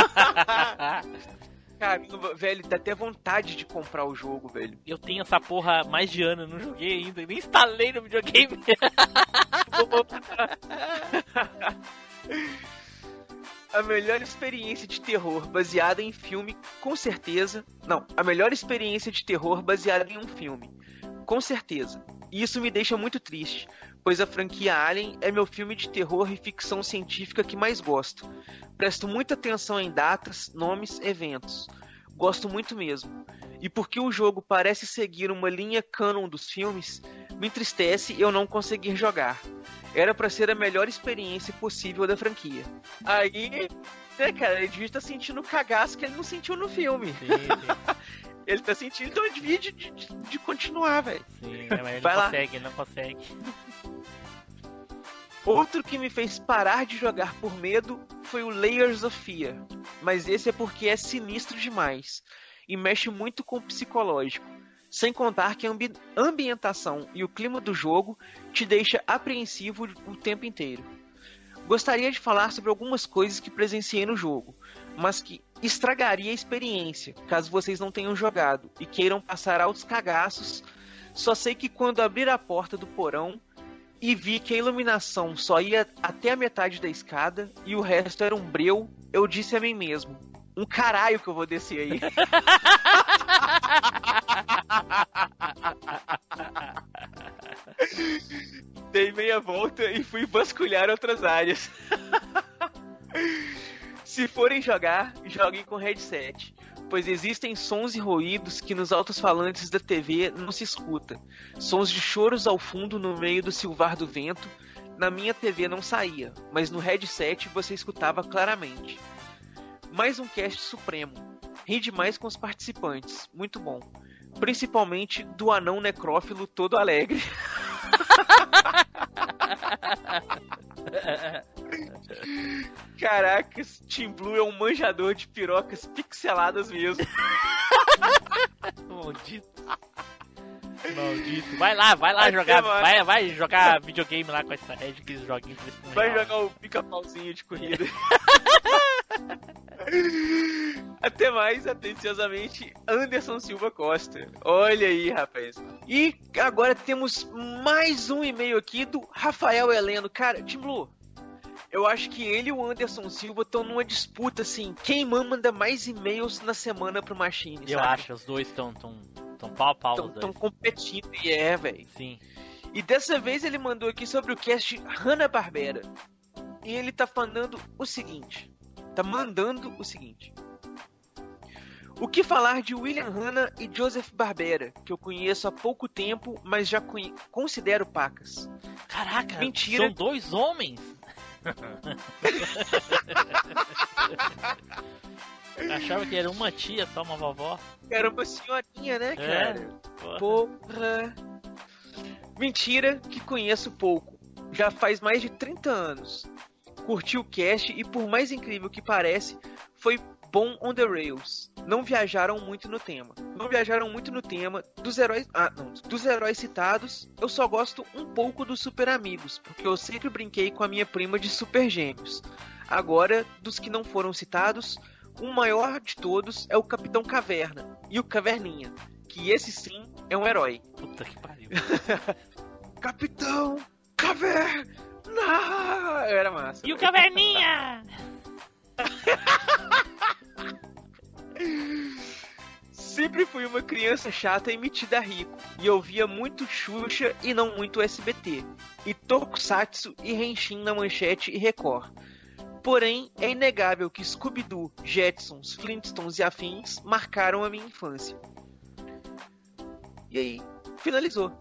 Caramba, velho, dá até vontade de comprar o jogo, velho. Eu tenho essa porra há mais de ano, não joguei ainda, nem instalei no videogame. A melhor experiência de terror baseada em filme, com certeza... Não, a melhor experiência de terror baseada em um filme, com certeza. E isso me deixa muito triste, pois a franquia Alien é meu filme de terror e ficção científica que mais gosto. Presto muita atenção em datas, nomes, eventos. Gosto muito mesmo. E porque o jogo parece seguir uma linha canon dos filmes, me entristece eu não conseguir jogar. Era pra ser a melhor experiência possível da franquia. Aí, né, cara, ele devia estar sentindo o cagaço que ele não sentiu no filme. Sim, sim. Ele tá sentindo, então ele devia de continuar, velho. Sim, mas ele não consegue. Outro que me fez parar de jogar por medo foi o Layers of Fear. Mas esse é porque é sinistro demais e mexe muito com o psicológico. Sem contar que a ambientação e o clima do jogo te deixa apreensivo o tempo inteiro. Gostaria de falar sobre algumas coisas que presenciei no jogo, mas que estragaria a experiência, caso vocês não tenham jogado e queiram passar altos cagaços. Só sei que quando abrir a porta do porão e vi que a iluminação só ia até a metade da escada e o resto era um breu, eu disse a mim mesmo: um caralho que eu vou descer aí. Dei meia volta e fui vasculhar outras áreas. Se forem jogar, joguem com headset, pois existem sons e ruídos que nos alto-falantes da TV não se escuta. Sons de choros ao fundo no meio do silvar do vento. Na minha TV não saía, mas no headset você escutava claramente. Mais um cast supremo. Ri demais com os participantes. Muito bom. Principalmente do anão necrófilo todo alegre. Caracas, Team Blue é um manjador de pirocas pixeladas mesmo. Maldito. Vai lá jogar. Vai jogar videogame lá com essa Red, aqueles joguinhos. Vai jogar o pica-pauzinho de corrida. Até mais, atenciosamente, Anderson Silva Costa. Olha aí, rapaz. E agora temos mais um e-mail aqui do Rafael Heleno. Cara, Team Blue, eu acho que ele e o Anderson Silva estão numa disputa, assim, quem manda mais e-mails na semana pro Machine, eu sabe? Acho, os dois estão pau a pau. Estão competindo, velho. Sim. E dessa vez ele mandou aqui sobre o cast Hanna-Barbera. E ele tá mandando o seguinte. O que falar de William Hanna e Joseph Barbera, que eu conheço há pouco tempo, mas já considero pacas. Caraca, mentira. São dois homens? Eu achava que era uma tia, só uma vovó. Era uma senhorinha, né, cara? Porra. Mentira, que conheço pouco. Já faz mais de 30 anos. Curti o cast e, por mais incrível que parece, foi bom on the rails. Não viajaram muito no tema. Dos heróis citados. Eu só gosto um pouco dos Super Amigos, porque eu sempre brinquei com a minha prima de Super Gêmeos. Agora, dos que não foram citados, o maior de todos é o Capitão Caverna e o Caverninha, que esse sim é um herói. Puta que pariu. Capitão Caverna! Era massa. E o Caverninha! Sempre fui uma criança chata e metida a rico, e eu via muito Xuxa e não muito SBT, e Tokusatsu e Henshin na Manchete e Record. Porém, é inegável que Scooby-Doo, Jetsons, Flintstones e afins marcaram a minha infância. E aí, finalizou.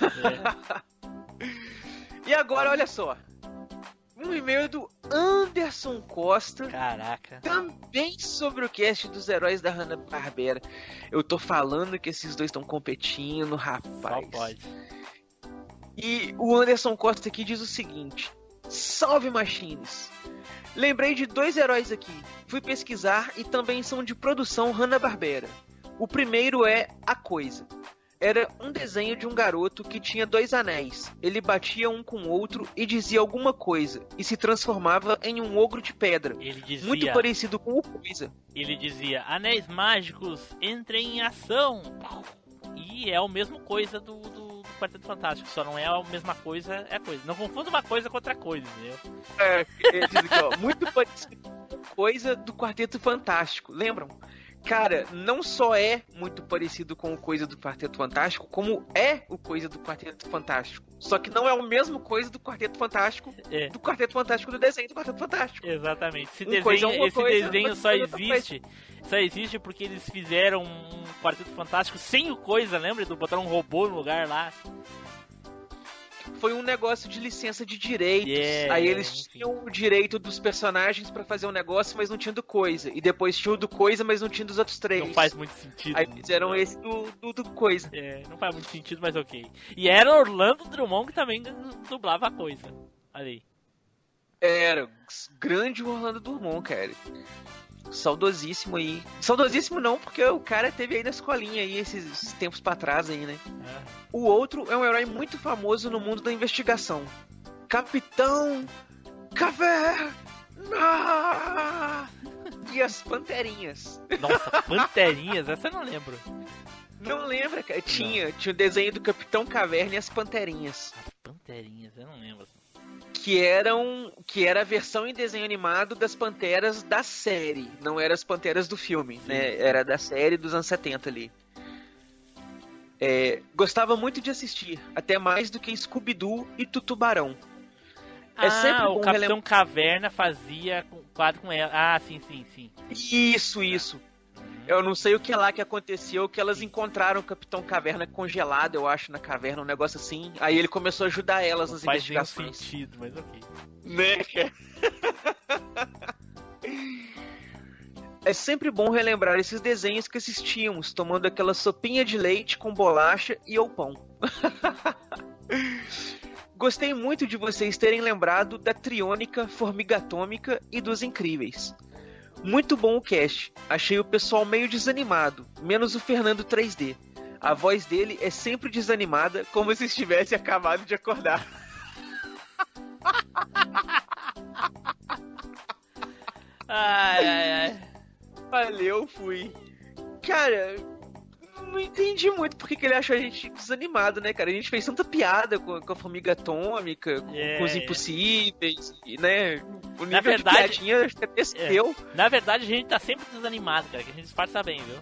E agora, olha só. Um e-mail do Anderson Costa. Caraca. Também sobre o cast dos heróis da Hanna-Barbera. Eu tô falando que esses dois estão competindo, rapaz. Só pode. E o Anderson Costa aqui diz o seguinte: salve Machines! Lembrei de dois heróis aqui. Fui pesquisar e também são de produção Hanna-Barbera. O primeiro é A Coisa. era um desenho de um garoto que tinha 2 anéis. Ele batia um com o outro e dizia alguma coisa, e se transformava em um ogro de pedra. Ele dizia, muito parecido com o Coisa. Ele dizia, anéis mágicos, entrem em ação. E é a mesma coisa do Quarteto Fantástico, só não é a mesma coisa, é coisa. Não confunda uma coisa com outra coisa, entendeu? Ele diz aqui, ó, muito parecido com coisa do Quarteto Fantástico, lembram? Cara, não só é muito parecido com o Coisa do Quarteto Fantástico, como é o Coisa do Quarteto Fantástico. Só que não é o mesmo Coisa do Quarteto Fantástico do Quarteto Fantástico do desenho do Quarteto Fantástico. Exatamente. Esse desenho só existe porque eles fizeram um Quarteto Fantástico sem o Coisa, lembra? Botaram um robô no lugar lá. Foi um negócio de licença de direitos. Aí eles tinham o direito dos personagens pra fazer um negócio, mas não tinha do Coisa. E depois tinha o do Coisa, mas não tinha dos outros 3. Não faz muito sentido. Aí fizeram esse do Coisa. Não faz muito sentido, mas ok. E era Orlando Drummond que também dublava a Coisa. Olha aí. Era, grande Orlando Drummond, cara. Saudosíssimo aí. Saudosíssimo não, porque o cara teve aí na escolinha aí esses tempos pra trás aí, né? O outro é um herói muito famoso no mundo da investigação. Capitão Caverna! E as Panterinhas. Nossa, Panterinhas? Essa eu não lembro. Não lembra, cara? Tinha o desenho do Capitão Caverna e as Panterinhas. As Panterinhas, eu não lembro. Que era a versão em desenho animado das Panteras da série. Não eram as Panteras do filme, né? Era da série dos anos 70 ali. Gostava muito de assistir, até mais do que Scooby-Doo e Tutubarão. Sempre bom o Capitão Caverna fazia quadro com ela. Ah, sim. Isso. Eu não sei o que lá que aconteceu, que elas encontraram o Capitão Caverna congelado, eu acho, na caverna, um negócio assim. Aí ele começou a ajudar elas nas investigações. Faz sentido, mas ok. Né? É sempre bom relembrar esses desenhos que assistíamos, tomando aquela sopinha de leite com bolacha e ou pão. Gostei muito de vocês terem lembrado da Triônica, Formiga Atômica e dos Incríveis. Muito bom o cast. Achei o pessoal meio desanimado, menos o Fernando 3D. A voz dele é sempre desanimada, como se estivesse acabado de acordar. Ai. Valeu, fui. Cara, não entendi muito porque que ele achou a gente desanimado, né, cara? A gente fez tanta piada com a Formiga Atômica, com os Impossíveis, né? O nível de piadinha acho que desceu. Na verdade, a gente tá sempre desanimado, cara, que a gente disfarça bem, viu?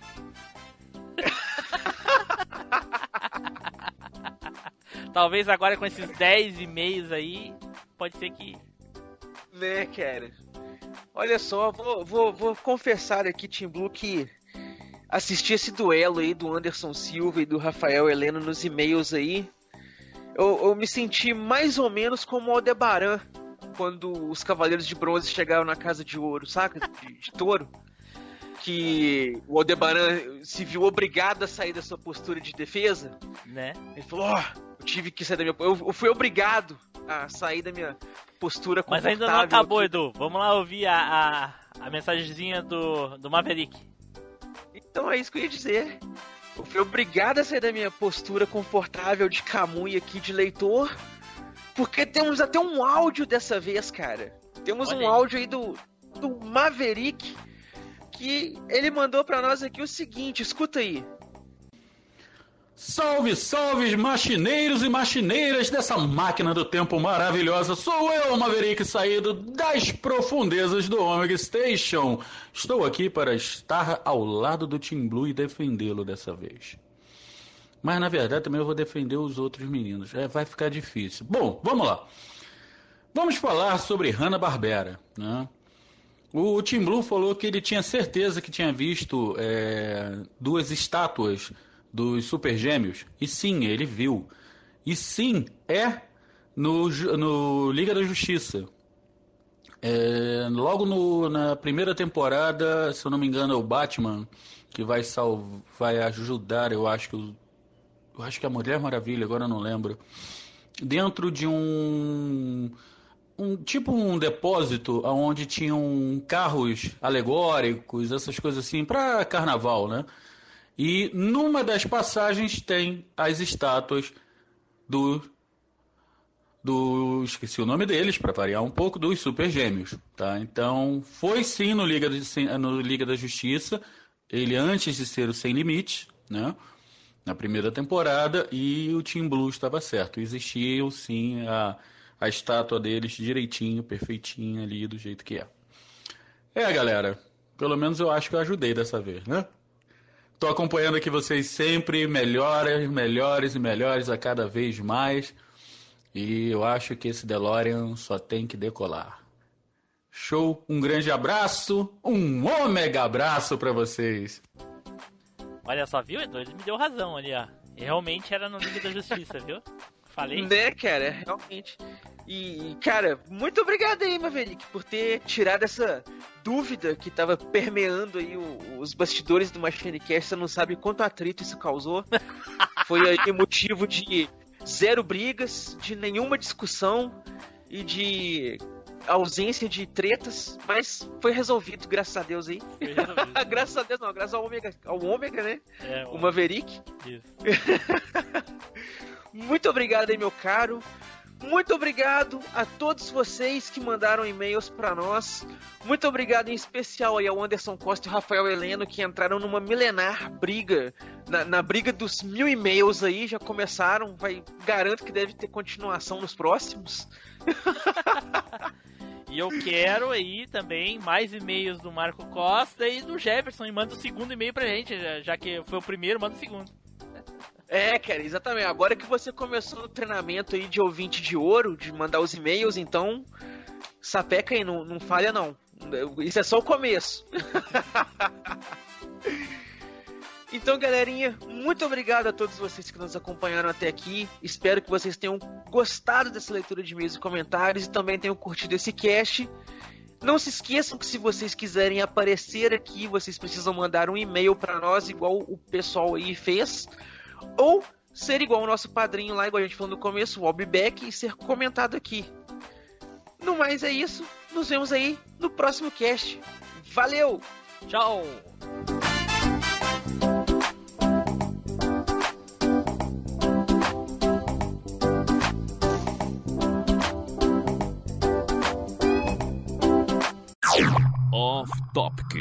Talvez agora com esses 10 e-mails aí, pode ser que... Né, cara? Olha só, vou confessar aqui, Team Blue, que assisti esse duelo aí do Anderson Silva e do Rafael Heleno nos e-mails aí. Eu me senti mais ou menos como o Aldebaran, quando os Cavaleiros de Bronze chegaram na Casa de Ouro, saca? De touro. Que o Aldebaran se viu obrigado a sair da sua postura de defesa. Né? Ele falou, eu tive que sair da minha... Eu fui obrigado a sair da minha postura confortável. Mas ainda não acabou, aqui. Edu. Vamos lá ouvir a mensagenzinha do Maverick. Então é isso que eu ia dizer. Eu fui obrigado a sair da minha postura confortável de camunha aqui de leitor, porque temos até um áudio dessa vez, cara. Temos um áudio aí do Maverick, que ele mandou pra nós aqui o seguinte, escuta aí. Salve, salve, machineiros e machineiras dessa máquina do tempo maravilhosa. Sou eu, Maverick, saído das profundezas do Omega Station. Estou aqui para estar ao lado do Team Blue e defendê-lo dessa vez. Mas, na verdade, também eu vou defender os outros meninos. Vai ficar difícil. Bom, vamos lá. Vamos falar sobre Hanna-Barbera, né? O Team Blue falou que ele tinha certeza que tinha visto 2 estátuas dos Super Gêmeos. E sim, ele viu. E sim, no Liga da Justiça. Logo na primeira temporada, se eu não me engano, é o Batman que vai ajudar, eu acho que a Mulher Maravilha, agora eu não lembro, dentro de um depósito onde tinham carros alegóricos, essas coisas assim, para carnaval, né? E numa das passagens tem as estátuas esqueci o nome deles, para variar um pouco, dos Super Gêmeos, tá? Então, foi sim no Liga da Justiça, ele antes de ser o Sem Limite, né? Na primeira temporada, e o Team Blue estava certo. Existia sim a estátua deles direitinho, perfeitinha ali, do jeito que é. Galera, pelo menos eu acho que eu ajudei dessa vez, né? Tô acompanhando aqui vocês sempre melhores e melhores a cada vez mais. E eu acho que esse DeLorean só tem que decolar. Show, um grande abraço, um ômega abraço pra vocês. Olha só, viu, Edu? Ele me deu razão ali, ó. Realmente era no Liga da Justiça, viu? Falei? Né, cara, realmente. E, cara, muito obrigado aí, Maverick, por ter tirado essa dúvida que tava permeando aí os bastidores do MachineCast. Você não sabe quanto atrito isso causou. Foi aí motivo de 0 brigas, de nenhuma discussão e de ausência de tretas, mas foi resolvido, graças a Deus aí. Graças a Deus não, graças ao Ômega, né? O Maverick. Isso. Muito obrigado aí, meu caro. Muito obrigado a todos vocês que mandaram e-mails pra nós. Muito obrigado em especial aí ao Anderson Costa e ao Rafael Heleno, que entraram numa milenar briga, na briga dos 1000 e-mails aí, já começaram, garanto que deve ter continuação nos próximos. E eu quero aí também mais e-mails do Marco Costa e do Jefferson, e manda o segundo e-mail pra gente, já que foi o primeiro, manda o segundo. Cara, exatamente. Agora que você começou o treinamento aí de ouvinte de ouro, de mandar os e-mails, então sapeca aí, não falha não. Isso é só o começo. Então, galerinha, muito obrigado a todos vocês que nos acompanharam até aqui. Espero que vocês tenham gostado dessa leitura de e-mails e comentários e também tenham curtido esse cast. Não se esqueçam que se vocês quiserem aparecer aqui, vocês precisam mandar um e-mail para nós, igual o pessoal aí fez. Ou ser igual o nosso padrinho lá, igual a gente falou no começo, o Albeck, e ser comentado aqui. No mais é isso. Nos vemos aí no próximo cast. Valeu! Tchau! Off Topic.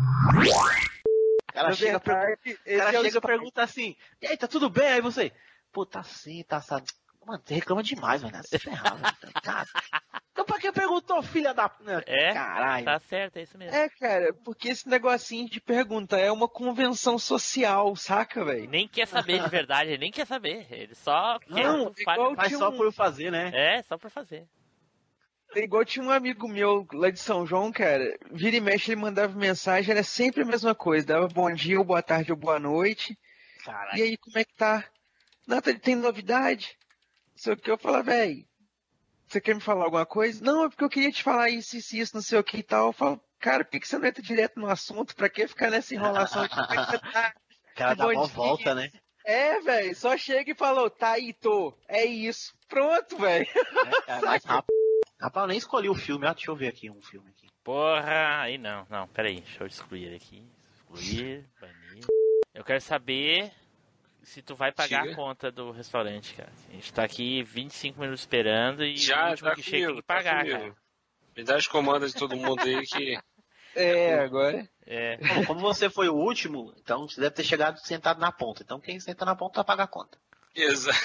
O cara chega e pergunta assim: e aí, tá tudo bem? Aí você, pô, tá sim, tá sabe. Mano, você reclama demais, mano. Você ferrava, cara. Então pra que perguntou, filha da. Caralho. Tá certo, é isso mesmo. Cara, porque esse negocinho de pergunta é uma convenção social, saca, velho? Nem quer saber de verdade, ele nem quer saber. Ele só faz só por fazer, né? Só por fazer. Igual tinha um amigo meu lá de São João, cara, vira e mexe, ele mandava mensagem, era sempre a mesma coisa, dava bom dia, ou boa tarde, ou boa noite. Caralho. E aí, como é que tá? Não, tem novidade? Não sei o que, eu falo, velho, você quer me falar alguma coisa? Não, é porque eu queria te falar isso, não sei o que e tal. Eu falo, cara, por que você não entra direto no assunto? Pra que ficar nessa enrolação? Como é que você tá? Cara, dá uma volta, né? Velho, só chega e falou, tá aí, tô. É isso. Pronto, velho. Mais rápido. Rapaz, eu nem escolhi o filme. Deixa eu ver aqui um filme aqui. Porra, aí não, peraí, deixa eu excluir ele aqui. Excluir, banir. Eu quero saber se tu vai pagar a conta do restaurante, cara. A gente tá aqui 25 minutos esperando e já, o último que chega tem que pagar, cara. Me dá as comandas de todo mundo aí que... Agora... Bom, como você foi o último, então você deve ter chegado sentado na ponta. Então quem senta na ponta vai pagar a conta. Exato.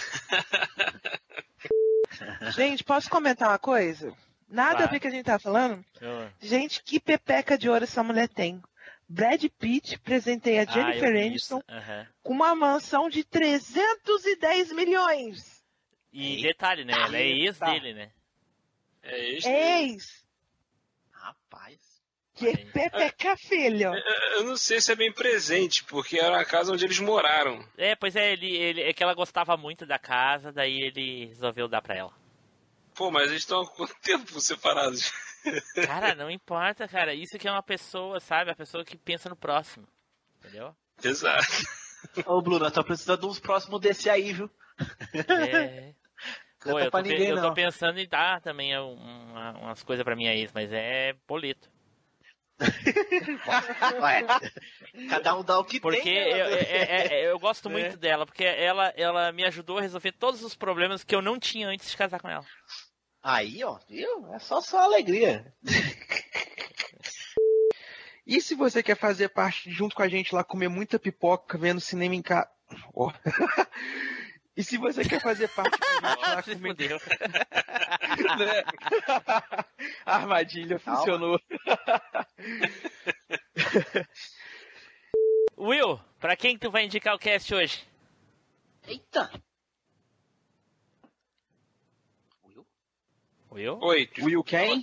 Gente, posso comentar uma coisa? Nada a ver que a gente tá falando. Gente, que pepeca de ouro essa mulher tem. Brad Pitt presenteia a Jennifer Aniston com uma mansão de 310 milhões. E detalhe, né? Ela é ex dele, né? É ex. Rapaz. Que pepeca, filho. Eu não sei se é bem presente, porque era a casa onde eles moraram. Pois é, é que ela gostava muito da casa, daí ele resolveu dar pra ela. Pô, mas eles estão há quanto tempo separados? Cara, não importa, cara. Isso aqui é uma pessoa, sabe? A pessoa que pensa no próximo. Entendeu? Exato. Ô, Bruno, eu tô precisando de uns próximos desse aí, viu? Pô, eu tô pensando em dar também umas coisas pra minha ex, mas é boleto. Ué, cada um dá o que porque tem. Porque eu gosto muito dela, porque ela me ajudou a resolver todos os problemas que eu não tinha antes de casar com ela. Aí, ó, viu? É só alegria. E se você quer fazer parte junto com a gente lá, comer muita pipoca, vendo cinema em casa... Oh. E se você quer fazer parte com a gente lá, comer... A armadilha funcionou. Will, pra quem tu vai indicar o cast hoje? Eita! Will? Oi. Will quem?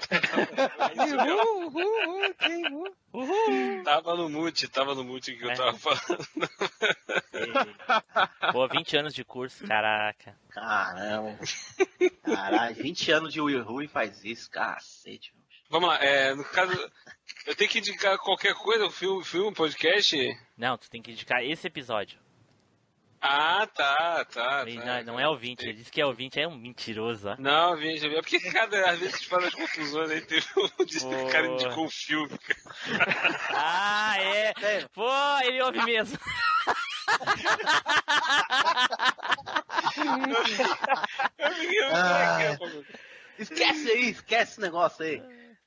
Tava no mute que eu tava falando. Pô, 20 anos de curso, caraca. Caramba. Caralho, 20 anos de Will Rui faz isso, cacete. Vamos lá, no caso, eu tenho que indicar qualquer coisa, filme, podcast? Não, tu tem que indicar esse episódio. Ah, tá. Não é ouvinte, ele disse que é ouvinte, é um mentiroso, ó. Não, ouvinte, é porque às vezes a gente faz as confusões, aí teve o cara indicou o filme. Ah, é. Pô, ele ouve mesmo. Esquece esse negócio aí.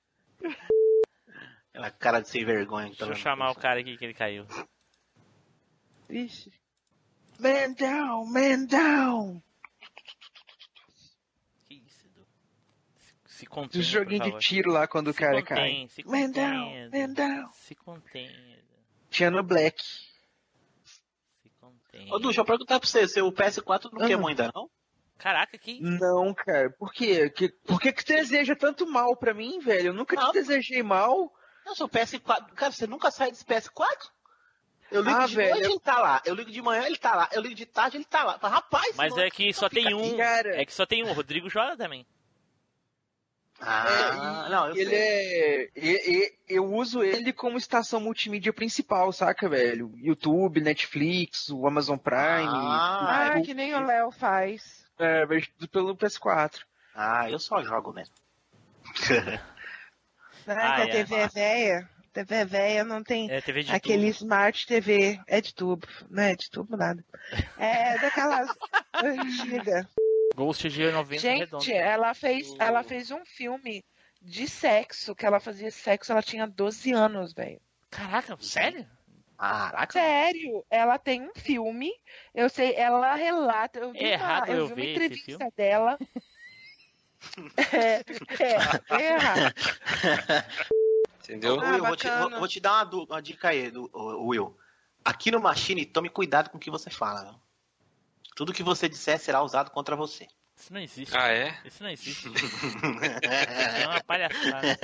Aquela cara de sem vergonha. Deixa eu chamar o cara aqui que ele caiu. Ixi. Man down. Que isso, Edu? Se contém, Os joguinhos de tiro lá quando o cara cai. Man down. Se contém, Edu. Tinha no Black. Se contém. Ô, Du, deixa eu perguntar pra você, seu PS4 não queimou ainda, não? Caraca, que isso? Não, cara. Por quê? Por que tu deseja tanto mal pra mim, velho? Eu nunca te desejei mal. Não, seu PS4... Cara, você nunca sai desse PS4? Eu ligo de noite, ele tá lá. Eu ligo de manhã, ele tá lá. Eu ligo de tarde, ele tá lá. Rapaz, mas é que só tem um. É que só tem um. O Rodrigo joga também. Não, eu sei. Eu uso ele como estação multimídia principal, saca, velho? YouTube, Netflix, o Amazon Prime. Que nem o Léo faz. Vejo tudo pelo PS4. Eu só jogo mesmo. A TV é velha. TV velha não tem aquele tubo. Smart TV. É de tubo. Não é de tubo nada. É daquelas antigas. Ghost de 90 Gente, redondo. ela fez um filme de sexo, que ela fazia sexo, ela tinha 12 anos, velho. Caraca, sério? Caraca. Sério, ela tem um filme, eu sei, ela relata, eu vi uma entrevista dela. Errado. Entendeu? Will, vou te dar uma dica aí, Will. Aqui no Machine, tome cuidado com o que você fala. Não? Tudo que você disser será usado contra você. Isso não existe. Ah, é? Isso não existe. É uma palhaçada.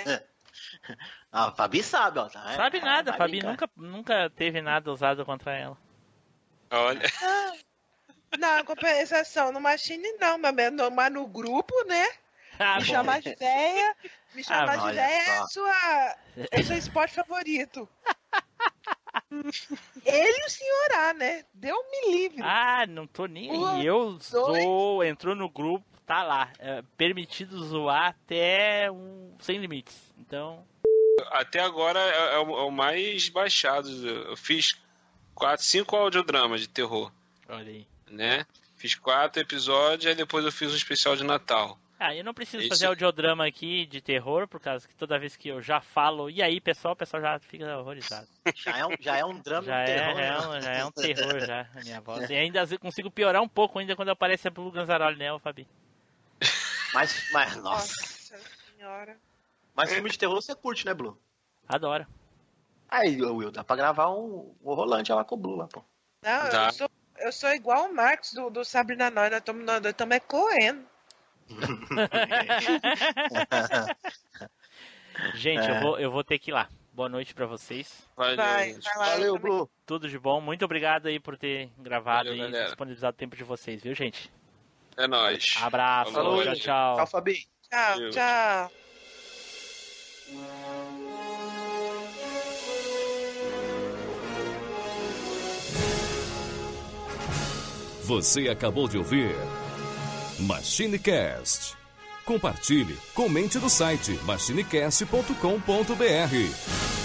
A Fabi sabe, ó. Tá? Sabe nada, a Fabi nunca teve nada usado contra ela. Olha. Não, compensação, no Machine não, mas no grupo, né? Me chamar de véia. Me chamar de véia é seu esporte favorito. Ele e o senhor né? Deu-me livre. Não tô nem aí. Entrou no grupo, tá lá. Permitido zoar até sem limites. Então. Até agora é o mais baixado. Eu fiz 5 audiodramas de terror. Olha aí. Né? Fiz 4 episódios, aí depois eu fiz um especial de Natal. Eu não preciso fazer audiodrama aqui de terror, por causa que toda vez que eu já falo, e aí, pessoal, o pessoal já fica horrorizado. Já é um drama já terror. Já é um terror, já, a minha voz. E ainda consigo piorar um pouco ainda quando aparece a Blue Ganzaroli, né, Fabi? Mas, nossa senhora. Mas filme de terror você curte, né, Blue? Adoro. Aí, Will, dá pra gravar um Rolândia lá com o Blue, lá, pô. Não, eu sou igual o Marcos do Sabrina Nós, nós estamos correndo. Gente, eu vou ter que ir lá. Boa noite pra vocês. Valeu, Blue. Tudo de bom. Muito obrigado aí por ter gravado e disponibilizado o tempo de vocês, viu, gente? É nóis. Abraço. Falou, tchau. Tchau, Fabi. Tchau. Você acabou de ouvir MachineCast, Compartilhe, comente no site machinecast.com.br.